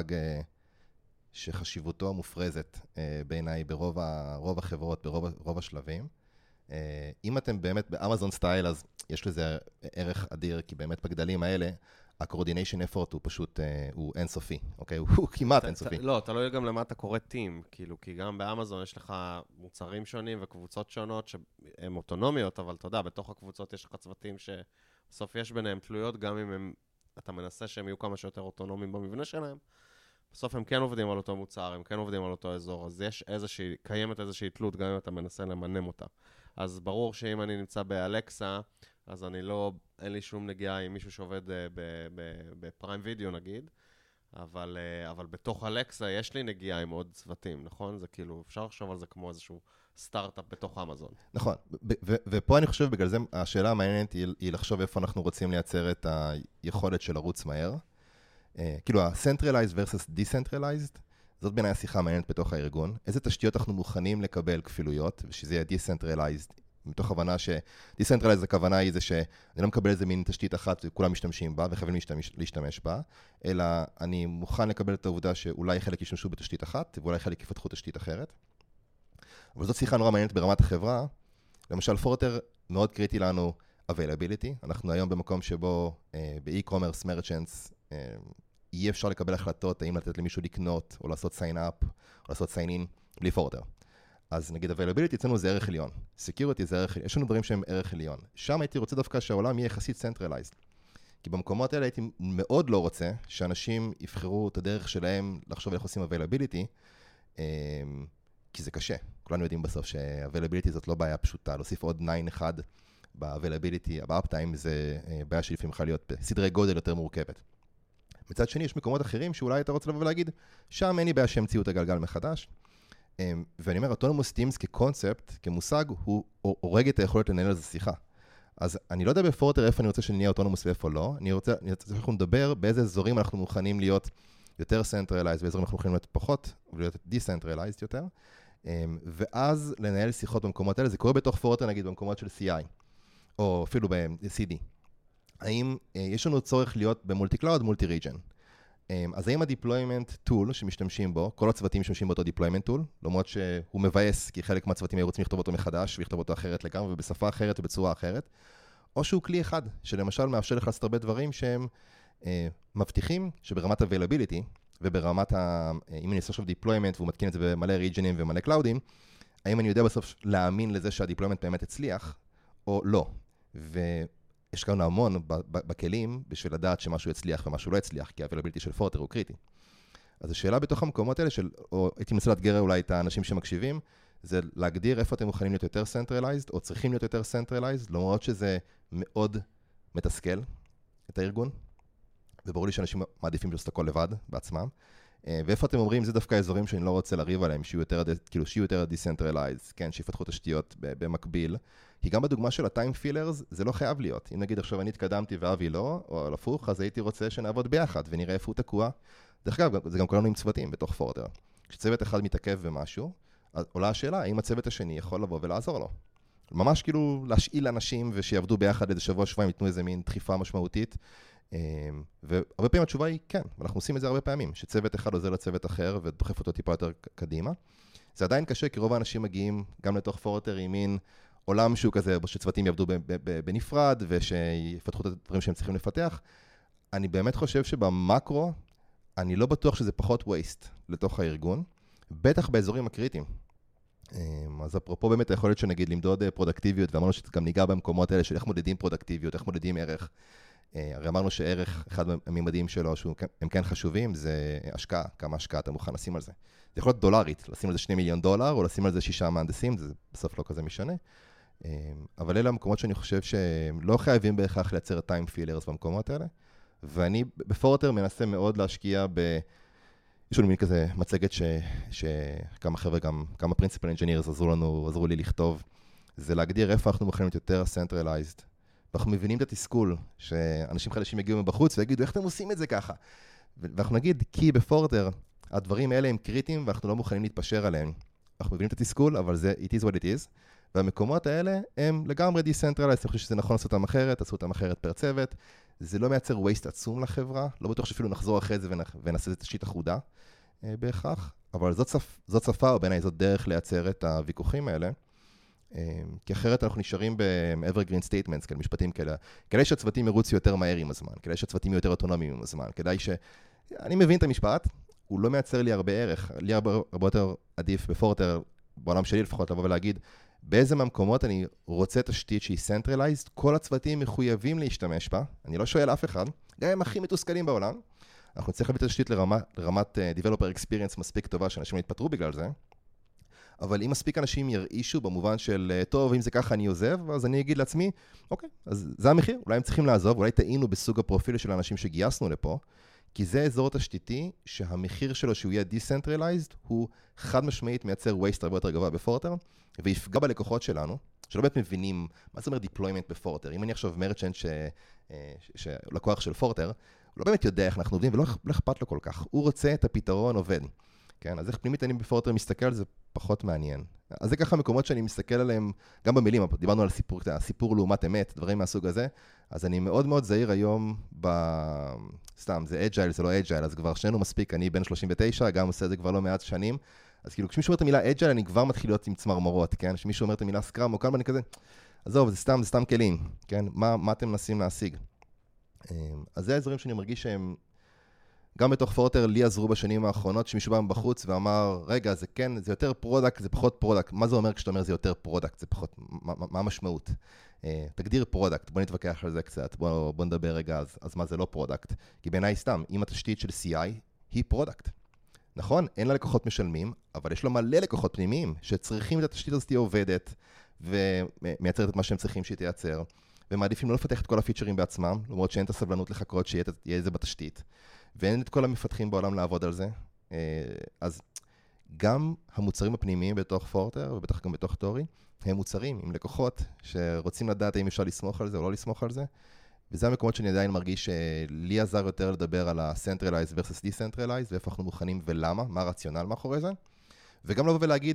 שחשיבותו מופרזת בעיניי ברוב רוב החברות, ברוב רוב השלבים. אם אתם באמת באמזון סטייל, אז יש לזה ערך אדיר, כי באמת בגדלים האלה, ה-coordination effort הוא פשוט, הוא אינסופי, אוקיי? הוא כמעט אינסופי. לא, תלוי גם למה אתה קורא טים, כאילו, כי גם באמזון יש לך מוצרים שונים וקבוצות שונות שהן אוטונומיות, אבל אתה יודע, בתוך הקבוצות יש לך צוותים שבסוף יש ביניהם תלויות, גם אם הם, אתה מנסה שהם יהיו כמה שיותר אוטונומיים במבנה שלהם, בסוף הם כן עובדים על אותו מוצר, הם כן עובדים על אותו אזור, אז יש איזושהי, קיימת איזושהי תלות, גם אם אתה מנסה למנם אותה. אז ברור שאם אני נמצא באלקסה, אז אני לא, אין לי שום נגיעה עם מישהו שעובד בפריים וידאו נגיד, אבל, אבל בתוך אלקסה יש לי נגיעה עם עוד צוותים, נכון? זה כאילו, אפשר לחשוב על זה כמו איזשהו סטארט-אפ בתוך אמזון. נכון, ופה אני חושב, בגלל זה השאלה המעניינת היא לחשוב איפה אנחנו רוצים לייצר את היכולת של לרוץ מהר. כאילו, ה-centralized versus decentralized, זאת בעיניי השיחה המעניינת בתוך הארגון. איזה תשתיות אנחנו מוכנים לקבל כפילויות, ושזה יהיה decentralized, מתוך הבנה ש-decentralized הכוונה היא זה שאני לא מקבל איזה מין תשתית אחת וכולם משתמשים בה וחייבים להשתמש, להשתמש בה, אלא אני מוכן לקבל את העובדה שאולי חלק ישתמשו בתשתית אחת, ואולי חלק יפתחו תשתית אחרת. אבל זאת שיחה נורא מעניינת ברמת החברה. למשל, פורטר מאוד קריטי לנו availability. אנחנו היום במקום שבו ב-e-commerce merchants יהיה אפשר לקבל החלטות, האם לתת למישהו לקנות, או לעשות sign up, או לעשות sign in, בלי פורטר. אז נגיד availability אצלנו זה ערך עליון. security זה ערך עליון. יש לנו דברים שהם ערך עליון. שם הייתי רוצה דווקא שהעולם יהיה יחסית centralized. כי במקומות האלה הייתי מאוד לא רוצה שאנשים יבחרו את הדרך שלהם לחשוב איך עושים availability, כי זה קשה. כולנו יודעים בסוף ש-availability זאת לא בעיה פשוטה. להוסיף עוד ניין אחד ב-availability, ב-uptime זה בעיה שלפעמים יכולה להיות בסדרי גודל יותר מורכבת. מצד שני, יש מקומות אחרים שאולי אתה רוצה לבוא ולהגיד, שם אין לי בעיה שהמציאו את הגלגל מחדש. ואני אומר, אוטונומוס טימס כקונספט, כמושג, הוא הורג את היכולת לנהל על זה שיחה. אז אני לא יודע בפורטר איפה אני רוצה שנהיה אוטונומוס ואיפה לא. אני רוצה, אני רוצה שאנחנו נדבר באיזה אזורים אנחנו מוכנים להיות יותר centralized, ואיזורים אנחנו מוכנים להיות פחות, ולהיות decentralized יותר. ואז לנהל שיחות במקומות האלה, זה קורה בתוך פורטר, נגיד, במקומות של סי איי, או אפילו ב-סי די. האם יש לנו צורך להיות במולטי-קלאוד, מולטי-ריג'ן? אז האם ה-deployment tool שמשתמשים בו, כל הצוותים משתמשים באותו deployment tool, למרות שהוא מבאס, כי חלק מהצוותים היו רוצים לכתוב אותו מחדש, ולכתוב אותו אחרת לגמרי, ובשפה אחרת ובצורה אחרת, או שהוא כלי אחד, שלמשל מאפשר לך לעשות הרבה דברים שהם אה, מבטיחים שברמת availability, וברמת ה... אם אני עושה עכשיו deployment, והוא מתקין את זה במלא ריג'נים ומלא קלאודים, האם אני יודע בסוף להאמין לזה שה-deployment באמת הצליח, או לא. ויש כאן המון בכלים, בשביל לדעת שמשהו יצליח ומשהו לא יצליח, כי ה-availability של פורטר הוא קריטי. אז השאלה בתוך המקומות האלה, של, או הייתי מנסה לאתגר אולי את האנשים שמקשיבים, זה להגדיר איפה אתם מוכנים להיות יותר centralized, או צריכים להיות יותר centralized, למרות שזה מאוד מתסכל את הארגון, וברור לי שאנשים מעדיפים לעשות הכל לבד, בעצמם, ואיפה אתם אומרים, זה דווקא האזורים שאני לא רוצה לריב עליהם, שיהיו יותר, כאילו, שיהיו יותר decentralized, כן, שיפתחו תשתיות במקביל, כי גם בדוגמה של ה-time fillers, זה לא חייב להיות. אם נגיד עכשיו אני התקדמתי ואבי לא, או הפוך, אז הייתי רוצה שנעבוד ביחד, ונראה איפה הוא תקוע. דרך אגב, זה גם כולנו עם צוותים בתוך פורטר. כשצוות אחד מתעכב במשהו, אז עולה השאלה, האם הצוות השני יכול לבוא ולעזור לו? ממש כאילו להשאיל אנשים ושיעבדו ביחד איזה שבוע, שבועיים, ייתנו איזה מין דחיפה משמעותית. והרבה פעמים התשובה היא כן, ואנחנו עושים את זה הרבה פעמים, שצוות אחד עוזר לצוות אחר ודוחף אותו טיפה יותר קדימה. זה עדיין קשה, כי רוב האנשים מגיעים גם לתוך פורטר עם מין עולם שהוא כזה, שצוותים יעבדו בנפרד ושיפתחו את הדברים שהם צריכים לפתח. אני באמת חושב שבמקרו, אני לא בטוח שזה פחות waste לתוך הארגון, בטח באזורים הקריטיים. אז אפרופו באמת היכולת שנגיד למדוד פרודקטיביות, ואמרנו שגם ניגע במקומות האלה של איך מודדים פרודקטיביות, איך מודדים ערך. הרי אמרנו שערך, אחד מהממדים שלו, שהם כן חשובים, זה השקעה, כמה השקעה אתה מוכן לשים על זה. זה יכול להיות דולרית, לשים על זה שני מיליון דולר, או לשים על זה שישה מהנדסים, זה בסוף לא כזה משנה. אבל אלה המקומות שאני חושב שהם לא חייבים בהכרח לייצר time fillers במקומות האלה, ואני בפורטר מנסה מאוד להשקיע ב... יש לנו מין כזה מצגת ש... שכמה חבר'ה, גם כמה principal engineers עזרו לנו, עזרו לי לכתוב, זה להגדיר איפה אנחנו מוכנים להיות יותר centralized, ואנחנו מבינים את התסכול, שאנשים חדשים יגיעו מבחוץ ויגידו, איך אתם עושים את זה ככה? ואנחנו נגיד, כי בפורטר, הדברים האלה הם קריטיים, ואנחנו לא מוכנים להתפשר עליהם. אנחנו מבינים את התסכול, אבל זה, it is what it is, והמקומות האלה הם לגמרי decentralized, אני חושב שזה נכון לעשות אותם אחרת, לעשות אותם אחרת פר צוות, זה לא מייצר waste עצום לחברה, לא בטוח שאפילו נחזור אחרי זה ונעשה את תשתית אחודה אה, בהכרח, אבל זאת, שפ, זאת שפה, או בעיניי זאת דרך לייצר את הוויכוחים האלה, אה, כי אחרת אנחנו נשארים ב-evergreen statements, כאלה משפטים כאלה, כדאי שהצוותים ירוצו יותר מהר עם הזמן, כדאי שהצוותים יהיו יותר אוטונומיים עם הזמן, כדאי ש... אני מבין את המשפט, הוא לא מייצר לי הרבה ערך, לי הרבה, הרבה יותר עדיף בפורטר, בעולם שלי לפחות, לבוא ולהגיד, באיזה מהמקומות אני רוצה תשתית שהיא centralized, כל הצוותים מחויבים להשתמש בה, אני לא שואל אף אחד, גם הם הכי מתוסכלים בעולם, אנחנו נצטרך להביא תשתית לרמה, לרמת uh, developer experience מספיק טובה, שאנשים לא יתפטרו בגלל זה, אבל אם מספיק אנשים ירעישו במובן של, טוב, אם זה ככה אני עוזב, אז אני אגיד לעצמי, אוקיי, אז זה המחיר, אולי הם צריכים לעזוב, אולי טעינו בסוג הפרופיל של האנשים שגייסנו לפה, כי זה אזור תשתיתי שהמחיר שלו שהוא יהיה decentralized, הוא חד משמעית מייצר waste הרבה יותר גבוה בפורטר, ויפגע בלקוחות שלנו, שלא באמת מבינים מה זה אומר deployment בפורטר. אם אני עכשיו מרצ'נט שלקוח של פורטר, הוא לא באמת יודע איך אנחנו עובדים, ולא אכפת לו כל כך. הוא רוצה את הפתרון עובד. כן? אז איך פנימית אני בפורטר מסתכל על זה פחות מעניין. אז זה ככה מקומות שאני מסתכל עליהם, גם במילים, דיברנו על סיפור, הסיפור לעומת אמת, דברים מהסוג הזה, אז אני מאוד מאוד זהיר היום ב... סתם, זה אג'ייל, זה לא אג'ייל, אז כבר שנינו מספיק, אני בן שלושים ותשע, גם עושה את זה כבר לא מעט שנים, אז כאילו, כשמישהו אומר את המילה אג'ייל, אני כבר מתחיל להיות עם צמרמורות, כן? כשמישהו אומר את המילה סקראם או כמה, אני כזה, עזוב, זה סתם, זה סתם כלים, כן? מה, מה אתם מנסים להשיג? אז זה האזורים שאני מרגיש שהם, גם בתוך פורטר, לי עזרו בשנים האחרונות, שמישהו בא בחוץ ואמר, רגע, זה כן, זה יותר פרודקט, זה פחות פרודקט. מה זה אומר כשאתה אומר זה יותר פרודקט? זה פחות, מה, מה המשמעות? תגדיר פרודקט, בוא נתווכח על זה קצת, בוא, בוא נדבר רגע, אז, אז מה זה לא פרודקט? כי בעיניי סתם, אם התשתית של סי איי היא פרודקט. נכון, אין לה לקוחות משלמים, אבל יש לו מלא לקוחות פנימיים, שצריכים את התשתית הזאת תהיה עובדת, ומייצרת את מה שהם צריכים שהיא תייצר, ומעדיפים לא לפתח את כל הפיצ'רים בעצמם, למרות שאין את הסבלנות לחכות שיהיה זה בתשתית, ואין את כל המפתחים בעולם לעבוד על זה. אז גם המוצרים הפנימיים בתוך פורטר, ובטח גם בתוך טורי, הם מוצרים עם לקוחות שרוצים לדעת האם אפשר לסמוך על זה או לא לסמוך על זה, וזה המקומות שאני עדיין מרגיש שלי עזר יותר לדבר על ה-centralized versus decentralized, ואיפה אנחנו מוכנים ולמה, מה הרציונל מאחורי זה, וגם לבוא ולהגיד,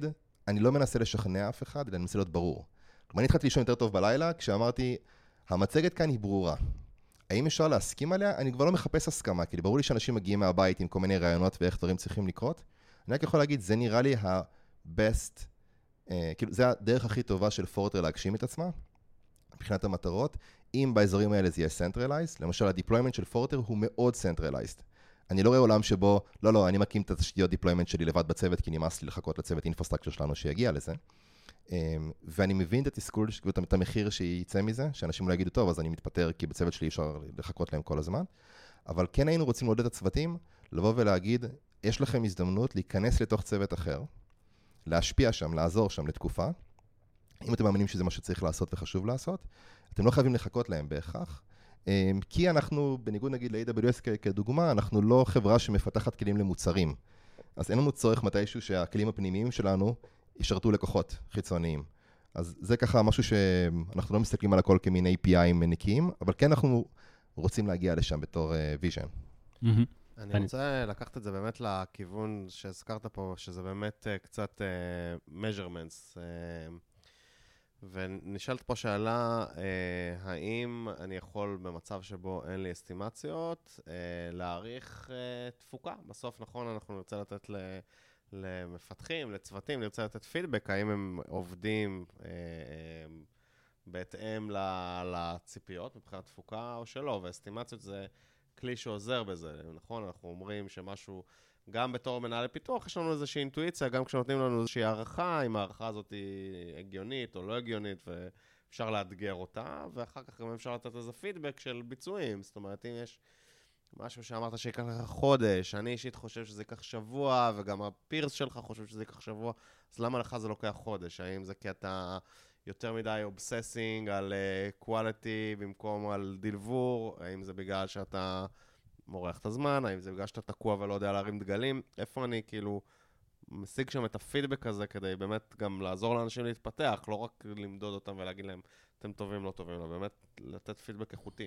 אני לא מנסה לשכנע אף אחד, אלא אני מנסה להיות ברור. כלומר, אני התחלתי לישון יותר טוב בלילה, כשאמרתי, המצגת כאן היא ברורה. האם אפשר להסכים עליה? אני כבר לא מחפש הסכמה, כי ברור לי שאנשים מגיעים מהבית עם כל מיני רעיונות ואיך דברים צריכים לקרות. אני רק יכול להגיד, זה נראה לי ה-best, אה, כאילו, זה הדרך הכי טובה של פורטר להגשים את עצמה, מבחינת המטרות. אם באזורים האלה זה יהיה centralized, למשל, ה-deployment של פורטר הוא מאוד centralized. אני לא רואה עולם שבו, לא, לא, אני מקים את התשתיות deployment שלי לבד בצוות, כי נמאס לי לחכות לצוות infrastructure שלנו שיגיע לזה. ואני מבין את התסכול ואת המחיר שייצא מזה, שאנשים אולי יגידו, טוב, אז אני מתפטר, כי בצוות שלי אפשר לחכות להם כל הזמן. אבל כן היינו רוצים לעודד את הצוותים, לבוא ולהגיד, יש לכם הזדמנות להיכנס לתוך צוות אחר, להשפיע שם, לעזור שם לתקופה. אם אתם מאמינים שזה מה שצריך לעשות וחשוב לעשות, אתם לא חייבים לחכות להם בהכרח, כי אנחנו, בניגוד נגיד ל-איי דאבליו אס כדוגמה, אנחנו לא חברה שמפתחת כלים למוצרים. אז אין לנו צורך מתישהו שהכלים הפנימיים שלנו ישרתו לקוחות חיצוניים. אז זה ככה משהו שאנחנו לא מסתכלים על הכל כמין איי פי איי נקיים, אבל כן אנחנו רוצים להגיע לשם בתור ויז'ן. אני רוצה לקחת את זה באמת לכיוון שהזכרת פה, שזה באמת קצת measurements. ונשאלת פה שאלה, האם אני יכול במצב שבו אין לי אסטימציות, להעריך תפוקה? בסוף, נכון, אנחנו נרצה לתת ל... למפתחים, לצוותים, נרצה לתת פידבק, האם הם עובדים אה, אה, בהתאם לציפיות מבחינת תפוקה או שלא, ואסטימציות זה כלי שעוזר בזה, נכון? אנחנו אומרים שמשהו, גם בתור מנהל פיתוח, יש לנו איזושהי אינטואיציה, גם כשנותנים לנו איזושהי הערכה, אם הערכה הזאת היא הגיונית או לא הגיונית, ואפשר לאתגר אותה, ואחר כך גם אפשר לתת איזה פידבק של ביצועים, זאת אומרת, אם יש משהו שאמרת שיקח לך חודש, אני אישית חושב שזה ייקח שבוע, וגם הפירס שלך חושב שזה ייקח שבוע, אז למה לך זה לוקח חודש? האם זה כי אתה יותר מדי אובססינג על quality במקום על דלבור? האם זה בגלל שאתה מורח את הזמן? האם זה בגלל שאתה תקוע ולא יודע להרים דגלים? איפה אני כאילו משיג שם את הפידבק הזה כדי באמת גם לעזור לאנשים להתפתח, לא רק למדוד אותם ולהגיד להם, אתם טובים, לא טובים, אלא באמת לתת פידבק איכותי.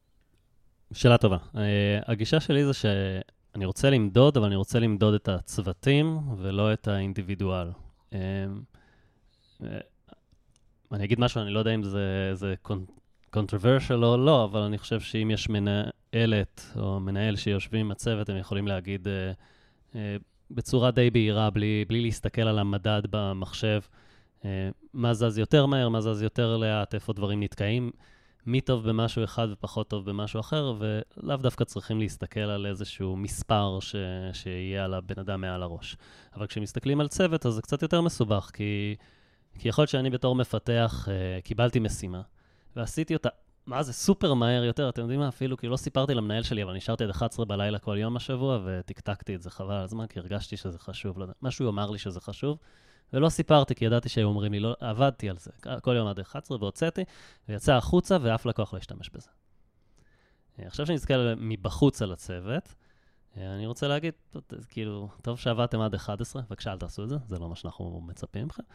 שאלה טובה. Uh, הגישה שלי זה שאני רוצה למדוד, אבל אני רוצה למדוד את הצוותים ולא את האינדיבידואל. Uh, uh, אני אגיד משהו, אני לא יודע אם זה, זה controversial או לא, אבל אני חושב שאם יש מנהלת או מנהל שיושבים עם הצוות, הם יכולים להגיד uh, uh, בצורה די בהירה, בלי, בלי להסתכל על המדד במחשב, uh, מה זז יותר מהר, מה זז יותר לאט, איפה דברים נתקעים. מי טוב במשהו אחד ופחות טוב במשהו אחר, ולאו דווקא צריכים להסתכל על איזשהו מספר ש... שיהיה על הבן אדם מעל הראש. אבל כשמסתכלים על צוות, אז זה קצת יותר מסובך, כי, כי יכול להיות שאני בתור מפתח uh, קיבלתי משימה, ועשיתי אותה, מה זה, סופר מהר יותר, אתם יודעים מה, אפילו, כי לא סיפרתי למנהל שלי, אבל נשארתי עד אחת עשרה בלילה כל יום השבוע, וטקטקתי את זה חבל על הזמן, כי הרגשתי שזה חשוב, לא יודע, משהו אמר לי שזה חשוב, ולא סיפרתי, כי ידעתי שהיו אומרים לי, לא, עבדתי על זה, כל יום עד אחת עשרה, והוצאתי, ויצא החוצה, ואף לקוח לא השתמש בזה. עכשיו שאני אזכר מבחוץ על הצוות, אני רוצה להגיד, כאילו, טוב שעבדתם עד אחת עשרה, בבקשה, אל תעשו את זה, זה לא מה שאנחנו מצפים לכם.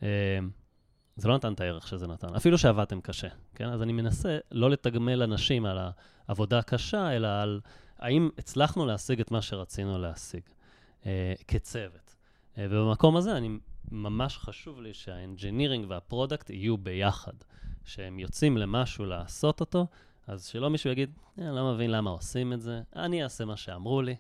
זה לא נתן את הערך שזה נתן, אפילו שעבדתם קשה, כן? אז אני מנסה לא לתגמל אנשים על העבודה הקשה, אלא על האם הצלחנו להשיג את מה שרצינו להשיג כצוות. ובמקום הזה אני ממש חשוב לי שהאנג'ינירינג והפרודקט יהיו ביחד, שהם יוצאים למשהו לעשות אותו, אז שלא מישהו יגיד, אני לא מבין למה עושים את זה, אני אעשה מה שאמרו לי,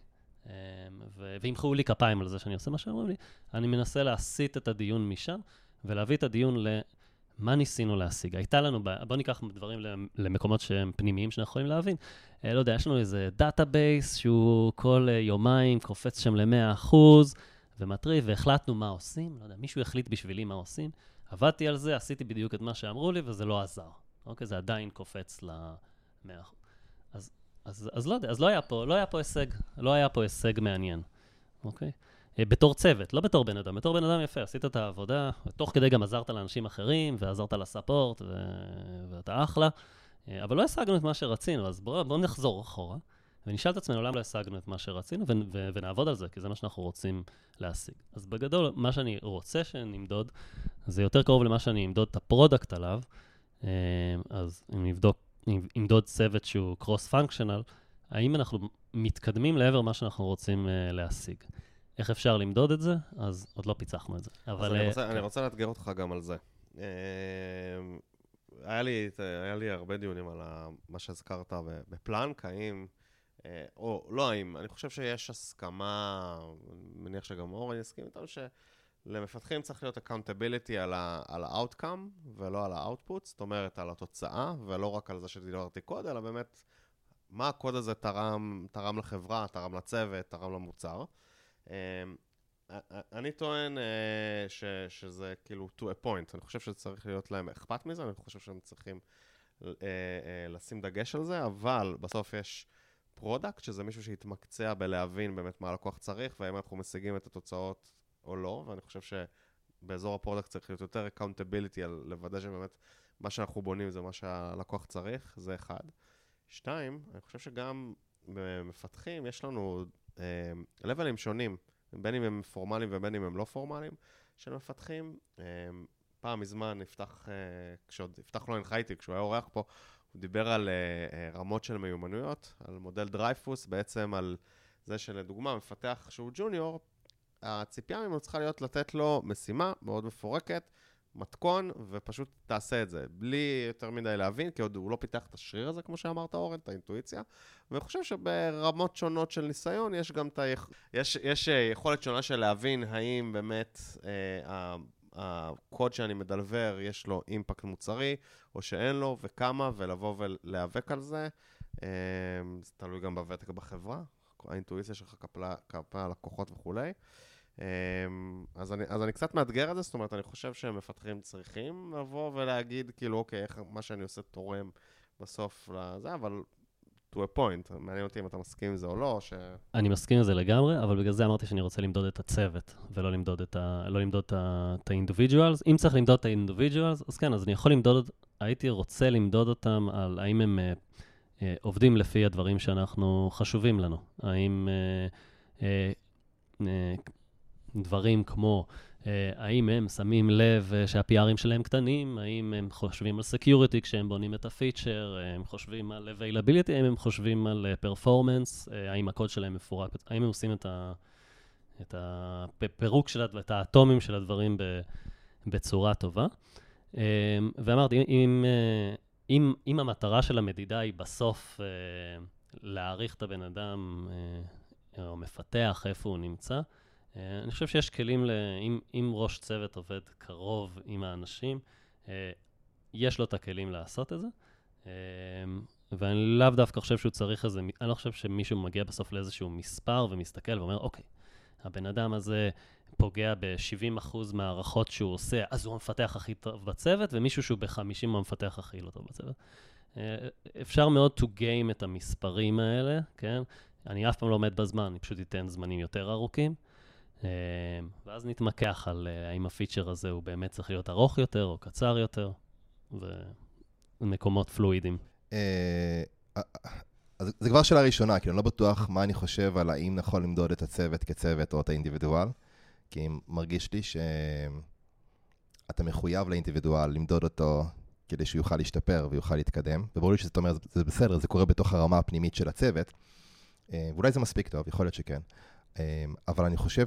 וימחאו לי כפיים על זה שאני עושה מה שאמרו לי, אני מנסה להסיט את הדיון משם, ולהביא את הדיון למה ניסינו להשיג. הייתה לנו, בוא ניקח דברים למקומות שהם פנימיים שאנחנו יכולים להבין, לא יודע, יש לנו איזה דאטאבייס שהוא כל יומיים קופץ שם ל-מאה אחוז, ומטריב, והחלטנו מה עושים, לא יודע, מישהו החליט בשבילי מה עושים, עבדתי על זה, עשיתי בדיוק את מה שאמרו לי, וזה לא עזר. אוקיי, זה עדיין קופץ ל-מאה אחוז. אז, אז, אז לא יודע, אז לא היה פה, לא היה פה הישג, לא היה פה הישג מעניין. אוקיי? בתור צוות, לא בתור בן אדם, בתור בן אדם יפה, עשית את העבודה, ותוך כדי גם עזרת לאנשים אחרים, ועזרת לספורט, ו... ואתה אחלה, אבל לא השגנו את מה שרצינו, אז בואו בוא נחזור אחורה, ונשאל את עצמנו למה לא השגנו את מה שרצינו, ו... ו... ונעבוד על זה, כי זה מה שאנחנו רוצים להשיג. אז בגדול, מה שאני רוצה שנמדוד, זה יותר קרוב למה שאני אמדוד את הפרודקט עליו, אז אם נבדוק, נמדוד צוות שהוא קרוס-פונקשיונל, האם אנחנו מתקדמים לעבר מה שאנחנו רוצים להשיג. איך אפשר למדוד את זה, אז עוד לא פיצחנו את זה. אבל... אז אני רוצה, אני רוצה לאתגר אותך גם על זה. היה לי, היה לי הרבה דיונים על מה שהזכרת בפלנק, האם, או לא האם, אני חושב שיש הסכמה, מניח שגם אורן יסכים איתנו, שלמפתחים צריך להיות accountability על ה- על ה-outcome ולא על ה-output, זאת אומרת על התוצאה, ולא רק על זה שדיברתי קוד, אלא באמת מה הקוד הזה תרם, תרם לחברה, תרם לצוות, תרם למוצר. אני טוען ש, שזה כאילו to a point, אני חושב שצריך להיות להם אכפת מזה, אני חושב שהם צריכים לשים דגש על זה, אבל בסוף יש פרודקט, שזה מישהו שהתמקצע בלהבין באמת מה הלקוח צריך, והאם אנחנו משיגים את התוצאות או לא, ואני חושב שבאזור הפרודקט צריך להיות יותר accountability על לוודא שבאמת מה שאנחנו בונים זה מה שהלקוח צריך, זה אחד. שתיים, אני חושב שגם במפתחים יש לנו לבלים שונים, בין אם הם פורמליים ובין אם הם לא פורמליים, של מפתחים. פעם מזמן נפתח, כשעוד יפתח לא הנחייתי, כשהוא היה אורח פה, הוא דיבר על רמות של מיומנויות, על מודל דרייפוס, בעצם על זה שלדוגמה, מפתח שהוא ג'וניור, הציפייה ממנו צריכה להיות לתת לו משימה מאוד מפורקת, מתכון, ופשוט תעשה את זה, בלי יותר מדי להבין, כי עוד הוא לא פיתח את השריר הזה, כמו שאמרת אורן, את האינטואיציה, ואני חושב שברמות שונות של ניסיון, יש גם את היכ... יש, יש יכולת שונה של להבין האם באמת אה, הקוד שאני מדלבר, יש לו אימפקט מוצרי, או שאין לו, וכמה, ולבוא ולהיאבק על זה. אה, זה תלוי גם בוותק בחברה, האינטואיציה שלך כלפי הלקוחות וכולי. אז אני, אז אני קצת מאתגר את זה, זאת אומרת, אני חושב שמפתחים צריכים לבוא ולהגיד, כאילו, אוקיי, איך מה שאני עושה תורם בסוף לזה, אבל to a point, מעניין אותי אם אתה מסכים עם זה או לא, ש... אני מסכים עם זה לגמרי, אבל בגלל זה אמרתי שאני רוצה למדוד את הצוות, ולא למדוד את ה... לא למדוד את ה-individuals. אם צריך למדוד את ה-individuals, אז כן, אז אני יכול למדוד, הייתי רוצה למדוד אותם על האם הם uh, uh, עובדים לפי הדברים שאנחנו חשובים לנו. האם... Uh, uh, uh, דברים כמו, האם הם שמים לב שה-פי ארים שלהם קטנים, האם הם חושבים על security כשהם בונים את הפיצ'ר, הם חושבים על availability, האם הם חושבים על performance, האם הקוד שלהם מפורק, האם הם עושים את, ה, את הפירוק של, את האטומים של הדברים בצורה טובה. ואמרתי, אם, אם, אם המטרה של המדידה היא בסוף להעריך את הבן אדם או מפתח איפה הוא נמצא, אני חושב שיש כלים, אם, אם ראש צוות עובד קרוב עם האנשים, יש לו את הכלים לעשות את זה, ואני לאו דווקא חושב שהוא צריך איזה, אני לא חושב שמישהו מגיע בסוף לאיזשהו מספר ומסתכל ואומר, אוקיי, הבן אדם הזה פוגע ב-שבעים אחוז מהערכות שהוא עושה, אז הוא המפתח הכי טוב בצוות, ומישהו שהוא ב-חמישים הוא המפתח הכי לא טוב בצוות. אפשר מאוד to game את המספרים האלה, כן? אני אף פעם לא עומד בזמן, אני פשוט אתן זמנים יותר ארוכים, ואז נתמקח על האם הפיצ'ר הזה הוא באמת צריך להיות ארוך יותר או קצר יותר, ומקומות פלואידים. אז זה כבר שאלה ראשונה, כי אני לא בטוח מה אני חושב על האם נכון למדוד את הצוות כצוות או את האינדיבידואל, כי מרגיש לי שאתה מחויב לאינדיבידואל למדוד אותו כדי שהוא יוכל להשתפר ויוכל להתקדם, וברור לי שזאת אומרת, זה בסדר, זה קורה בתוך הרמה הפנימית של הצוות, ואולי זה מספיק טוב, יכול להיות שכן. אבל אני חושב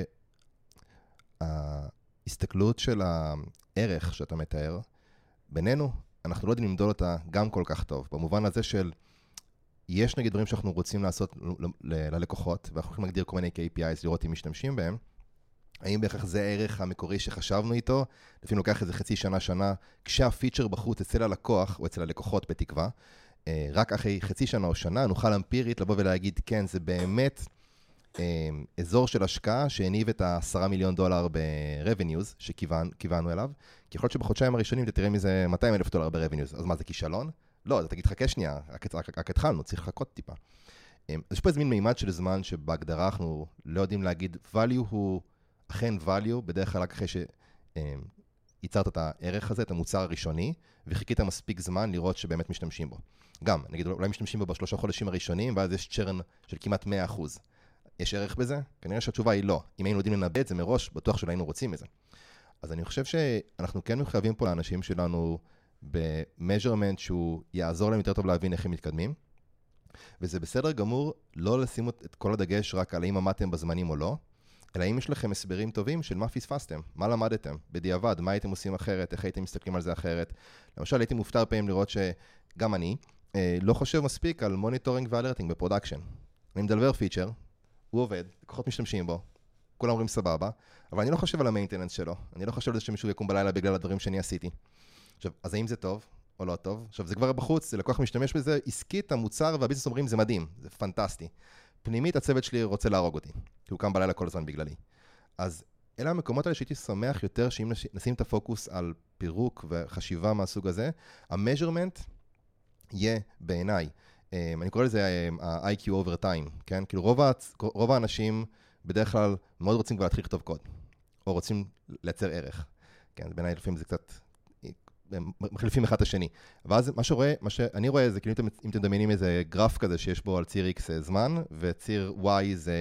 שההסתכלות של הערך שאתה מתאר, בינינו, אנחנו לא יודעים למדוד אותה גם כל כך טוב, במובן הזה של, יש נגיד דברים שאנחנו רוצים לעשות ללקוחות, ואנחנו יכולים להגדיר כל מיני K P Is לראות אם משתמשים בהם, האם בהכרח זה הערך המקורי שחשבנו איתו, לפעמים לוקח איזה חצי שנה, שנה, כשהפיצ'ר בחוץ אצל הלקוח, או אצל הלקוחות בתקווה, רק אחרי חצי שנה או שנה, נוכל אמפירית לבוא ולהגיד, כן, זה באמת אזור של השקעה שהניב את ה-עשרה מיליון דולר ב-revenues שכיוונו אליו, כי יכול להיות שבחודשיים הראשונים אתה תראה מזה מאתיים אלף דולר ב-revenues, אז מה, זה כישלון? לא, אתה תגיד, חכה שנייה, רק התחלנו, צריך לחכות טיפה. אז יש פה איזה מין מימד של זמן שבהגדרה אנחנו לא יודעים להגיד, value הוא אכן value, בדרך כלל רק אחרי שייצרת את הערך הזה, את המוצר הראשוני, וחיכית מספיק זמן לראות שבאמת משתמשים בו. גם, נגיד, אולי משתמשים בו בשלושה חודשים הראשונים, ואז יש צ'רן של כמעט מאה אחוז. יש ערך בזה? כנראה שהתשובה היא לא. אם היינו יודעים לנבא את זה מראש, בטוח שלא היינו רוצים את זה. אז אני חושב שאנחנו כן מחייבים פה לאנשים שלנו ב-measurement שהוא יעזור להם יותר טוב להבין איך הם מתקדמים, וזה בסדר גמור לא לשים את כל הדגש רק על האם עמדתם בזמנים או לא, אלא אם יש לכם הסברים טובים של מה פספסתם, מה למדתם, בדיעבד, מה הייתם עושים אחרת, איך הייתם מסתכלים על זה אחרת. למשל, הייתי מופתע פעמים לראות שגם אני אה, לא חושב מספיק על מוניטורינג ואלרטינג בפרודקשן. אני מדלבר פיצ'ר, הוא עובד, לקוחות משתמשים בו, כולם אומרים סבבה, אבל אני לא חושב על המיינטננס שלו, אני לא חושב על זה שמישהו יקום בלילה בגלל הדברים שאני עשיתי. עכשיו, אז האם זה טוב או לא טוב? עכשיו, זה כבר בחוץ, זה לקוח משתמש בזה, עסקית, המוצר והביזנס אומרים, זה מדהים, זה פנטסטי. פנימית, הצוות שלי רוצה להרוג אותי, כי הוא קם בלילה כל הזמן בגללי. אז אלה המקומות האלה שהייתי שמח יותר, שאם נשים את הפוקוס על פירוק וחשיבה מהסוג הזה, המז'רמנט יהיה בעיניי, אני קורא לזה ה-איי קיו over time, כן? כאילו רוב, רוב האנשים בדרך כלל מאוד רוצים כבר להתחיל לכתוב קוד, או רוצים לייצר ערך. כן, בעיניי לפעמים זה קצת, מחליפים אחד את השני. ואז מה שרואה, מה שאני רואה זה, כאילו אם אתם מדמיינים איזה גרף כזה שיש בו על ציר X זמן, וציר Y זה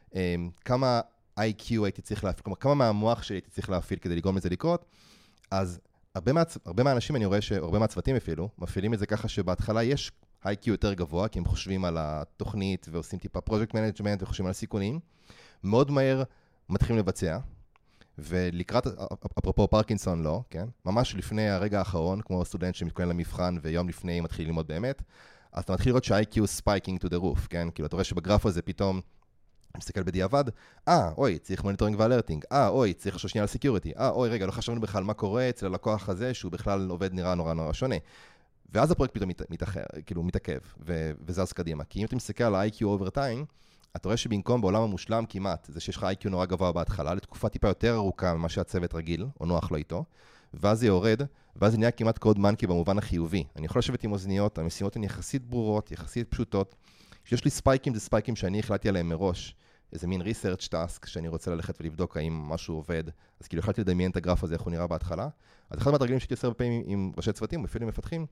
כמה איי קיו הייתי צריך להפעיל, כלומר כמה מהמוח שלי הייתי צריך להפעיל כדי לגרום לזה לקרות, אז הרבה, מה, הרבה מהאנשים אני רואה שהרבה מהצוותים אפילו, מפעילים את זה ככה שבהתחלה יש איי קיו יותר גבוה, כי הם חושבים על התוכנית ועושים טיפה פרויקט מנג'מנט וחושבים על הסיכונים, מאוד מהר מתחילים לבצע, ולקראת, אפרופו פרקינסון לא, כן? ממש לפני הרגע האחרון, כמו סטודנט שמתכונן למבחן ויום לפני מתחיל ללמוד באמת, אז אתה מתחיל לראות שה-איי קיו spiking to the roof, כן? כאילו אתה רואה שבגרף הזה פתאום מסתכל בדיעבד, אה, אוי, צריך מוניטורינג ואלרטינג, אה, אוי, צריך לשאול שנייה על סקיוריטי, אה, אוי, רגע, לא חשבנו בכלל מה קורה אצל הלקוח הזה, שהוא בכלל עובד נראה נורא נורא שונה. ואז הפרויקט פתאום מתאחר, כאילו מתעכב, וזז קדימה. כי אם אתה מסתכל על ה-איי קיו over time, אתה רואה שבמקום בעולם המושלם כמעט, זה שיש לך איי קיו נורא גבוה בהתחלה, לתקופה טיפה יותר ארוכה ממה שהצוות רגיל, או נוח לו איתו, ואז זה יורד, ואז זה נהיה כמעט קוד מנקי במובן החיובי. אני יכול לשבת עם אוזניות, המשימות הן יחסית ברורות, יחסית פשוטות. כשיש לי ספייקים, זה ספייקים שאני החלטתי עליהם מראש, איזה מין research task שאני רוצה ללכת ולבדוק האם משהו עובד. אז כאילו החלטתי לדמיין את הגרף הזה, איך הוא נראה בהתחלה. אז אחד מהתרגילים שהייתי עושה בפעמים עם ראשי צוותים, אפילו מפתחים,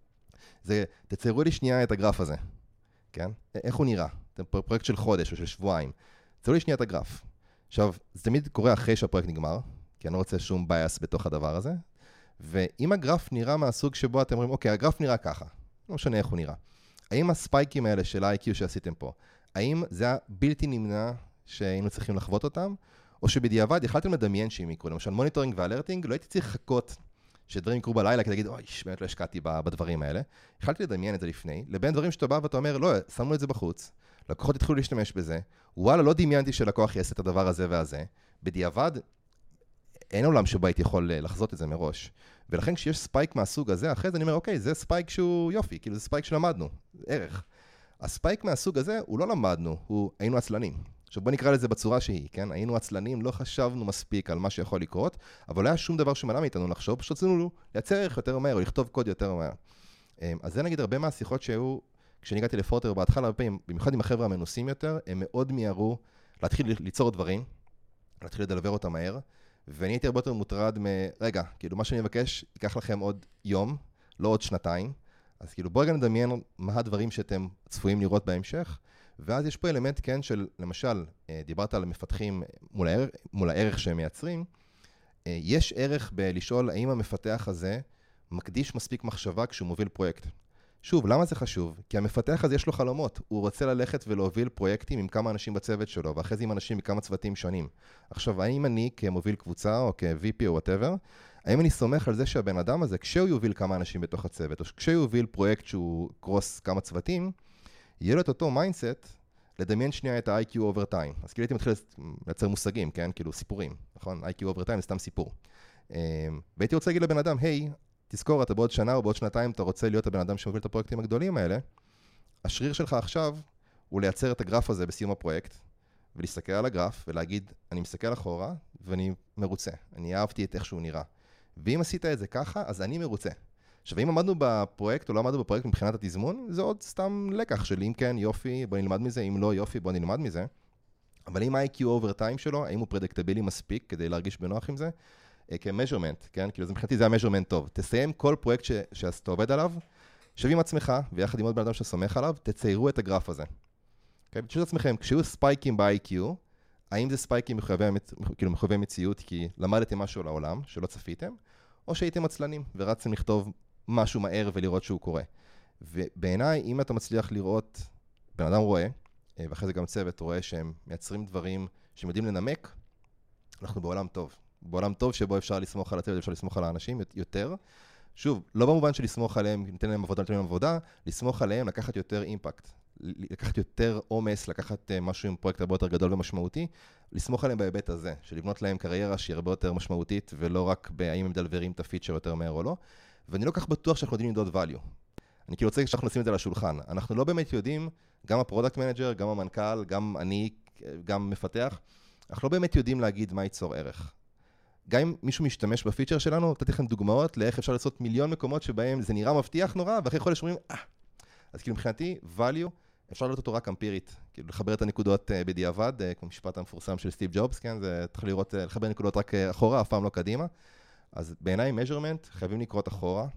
זה תציירו לי שנייה את הגרף הזה. כן? איך הוא נראה? זה פרויקט של חודש או של שבועיים. תציירו לי שנייה את הגרף. עכשיו, זה תמיד קורה אחרי שהפרויקט נגמר, כי אני לא רוצה שום bias בתוך הדבר הזה. ואם הגרף נראה מהסוג שבו אתם אומרים, אוקיי, הגרף נראה ככה. לא משנה איך הוא נראה. האם הספייקים האלה של ה-איי קיו שעשיתם פה, האם זה היה בלתי נמנע שהיינו צריכים לחוות אותם, או שבדיעבד יכלתם לדמיין שהם יקרו? למשל, מוניטורינג ואלרטינג, לא הייתי צריך לחכות שדברים יקרו בלילה, כדי להגיד, אוי, באמת לא השקעתי בדברים האלה. יכלתי לדמיין את זה לפני, לבין דברים שאתה בא ואתה אומר, לא, שמנו את זה בחוץ, לקוחות התחילו להשתמש בזה, וואלה, לא דמיינתי שלקוח יעשה את הדבר הזה והזה. בדיעבד, אין עולם שבו הייתי יכול לחזות את זה מראש. ולכן כשיש ספייק מהסוג הזה, אחרי זה אני אומר, אוקיי, זה ספייק שהוא יופי, כאילו זה ספייק שלמדנו, ערך. הספייק מהסוג הזה, הוא לא למדנו, הוא היינו עצלנים. עכשיו בוא נקרא לזה בצורה שהיא, כן? היינו עצלנים, לא חשבנו מספיק על מה שיכול לקרות, אבל לא היה שום דבר שמנע מאיתנו לחשוב, פשוט רצינו לייצר ערך יותר מהר, או לכתוב קוד יותר מהר. אז זה נגיד הרבה מהשיחות שהיו, כשאני הגעתי לפורטר בהתחלה, הרבה פעמים, במיוחד עם החבר'ה המנוסים יותר, הם מאוד מיהרו להתחיל ליצור דברים, להתחיל לדלבר אותם מהר, ואני הייתי הרבה יותר מוטרד מ... רגע, כאילו מה שאני מבקש, ייקח לכם עוד יום, לא עוד שנתיים, אז כאילו בואו רגע נדמיין מה הדברים שאתם צפויים לראות בהמשך, ואז יש פה אלמנט, כן, של, למשל, דיברת על מפתחים מול הערך, מול הערך שהם מייצרים, יש ערך בלשאול האם המפתח הזה מקדיש מספיק מחשבה כשהוא מוביל פרויקט. שוב, למה זה חשוב? כי המפתח הזה יש לו חלומות, הוא רוצה ללכת ולהוביל פרויקטים עם כמה אנשים בצוות שלו, ואחרי זה עם אנשים מכמה צוותים שונים. עכשיו, האם אני כמוביל קבוצה או כ-וי פי או whatever, האם אני סומך על זה שהבן אדם הזה, כשהוא יוביל כמה אנשים בתוך הצוות, או כשהוא יוביל פרויקט שהוא קרוס כמה צוותים, יהיה לו את אותו מיינדסט לדמיין שנייה את ה-איי קיו over time. אז כאילו הייתי מתחיל לייצר מושגים, כן? כאילו סיפורים, נכון? איי קיו over time זה סתם סיפור. והייתי רוצה להגיד לבן אדם, היי, תזכור, אתה בעוד שנה או בעוד שנתיים, אתה רוצה להיות הבן אדם שמוביל את הפרויקטים הגדולים האלה, השריר שלך עכשיו הוא לייצר את הגרף הזה בסיום הפרויקט, ולהסתכל על הגרף ולהגיד, אני מסתכל אחורה ואני מרוצה. אני אהבתי את איך שהוא נראה. ואם עשית את זה ככה, אז אני מרוצה. עכשיו, אם עמדנו בפרויקט או לא עמדנו בפרויקט מבחינת התזמון, זה עוד סתם לקח של אם כן, יופי, בוא נלמד מזה, אם לא, יופי, בוא נלמד מזה. אבל אם ה-איי קיו over time שלו, האם הוא פרדקטבילי מספיק כדי להרגיש בנוח עם זה? כ-measurement, כן? כאילו, מבחינתי זה ה-measurement טוב. תסיים כל פרויקט ש- שאתה עובד עליו, שב עם עצמך, ויחד עם עוד בן אדם שסומך עליו, תציירו את הגרף הזה. Okay? תשאלו את עצמכם, כשיהיו ספייקים ב-איי קיו, האם זה ספייקים מחויבי, כאילו, מחויבי מציאות, כי למדתם משהו לעולם שלא צפיתם, או שהייתם עצלנים ורצתם לכתוב משהו מהר ולראות שהוא קורה. ובעיניי, אם אתה מצליח לראות, בן אדם רואה, ואחרי זה גם צוות רואה שהם מייצרים דברים שהם יודעים לנמק, אנחנו בעולם טוב. בעולם טוב שבו אפשר לסמוך על הצוות, אפשר לסמוך על האנשים יותר. שוב, לא במובן של לסמוך עליהם, ניתן להם עבודה, ניתן להם עבודה, לסמוך עליהם, לקחת יותר אימפקט, לקחת יותר אומס, לקחת משהו עם פרויקט הרבה יותר גדול ומשמעותי, לסמוך עליהם בהיבט הזה, של לבנות להם קריירה שהיא הרבה יותר משמעותית, ולא רק בהאם הם דלברים את הפיצ'ר יותר מהר או לא. ואני לא כך בטוח שאנחנו יודעים למדוד value. אני כאילו רוצה שאנחנו נשים את זה על השולחן. אנחנו לא באמת יודעים, גם הפרודקט מנג'ר, גם המנכ"ל, גם אני, גם מפתח, אנחנו לא באמת יודעים להגיד מה ייצור ערך. גם אם מישהו משתמש בפיצ'ר שלנו, נתתי לכם דוגמאות לאיך אפשר לעשות מיליון מקומות שבהם זה נראה מבטיח נורא, ואחרי חודש אומרים, אה. אז כאילו מבחינתי, value, אפשר לראות אותו רק אמפירית, כאילו לחבר את הנקודות בדיעבד, כמו משפט המפורסם של סטיב ג'ובס, כן? זה צריך לראות, לחבר נקודות רק אחורה, אף פעם לא קדימה. אז בעיניי measurement חייבים לקרות אחורה,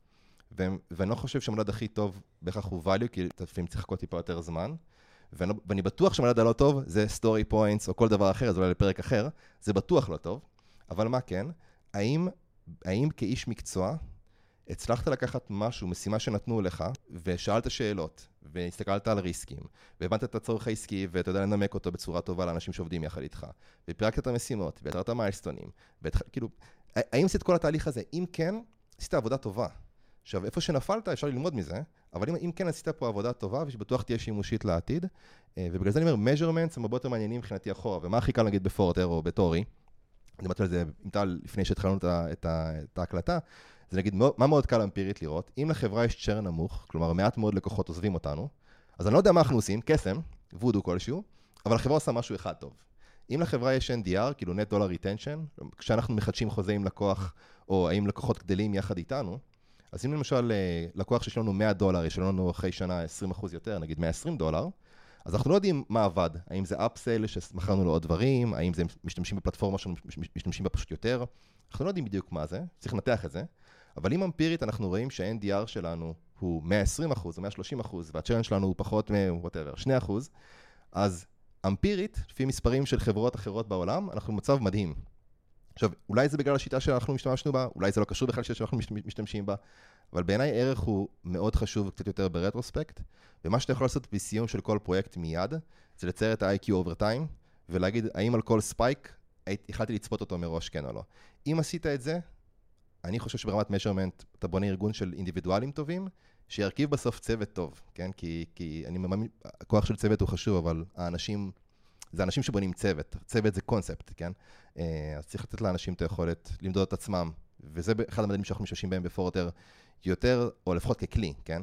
ואני לא חושב שהמדד הכי טוב בהכרח הוא value, כי לפעמים צריך לחכות טיפה יותר זמן, ואני בטוח שהמדד הלא טוב זה story points או כל דבר אחר, אז אולי לפרק אחר, זה בטוח לא טוב, אבל מה כן? האם, האם כאיש מקצוע הצלחת לקחת משהו, משימה שנתנו לך, ושאלת שאלות, והסתכלת על ריסקים, והבנת את הצורך העסקי, ואתה יודע לנמק אותו בצורה טובה לאנשים שעובדים יחד איתך, ופירקת את המשימות, ויתרת מיילסטונים, כאילו, האם עשית כל התהליך הזה? אם כן, עשית עבודה טובה. עכשיו, איפה שנפלת, אפשר ללמוד מזה, אבל אם, אם כן עשית פה עבודה טובה, ושבטוח תהיה שימושית לעתיד, ובגלל זה אני אומר, measurements הם הרבה יותר מעניינים מבחינתי אחורה, ומה הכי קל נגיד בפורטר או בתורי, אני אמרתי על זה עם טל לפני שהתחלנו את, את, את ההקלטה, זה נגיד, מה מאוד קל אמפירית לראות, אם לחברה יש צ'רן נמוך, כלומר מעט מאוד לקוחות עוזבים אותנו, אז אני לא יודע מה אנחנו עושים, קסם, וודו כלשהו, אבל החברה עושה משהו אחד טוב. אם לחברה יש אן די אר, כאילו Net Dollar Retention, כשאנחנו מחדשים חוזה עם לקוח, או האם לקוחות גדלים יחד איתנו, אז אם למשל לקוח שיש לנו מאה דולר, יש לנו אחרי שנה עשרים אחוז יותר, נגיד מאה ועשרים דולר, אז אנחנו לא יודעים מה עבד, האם זה אפסייל שמכרנו לו עוד דברים, האם זה משתמשים בפלטפורמה שמשתמשים בה פשוט יותר, אנחנו לא יודעים בדיוק מה זה, צריך לנתח את זה, אבל אם אמפירית אנחנו רואים שה-אן די אר שלנו הוא מאה ועשרים אחוז או מאה ושלושים אחוז, והצ'רן שלנו הוא פחות מ-whatever, שני אחוז, אז אמפירית, לפי מספרים של חברות אחרות בעולם, אנחנו במצב מדהים. עכשיו, אולי זה בגלל השיטה שאנחנו משתמשנו בה, אולי זה לא קשור בכלל שאנחנו משתמשים בה, אבל בעיניי ערך הוא מאוד חשוב קצת יותר ברטרוספקט, ומה שאתה יכול לעשות בסיום של כל פרויקט מיד, זה לצייר את ה-איי קיו over time, ולהגיד, האם על כל ספייק, החלטתי לצפות אותו מראש, כן או לא. אם עשית את זה, אני חושב שברמת measurement, אתה בונה ארגון של אינדיבידואלים טובים, שירכיב בסוף צוות טוב, כן? כי, כי אני מאמין, הכוח של צוות הוא חשוב, אבל האנשים, זה אנשים שבונים צוות. צוות זה קונספט, כן? אז צריך לתת לאנשים את היכולת למדוד את עצמם, וזה אחד המדדים שאנחנו משתמשים בהם בפורטר יותר, או לפחות ככלי, כן?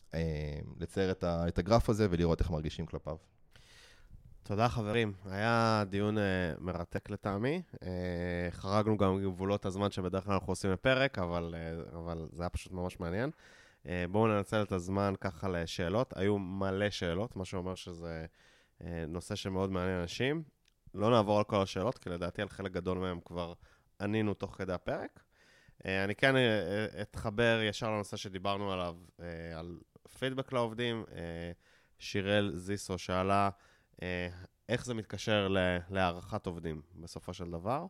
לצייר את, ה, את הגרף הזה ולראות איך מרגישים כלפיו. תודה חברים, היה דיון uh, מרתק לטעמי, uh, חרגנו גם גבולות הזמן שבדרך כלל אנחנו עושים בפרק, אבל, uh, אבל זה היה פשוט ממש מעניין. Uh, בואו ננצל את הזמן ככה לשאלות, היו מלא שאלות, מה שאומר שזה uh, נושא שמאוד מעניין אנשים. לא נעבור על כל השאלות, כי לדעתי על חלק גדול מהם כבר ענינו תוך כדי הפרק. Uh, אני כן uh, אתחבר ישר לנושא שדיברנו עליו, uh, על פידבק לעובדים. uh, שירל זיסו שאלה, איך זה מתקשר להערכת עובדים בסופו של דבר?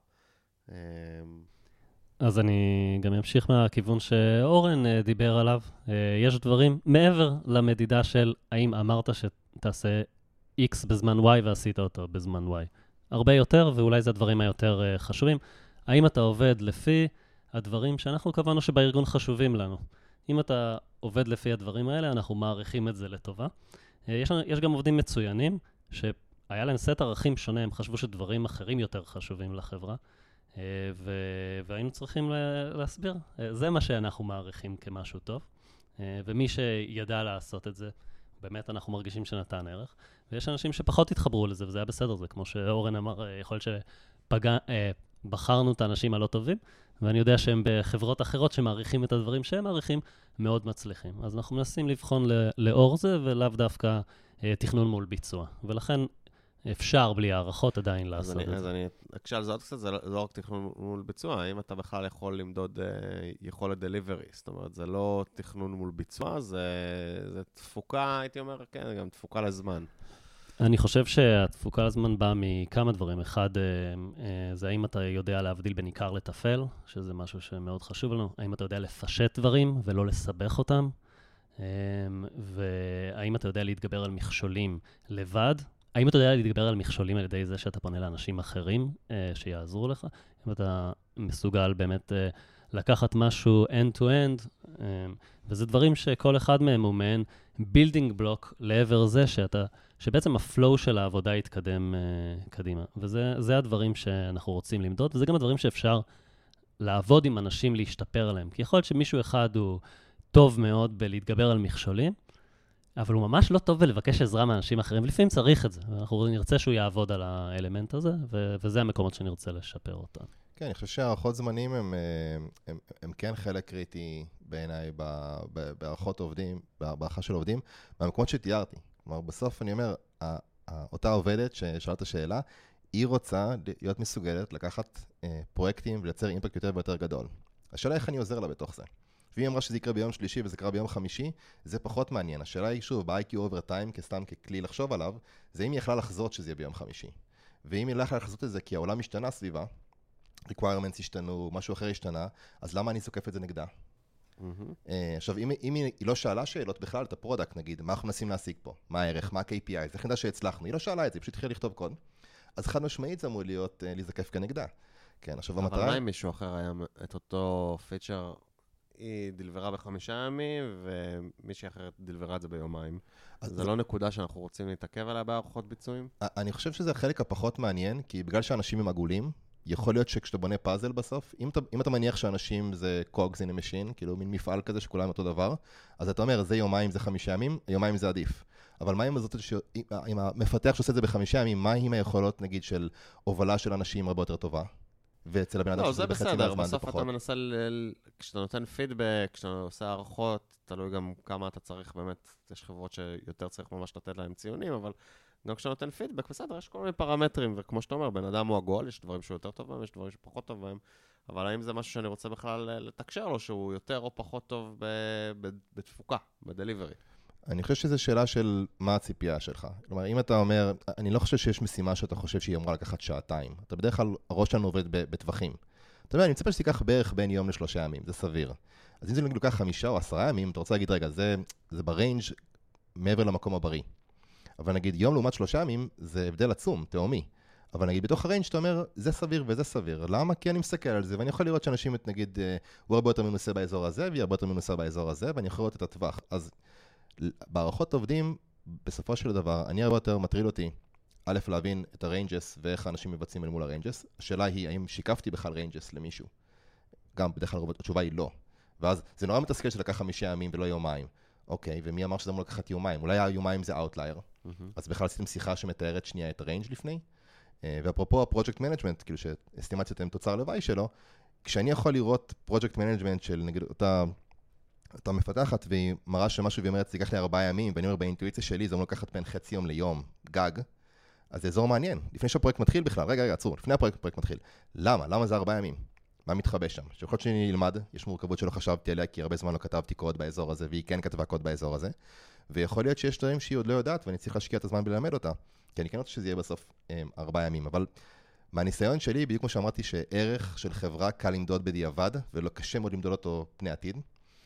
אז אני גם אמשיך מהכיוון שאורן דיבר עליו. יש דברים מעבר למדידה של האם אמרת שתעשה X בזמן Y ועשית אותו בזמן Y. הרבה יותר, ואולי זה הדברים היותר חשובים. האם אתה עובד לפי הדברים שאנחנו קבענו שבארגון חשובים לנו? אם אתה עובד לפי הדברים האלה, אנחנו מעריכים את זה לטובה. יש, יש גם עובדים מצוינים, שהיה להם סט ערכים שונה, הם חשבו שדברים אחרים יותר חשובים לחברה, ו- והיינו צריכים להסביר. זה מה שאנחנו מעריכים כמשהו טוב, ומי שידע לעשות את זה, באמת אנחנו מרגישים שנתן ערך, ויש אנשים שפחות התחברו לזה, וזה היה בסדר, זה כמו שאורן אמר, יכול להיות שבחרנו את האנשים הלא טובים, ואני יודע שהם בחברות אחרות שמעריכים את הדברים שהם מעריכים, מאוד מצליחים. אז אנחנו מנסים לבחון לאור זה, ולאו דווקא תכנון מול ביצוע. ולכן אפשר בלי הערכות עדיין לעשות את זה. אז אני אקשה על זה עוד קצת, זה לא רק תכנון מול ביצוע, האם אתה בכלל יכול למדוד יכולת דליברי, זאת אומרת, זה לא תכנון מול ביצוע, זה תפוקה, הייתי אומר, כן, זה גם תפוקה לזמן. אני חושב שהתפוקה לזמן באה מכמה דברים. אחד, זה האם אתה יודע להבדיל בין עיקר לטפל, שזה משהו שמאוד חשוב לנו. האם אתה יודע לפשט דברים ולא לסבך אותם. והאם אתה יודע להתגבר על מכשולים לבד? האם אתה יודע להתגבר על מכשולים על ידי זה שאתה פונה לאנשים אחרים שיעזרו לך? אם אתה מסוגל באמת לקחת משהו end-to-end, וזה דברים שכל אחד מהם הוא מעין building block לעבר זה שאתה, שבעצם הפלואו של העבודה יתקדם קדימה. וזה הדברים שאנחנו רוצים למדוד, וזה גם הדברים שאפשר לעבוד עם אנשים להשתפר עליהם. כי יכול להיות שמישהו אחד הוא טוב מאוד בלהתגבר על מכשולים, אבל הוא ממש לא טוב בלבקש עזרה מאנשים אחרים, ולפעמים צריך את זה. אנחנו נרצה שהוא יעבוד על האלמנט הזה, ו- וזה המקומות שאני רוצה לשפר אותם. כן, אני חושב שהערכות זמנים הם, הם, הם כן חלק קריטי בעיניי בערכות עובדים, בערכה של עובדים, במקומות שתיארתי. כלומר, בסוף אני אומר, אותה עובדת ששאלת שאלה, היא רוצה להיות מסוגלת לקחת פרויקטים ולייצר אימפקט יותר ויותר גדול. השאלה איך אני עוזר לה בתוך זה. והיא אמרה שזה יקרה ביום שלישי וזה קרה ביום חמישי, זה פחות מעניין. השאלה היא שוב, ב-איי קיו over time, כסתם ככלי לחשוב עליו, זה אם היא יכלה לחזות שזה יהיה ביום חמישי. ואם היא לא יכלה לחזות את זה כי העולם השתנה סביבה, requirements השתנו, משהו אחר השתנה, אז למה אני סוקף את זה נגדה? Mm-hmm. עכשיו, אם, אם היא לא שאלה שאלות בכלל, את הפרודקט נגיד, מה אנחנו מנסים להשיג פה? מה הערך? מה ה-קיי פי איי? זה נדע שהצלחנו. היא לא שאלה את זה, היא פשוט התחילה לכתוב קוד. אז חד משמעית זה אמור להיות להיזקף כנגדה. כן, עכשיו המטרה... אבל מה אם מישהו אחר היה את אותו פיצ'ר, היא דלברה בחמישה ימים, ומישהי אחרת דלברה את זה ביומיים. זה זה לא נקודה שאנחנו רוצים להתעכב עליה בערכות ביצועים? אני חושב שזה החלק הפחות מעניין, כי בגלל שאנשים הם עגולים, יכול להיות שכשאתה בונה פאזל בסוף, אם אתה, אם אתה מניח שאנשים זה cogs in a machine, כאילו מין מפעל כזה שכולם אותו דבר, אז אתה אומר, זה יומיים, זה חמישה ימים, יומיים זה עדיף. אבל מה אם הזאת, אם המפתח שעושה את זה בחמישה ימים, מה עם היכולות, נגיד, של הובלה של אנשים הרבה יותר טובה? ואצל הבן אדם שזה בחצי מהזמן זה פחות. לא, זה בסדר, בסוף אתה מנסה, כשאתה נותן פידבק, כשאתה עושה הערכות, תלוי גם כמה אתה צריך, באמת, יש חברות שיותר צריך ממש לתת להם ציונים, אבל גם כשאתה נותן פידבק, בסדר, יש כל מיני פרמטרים, וכמו שאתה אומר, בן אדם הוא עגול, יש דברים שהוא יותר טוב בהם, יש דברים שפחות טוב בהם, אבל האם זה משהו שאני רוצה בכלל לתקשר לו, שהוא יותר או פחות טוב בתפוקה, בדליברי? אני חושב שזו שאלה של מה הציפייה שלך. כלומר, אם אתה אומר, אני לא חושב שיש משימה שאתה חושב שהיא אמורה לקחת שעתיים. אתה בדרך כלל, הראש שלנו עובד בטווחים. אתה יודע, אני מצפה שתיקח בערך בין יום לשלושה ימים, זה סביר. אז אם זה לוקח חמישה או עשרה ימים, אתה רוצה להגיד, רגע, זה, זה בריינג' מעבר למקום הבריא. אבל נגיד, יום לעומת שלושה ימים, זה הבדל עצום, תאומי. אבל נגיד, בתוך הריינג' אתה אומר, זה סביר וזה סביר. למה? כי אני מסתכל על זה, ואני יכול לראות שאנשים, נגיד, הוא הרבה יותר מנוסה באזור הזה, והיא הרבה יותר מנוסה באזור הזה, ואני יכול לראות את הטווח. אז בערכות עובדים, בסופו של דבר, אני הרבה יותר מטריד אותי, א', להבין את הריינג'ס ואיך האנשים מבצעים אל מול הריינג'ס. השאלה היא, האם שיקפתי בכלל ריינג'ס למישהו? גם בדרך כלל התשובה היא לא. ואז זה נורא מתסכל שלקח חמישה ימים ולא יומיים. אוקיי, ומי אמר שזה אמור לקחת יומיים? אולי היומיים זה אאוטלייר. Mm-hmm. אז בכלל עשיתם שיחה שמתארת שנייה את הריינג' לפני. ואפרופו הפרויקט מנג'מנט, כאילו שאסטימציות הם תוצר לוואי שלו, כשאני יכול לראות פרויקט מנג'מנט של נגיד אותה אתה מפתחת והיא מראה שמשהו והיא אומרת, זה ייקח לי ארבעה ימים, ואני אומר, באינטואיציה שלי, זה אמור לקחת בין חצי יום ליום, גג, אז זה אזור מעניין. לפני שהפרויקט מתחיל בכלל, רגע, רגע, עצור, לפני הפרויקט, הפרויקט מתחיל. למה? למה זה ארבעה ימים? מה מתחבא שם? שיכול להיות שאני אלמד, יש מורכבות שלא חשבתי עליה, כי הרבה זמן לא כתבתי קוד באזור הזה, והיא כן כתבה קוד באזור הזה, ויכול להיות שיש דברים שהיא עוד לא יודעת, ואני צריך להשקיע את הזמן בללמד אותה, כי אני כן רוצה שזה יהיה בסוף ארבעה ימים, אבל מהניסיון שלי, בדיוק כמו שאמרתי, שערך של חברה קל למדוד בדיעבד, ולא קשה מאוד למדוד אותו פני עתיד.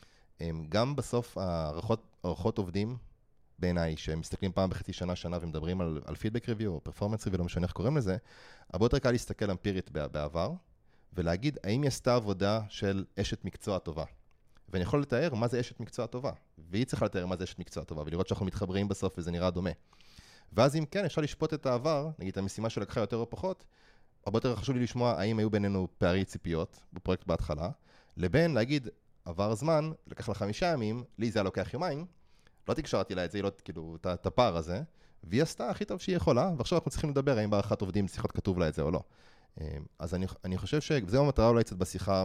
גם בסוף הערכות עובדים בעיניי, שהם מסתכלים פעם בחצי שנה, שנה, ומדברים על, על פידבק ריוויו, או פרפורמנס ריוויו, לא משנה איך קוראים לזה, הרבה יותר קל להסתכל אמפירית בעבר, ולהגיד, האם היא עשתה עבודה של אשת מקצוע טובה? ואני יכול לתאר מה זה אשת מקצוע טובה, והיא צריכה לתאר מה זה אשת מקצוע טובה, ולראות שאנחנו מתחברים בסוף וזה נראה דומה. ואז אם כן, אפשר לשפוט את העבר, נגיד המשימה שלקחה יותר או פחות, הרבה יותר חשוב לי לשמוע האם היו בינינו פערי ציפיות בפרויקט בהתחלה, לבין להגיד, עבר זמן, לקח לה חמישה ימים, לי זה היה לוקח יומיים, לא תקשרתי לה את זה, לא, כאילו, את הפער הזה, והיא עשתה הכי טוב שהיא יכולה, ועכשיו אנחנו צריכים לדבר האם בערכת עובדים צריך להיות כתוב לה את זה או לא. אז אני, אני חושב שזו המטרה אולי קצת בשיחה,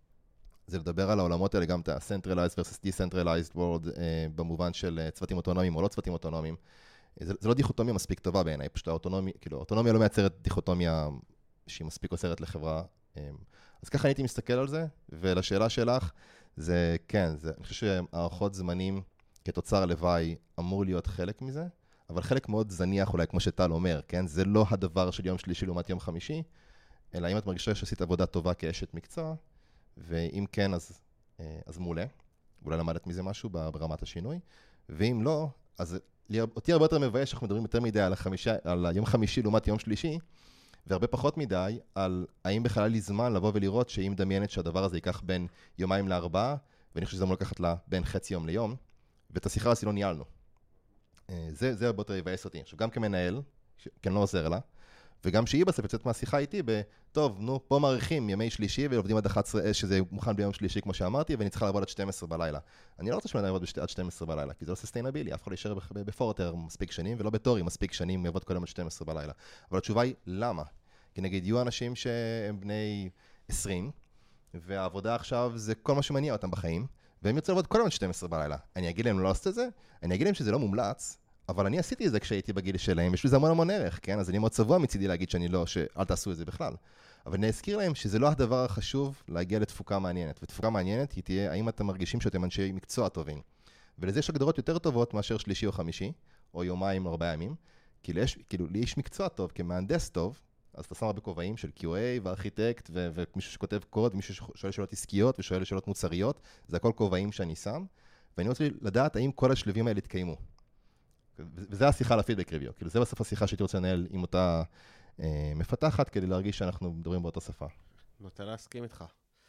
זה לדבר על העולמות האלה, גם את ה-centralized versus decentralized world, במובן של צוותים אוטונומיים או לא צוותים אוטונומיים. זה, זה לא דיכוטומיה מספיק טובה בעיניי, פשוט האוטונומיה, כאילו, האוטונומיה לא מייצרת דיכוטומיה שהיא מספיק עוזרת לחברה. אז ככה הייתי מסתכל על זה, ולשאלה שלך, זה כן, זה, אני חושב שהערכות זמנים כתוצר לוואי אמור להיות חלק מזה, אבל חלק מאוד זניח אולי כמו שטל אומר, כן? זה לא הדבר של יום שלישי לעומת יום חמישי, אלא אם את מרגישה שעשית עבודה טובה כאשת מקצוע, ואם כן, אז, אז מעולה. אולי למדת מזה משהו ברמת השינוי, ואם לא, אז אותי הרבה יותר מבייש שאנחנו מדברים יותר מדי על, החמישה, על יום חמישי לעומת יום שלישי, והרבה פחות מדי על האם בכלל לי זמן לבוא ולראות שהיא מדמיינת שהדבר הזה ייקח בין יומיים לארבעה, ואני חושב שזה אמור לקחת לה בין חצי יום ליום, ואת השיחה הזאת לא ניהלנו. זה, זה הרבה יותר יבייס אותי. עכשיו, גם כמנהל, כי אני לא עוזר לה, וגם שהיא בסוף יוצאת מהשיחה איתי ב, טוב, נו, פה מעריכים ימי שלישי, ועובדים עד אחת עשרה, שזה מוכן ביום שלישי, כמו שאמרתי, ואני צריכה לעבוד עד שתים עשרה בלילה. אני לא רוצה שאני אעבוד עד שתים עשרה בלילה, כי זה לא ססטיינבילי, אף אחד להישאר בפורטר מספיק שנים, ולא בתורי מספיק שנים יעבוד כל יום עד שתים עשרה בלילה. אבל התשובה היא, למה? כי נגיד, יהיו אנשים שהם בני עשרים, והעבודה עכשיו זה כל מה שמניע אותם בחיים, והם יוצאים לעבוד כל יום עד שתים עשרה בלילה. אני אגיד להם לא לעשות את זה, אני אגיד להם שזה לא מומלץ, אבל אני עשיתי את זה כשהייתי בגיל שלהם, יש לזה המון המון ערך, כן? אז אני מאוד צבוע מצידי להגיד שאני לא, שאל תעשו את זה בכלל. אבל אני אזכיר להם שזה לא הדבר החשוב להגיע לתפוקה מעניינת. ותפוקה מעניינת היא תהיה, האם אתם מרגישים שאתם אנשי מקצוע טובים. ולזה יש הגדרות יותר טובות מאשר שלישי או חמישי, או יומיים או ארבעה ימים. כאילו, יש, כאילו, לי יש מקצוע טוב, כמהנדס טוב, אז אתה שם הרבה כובעים של קיו איי וארכיטקט, ו- ומישהו שכותב קוד, ומישהו ששואל שאלות עסקיות ושואל שאלות מוצריות, זה הכל כובעים שאני שם, ואני רוצה לדעת האם כל השלבים האלה יתקיימו. וזה השיחה לפידבק ריוויו, כאילו זה בסוף השיחה שהייתי רוצה לנהל עם אותה אה, מפתחת, כדי להרגיש שאנחנו מדברים באותה שפה. נוטה להסכים איתך.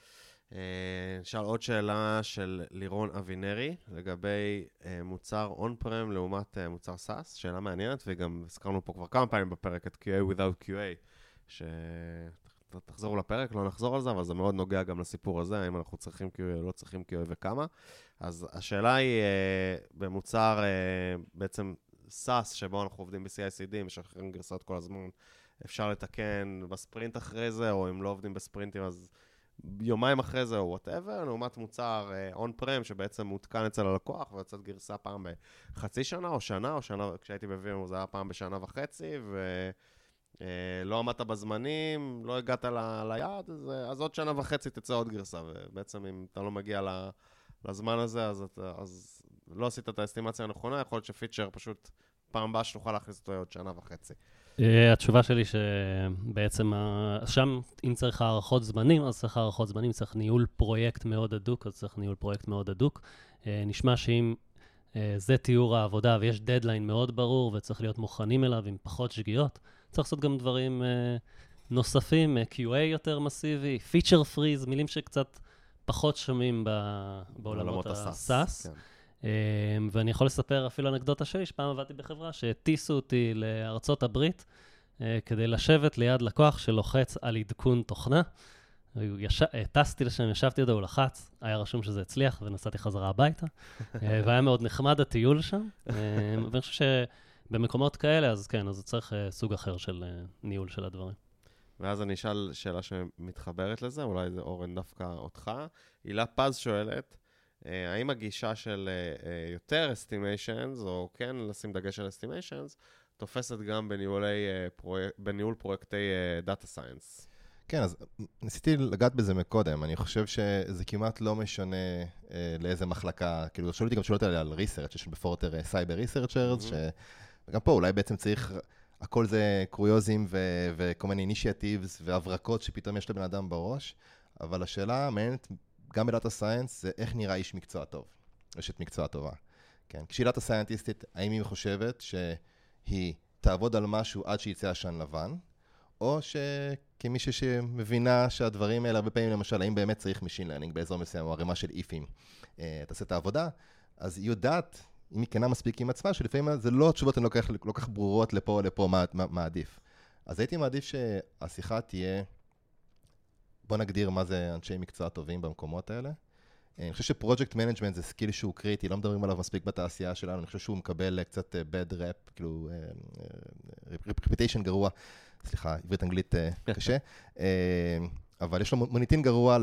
נשאל עוד שאלה של לירון אבינרי, לגבי אה, מוצר on-prem לעומת אה, מוצר סאס, שאלה מעניינת, וגם הזכרנו פה כבר כמה פעמים בפרק את קיו איי without קיו איי, שתחזרו לפרק, לא נחזור על זה, אבל זה מאוד נוגע גם לסיפור הזה, האם אנחנו צריכים קיו איי או לא צריכים קיו איי וכמה. אז השאלה היא, uh, במוצר uh, בעצם סאס, שבו אנחנו עובדים ב-סי איי סי די, משחררים גרסאות כל הזמן, אפשר לתקן בספרינט אחרי זה, או אם לא עובדים בספרינטים, אז יומיים אחרי זה, או whatever, לעומת מוצר uh, on-prem, שבעצם מותקן אצל הלקוח, ויוצאת גרסה פעם בחצי שנה, או שנה, או שנה, כשהייתי ב-וי אם זה היה פעם בשנה וחצי, ולא uh, עמדת בזמנים, לא הגעת ל- ליעד, אז, אז עוד שנה וחצי תצא עוד גרסה, ובעצם אם אתה לא מגיע ל... לזמן הזה, אז, אז לא עשית את האסטימציה הנכונה, יכול להיות שפיצ'ר פשוט פעם הבאה שנוכל להכניס אותו עוד שנה וחצי. התשובה שלי שבעצם שם, אם צריך הערכות זמנים, אז צריך הערכות זמנים, צריך ניהול פרויקט מאוד הדוק, אז צריך ניהול פרויקט מאוד הדוק. נשמע שאם זה תיאור העבודה ויש דדליין מאוד ברור וצריך להיות מוכנים אליו עם פחות שגיאות, צריך לעשות גם דברים נוספים, קיו איי יותר מסיבי, פיצ'ר פריז, מילים שקצת פחות שומעים בעולמות הסאס. ואני יכול לספר אפילו אנקדוטה שלי, שפעם עבדתי בחברה שהטיסו אותי לארצות הברית, כדי לשבת ליד לקוח שלוחץ על עדכון תוכנה. טסתי לשם, ישבתי אותו, הוא לחץ, היה רשום שזה הצליח, ונסעתי חזרה הביתה. והיה מאוד נחמד הטיול שם. ואני חושב שבמקומות כאלה, אז כן, אז צריך סוג אחר של ניהול של הדברים. ואז אני אשאל שאלה שמתחברת לזה, אולי זה אורן דווקא אותך. הילה פז שואלת, האם הגישה של יותר estimations, או כן לשים דגש על estimations, תופסת גם בניהולי, בניהול פרויקטי Data Science? כן, אז ניסיתי לגעת בזה מקודם. אני חושב שזה כמעט לא משנה לאיזה מחלקה, כאילו, שאלו אותי גם שאלות על ריסרצ' יש בפורטר סייבר ריסרצ'רס, וגם פה אולי בעצם צריך... הכל זה קרויוזים ו- וכל מיני אינישיאטיבס והברקות שפתאום יש לבן אדם בראש, אבל השאלה המעניינת גם בדאטה סיינס זה איך נראה איש מקצוע טוב, אשת מקצוע טובה. כן, כשהיא דאטה סיינטיסטית, האם היא חושבת שהיא תעבוד על משהו עד שיצא עשן לבן, או שכמישהו שמבינה שהדברים האלה הרבה פעמים, למשל, האם באמת צריך משין לרנינג באזור מסוים או ערימה של איפים, תעשה את העבודה, אז היא יודעת, אם היא כנה מספיק עם עצמה, שלפעמים זה לא תשובות, הן לא כך, לא כך ברורות לפה או לפה, מה, מה, מה עדיף. אז הייתי מעדיף שהשיחה תהיה, בוא נגדיר מה זה אנשי מקצוע טובים במקומות האלה. אני חושב שפרויקט מנג'מנט זה סקיל שהוא קריטי, לא מדברים עליו מספיק בתעשייה שלנו, אני חושב שהוא מקבל קצת bad rap, כאילו, reputation גרוע, סליחה, עברית אנגלית קשה, אבל יש לו מוניטין גרוע,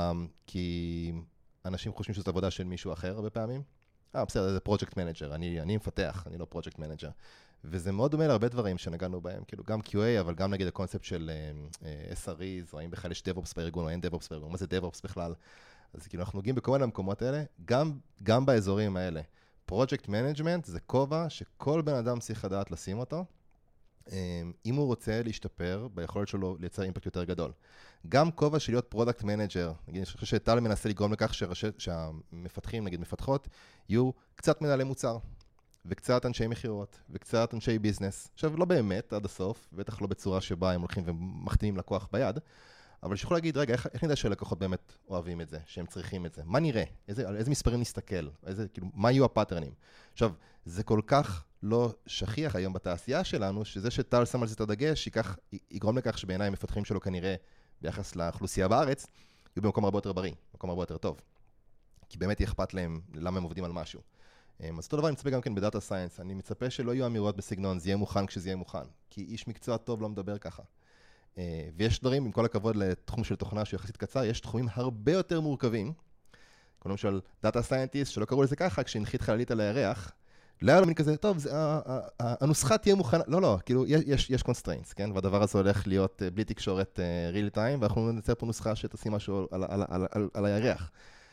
כי אנשים חושבים שזאת עבודה של מישהו אחר הרבה פעמים. אה, בסדר, זה פרויקט מנג'ר, אני, אני מפתח, אני לא פרויקט מנג'ר. וזה מאוד דומה להרבה דברים שנגענו בהם, כאילו גם קיו איי, אבל גם נגיד הקונספט של אס אר איז, או האם בכלל יש DevOps בארגון, או אין DevOps בארגון, מה זה DevOps בכלל. אז כאילו אנחנו נוגעים בכל מיני המקומות האלה, גם, גם באזורים האלה. פרויקט מנג'מנט זה כובע שכל בן אדם צריך לדעת לשים אותו, אם הוא רוצה להשתפר ביכולת שלו לייצר אימפקט יותר גדול. גם כובע של להיות פרודקט מנג'ר, נגיד, אני חושב שטל מנסה לגרום לכך שהמפתחים, נגיד מפתחות, יהיו קצת מנהלי מוצר, וקצת אנשי מחירות, וקצת אנשי ביזנס. עכשיו, לא באמת עד הסוף, בטח לא בצורה שבה הם הולכים ומחתימים לקוח ביד, אבל שיכול להגיד, רגע, איך, איך נדע שלקוחות באמת אוהבים את זה, שהם צריכים את זה? מה נראה? איזה, על איזה מספרים נסתכל? איזה, כאילו, מה יהיו הפאטרנים? עכשיו, זה כל כך לא שכיח היום בתעשייה שלנו, שזה שטל שם על זה את הדגש, ייקח, יגרום לכך שבעיניי המפתחים שלו כנראה, ביחס לאוכלוסייה בארץ, יהיו במקום הרבה יותר בריא, במקום הרבה יותר טוב. כי באמת יהיה אכפת להם למה הם עובדים על משהו. אז אותו דבר אני מצפה גם כן בדאטה סיינס, אני מצפה שלא יהיו אמירות בסגנון, זה יהיה מוכן כשזה יהיה מוכן, כי איש מקצוע טוב לא מדבר ככה. ויש דברים, עם כל הכבוד לתחום של תוכנה שהוא יחסית קצר, יש תחומים הרבה יותר מורכבים, כמו למשל דאטה סיינטיסט, שלא קראו לזה ככה, כשהנחית חללית על הירח, לא היה לו מין כזה, טוב, הנוסחה תהיה מוכנה, לא, לא, כאילו, יש constraints, כן? והדבר הזה הולך להיות בלי תקשורת real time, ואנחנו נצא פה נוסחה שתשים משהו על הירח.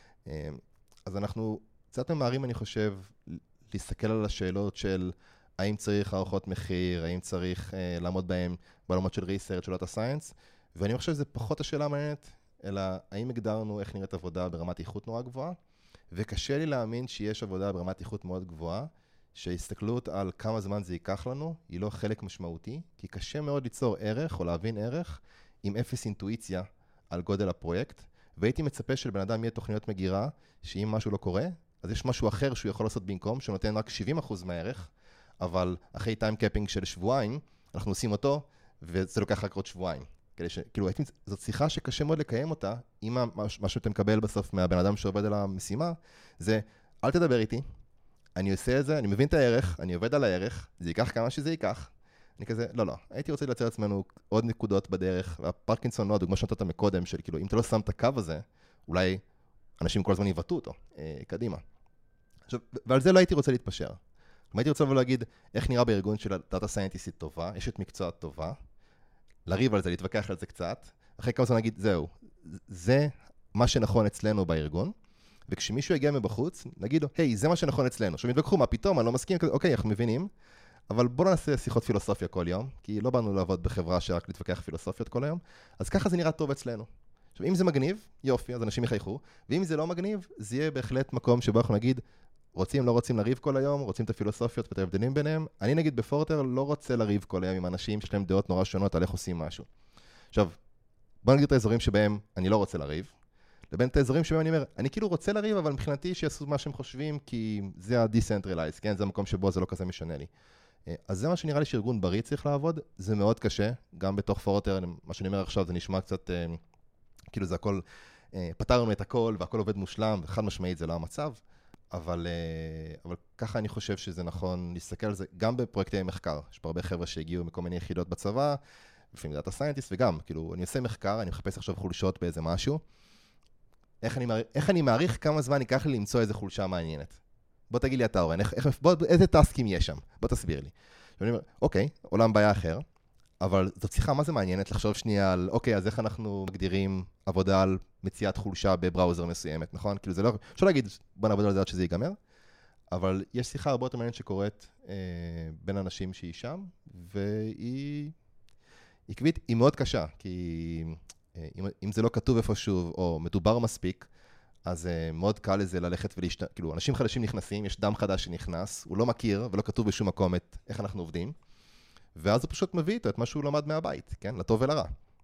אז אנחנו קצת ממהרים, אני חושב, להסתכל על השאלות של האם צריך הערכות מחיר, האם צריך לעמוד בהם בעולמות של research, של data science, ואני חושב שזה פחות השאלה המעניינת, אלא האם הגדרנו איך נראית עבודה ברמת איכות נורא גבוהה, וקשה לי להאמין שיש עבודה ברמת איכות מאוד גבוהה, שהסתכלות על כמה זמן זה ייקח לנו, היא לא חלק משמעותי, כי קשה מאוד ליצור ערך או להבין ערך עם אפס אינטואיציה על גודל הפרויקט, והייתי מצפה שלבן אדם יהיה תוכניות מגירה, שאם משהו לא קורה, אז יש משהו אחר שהוא יכול לעשות במקום, שנותן רק שבעים אחוז מהערך, אבל אחרי טיים קאפינג של שבועיים, אנחנו עושים אותו, וזה לוקח רק עוד שבועיים. כאילו, זאת שיחה שקשה מאוד לקיים אותה, אם מה שאתה מקבל בסוף מהבן אדם שעובד על המשימה, זה, אל תדבר איתי, אני עושה את זה, אני מבין את הערך, אני עובד על הערך, זה ייקח כמה שזה ייקח. אני כזה, לא, לא, הייתי רוצה לייצר עצמנו עוד נקודות בדרך, והפרקינסון לא, הדוגמה שנתת מקודם, של כאילו, אם אתה לא שם את הקו הזה, אולי אנשים כל הזמן יבטאו אותו, אה, קדימה. עכשיו, ועל זה לא הייתי רוצה להתפשר. הייתי רוצה להגיד, איך נראה בארגון של דאטה סיינטיסטית טובה, יש את מקצוע טובה, לריב על זה, להתווכח על זה קצת, אחרי כמה זמן נגיד, זהו, זה מה שנכון אצלנו בארגון, וכשמישהו יגיע מבחוץ, נגיד לו, היי, זה מה שנכון אצלנו. עכשיו, מתווכחו, מה פתאום, אני לא מסכים, אוקיי, אנחנו מבינים, אבל בואו נעשה שיחות פילוסופיה כל יום, כי לא באנו לעבוד בחברה שרק להתווכח פילוסופיות כל היום, אז ככה זה נראה טוב אצלנו. עכשיו, אם זה מגניב, יופי, אז אנשים יחייכו, ואם זה לא מגניב, זה יהיה בהחלט מקום שבו אנחנו נגיד, רוצים, לא רוצים לריב כל היום, רוצים את הפילוסופיות ואת ההבדלים ביניהם. אני נגיד בפורטר לא רוצה לריב כל היום עם אנשים שיש להם דעות נורא שונות על איך עושים משהו. עכשיו, בוא נגיד את האזורים שבהם אני לא רוצה לריב, לבין את האזורים שבהם אני אומר, אני כאילו רוצה לריב, אבל מבחינתי שיעשו מה שהם חושבים, כי זה ה-decentralized, כן? זה המקום שבו זה לא כזה משנה לי. אז זה מה שנראה לי שארגון בריא צריך לעבוד, זה מאוד קשה, גם בתוך פורטר, מה שאני אומר עכשיו זה נשמע קצת, כאילו זה הכל, פתרנו את הכל והכל עובד מושלם, וחד משמעית זה לא המצב, אבל, אבל ככה אני חושב שזה נכון להסתכל על זה, גם בפרויקטי מחקר, יש פה הרבה חבר'ה שהגיעו מכל מיני יחידות בצבא, לפעמים דאטה סיינטיסט, וגם, כאילו, אני עושה מחקר, אני מחפש עכשיו חולשות באיזה משהו, איך אני מעריך, איך אני מעריך כמה זמן ייקח לי למצוא איזה חולשה מעניינת. בוא תגיד לי אתה, אורן, איך, איך, בוא, איזה טסקים יש שם? בוא תסביר לי. ואני אומר, אוקיי, עולם בעיה אחר, אבל זאת שיחה, מה זה מעניינת לחשוב שנייה על, אוקיי, אז איך אנחנו מגדירים עבודה על מציאת חולשה בבראוזר מסוימת, נכון? כאילו זה לא, אפשר להגיד, בוא נעבוד על זה עד שזה ייגמר, אבל יש שיחה הרבה יותר מעניינת שקורית אה, בין אנשים שהיא שם, והיא עקבית, היא מאוד קשה, כי אה, אם, אם זה לא כתוב איפשהו, או מדובר מספיק, אז uh, מאוד קל לזה ללכת ולהשת... כאילו, אנשים חדשים נכנסים, יש דם חדש שנכנס, הוא לא מכיר ולא כתוב בשום מקום את איך אנחנו עובדים, ואז הוא פשוט מביא איתו את מה שהוא למד מהבית, כן? לטוב ולרע.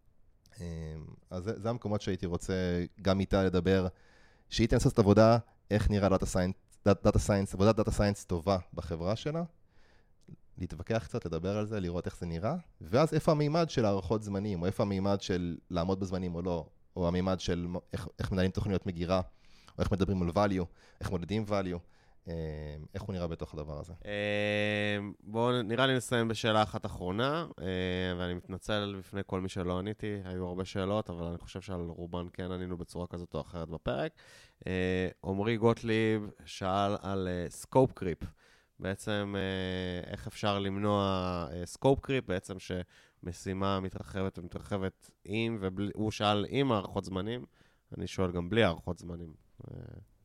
אז זה, זה המקומות שהייתי רוצה גם איתה לדבר, שהיא תנסה את עבודה, איך נראה דאטה סיינס, דאטה סיינס, עבודת דאטה סיינס טובה בחברה שלה, להתווכח קצת, לדבר על זה, לראות איך זה נראה, ואז איפה המימד של הערכות זמנים, או איפה המימד של לעמוד בזמנים או לא, או המימד של איך, איך מנהלים תוכניות מגירה, או איך מדברים על value, איך מודדים value, איך הוא נראה בתוך הדבר הזה. בואו נראה לי נסיים בשאלה אחת אחרונה, ואני מתנצל בפני כל מי שלא עניתי, היו הרבה שאלות, אבל אני חושב שעל רובן כן ענינו בצורה כזאת או אחרת בפרק. עומרי גוטליב שאל על סקופ קריפ, בעצם איך אפשר למנוע סקופ קריפ, בעצם שמשימה מתרחבת ומתרחבת עם, והוא שאל עם הערכות זמנים, אני שואל גם בלי הערכות זמנים.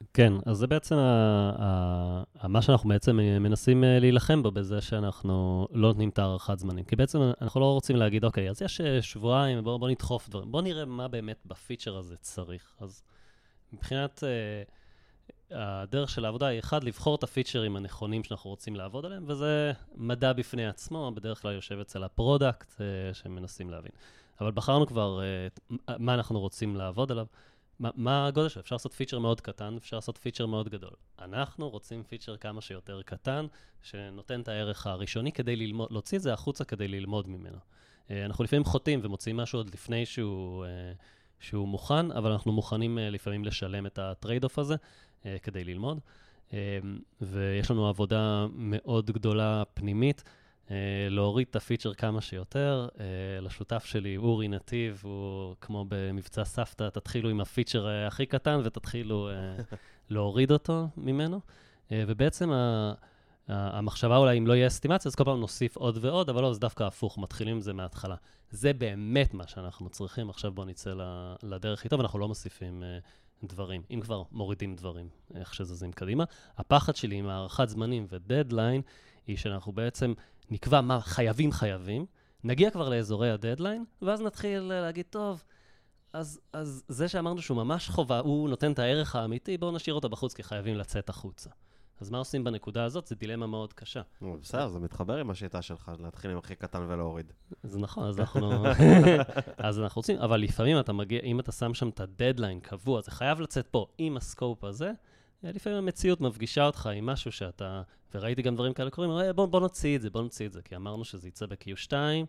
כן, אז זה בעצם ה- ה- מה שאנחנו בעצם מנסים להילחם בו, בזה שאנחנו לא נותנים את הערכת זמנים. כי בעצם אנחנו לא רוצים להגיד, אוקיי, אז יש שבועיים, בוא, בוא נדחוף דברים, בוא נראה מה באמת בפיצ'ר הזה צריך. אז מבחינת uh, הדרך של העבודה היא אחד, לבחור את הפיצ'רים הנכונים שאנחנו רוצים לעבוד עליהם, וזה מדע בפני עצמו, בדרך כלל יושב אצל הפרודקט uh, שמנסים להבין. אבל בחרנו כבר uh, מה אנחנו רוצים לעבוד עליו. מה, מה הגודל שלו? אפשר לעשות פיצ'ר מאוד קטן, אפשר לעשות פיצ'ר מאוד גדול. אנחנו רוצים פיצ'ר כמה שיותר קטן, שנותן את הערך הראשוני כדי ללמוד, להוציא את זה החוצה כדי ללמוד ממנו. אנחנו לפעמים חוטאים ומוצאים משהו עוד לפני שהוא, שהוא מוכן, אבל אנחנו מוכנים לפעמים לשלם את הטרייד-אוף הזה כדי ללמוד. ויש לנו עבודה מאוד גדולה פנימית, להוריד את הפיצ'ר כמה שיותר. לשותף שלי, אורי נתיב, הוא כמו במבצע סבתא, תתחילו עם הפיצ'ר הכי קטן ותתחילו להוריד אותו ממנו. ובעצם המחשבה אולי אם לא יהיה אסטימציה, אז כל פעם נוסיף עוד ועוד, אבל לא, זה דווקא הפוך, מתחילים עם זה מההתחלה. זה באמת מה שאנחנו צריכים, עכשיו בוא נצא לדרך איתו, ואנחנו לא מוסיפים דברים, אם כבר מורידים דברים, איך שזזים קדימה. הפחד שלי עם הערכת זמנים ודדליין, היא שאנחנו בעצם נקבע מה חייבים חייבים, נגיע כבר לאזורי הדדליין, ואז נתחיל להגיד, טוב, אז, אז זה שאמרנו שהוא ממש חובה, הוא נותן את הערך האמיתי, בואו נשאיר אותו בחוץ, כי חייבים לצאת החוצה. אז מה עושים בנקודה הזאת? זה דילמה מאוד קשה. בסדר, זה מתחבר עם השיטה שלך, להתחיל עם הכי קטן ולהוריד. זה נכון, אז אנחנו... אז אנחנו רוצים, אבל לפעמים אתה מגיע, אם אתה שם שם את הדדליין קבוע, זה חייב לצאת פה עם הסקופ הזה, לפעמים המציאות מפגישה אותך עם משהו שאתה, וראיתי גם דברים כאלה קוראים, בוא, בוא נוציא את זה, בוא נוציא את זה, כי אמרנו שזה יצא ב-קיו שתיים,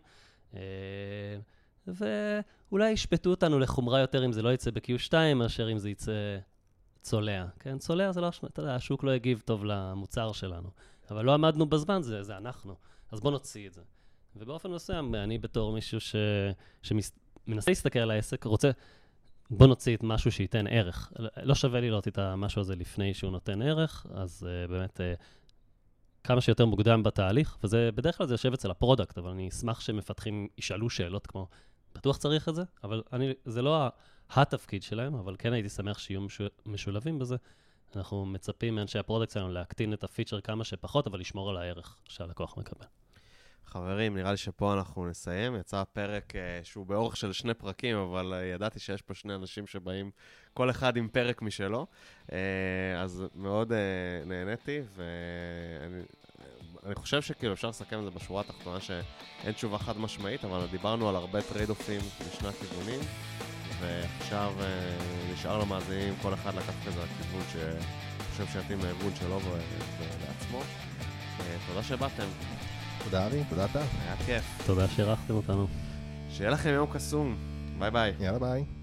ואולי ישפטו אותנו לחומרה יותר אם זה לא יצא ב-קיו שתיים, מאשר אם זה יצא צולע. כן, צולע זה לא, אתה יודע, השוק לא יגיב טוב למוצר שלנו, אבל לא עמדנו בזמן, זה, זה אנחנו. אז בוא נוציא את זה. ובאופן מסוים, אני בתור מישהו ש, שמנסה להסתכל על העסק, רוצה, בוא נוציא את משהו שייתן ערך. לא שווה לי לראות את המשהו הזה לפני שהוא נותן ערך, אז uh, באמת uh, כמה שיותר מוקדם בתהליך, וזה בדרך כלל זה יושב אצל הפרודקט, אבל אני אשמח שמפתחים ישאלו שאלות כמו, בטוח צריך את זה? אבל אני, זה לא התפקיד שלהם, אבל כן הייתי שמח שיהיו משולבים בזה. אנחנו מצפים מאנשי הפרודקט שלנו להקטין את הפיצ'ר כמה שפחות, אבל לשמור על הערך שהלקוח מקבל. חברים, נראה לי שפה אנחנו נסיים. יצא פרק uh, שהוא באורך של שני פרקים, אבל uh, ידעתי שיש פה שני אנשים שבאים, כל אחד עם פרק משלו. Uh, אז מאוד uh, נהניתי, ואני אני חושב שכאילו אפשר לסכם את זה בשורה התחתונה שאין תשובה חד משמעית, אבל דיברנו על הרבה טרייד-אופים משני הכיוונים, ועכשיו uh, נשאר למאזינים כל אחד לקחת את זה לכיוון שחושב שיתאים לארגון שלו ולעצמו. Uh, תודה שבאתם. תודה אבי, תודה אתה. היה כיף. תודה שהרחתם אותנו. שיהיה לכם יום קסום. ביי ביי. יאללה ביי.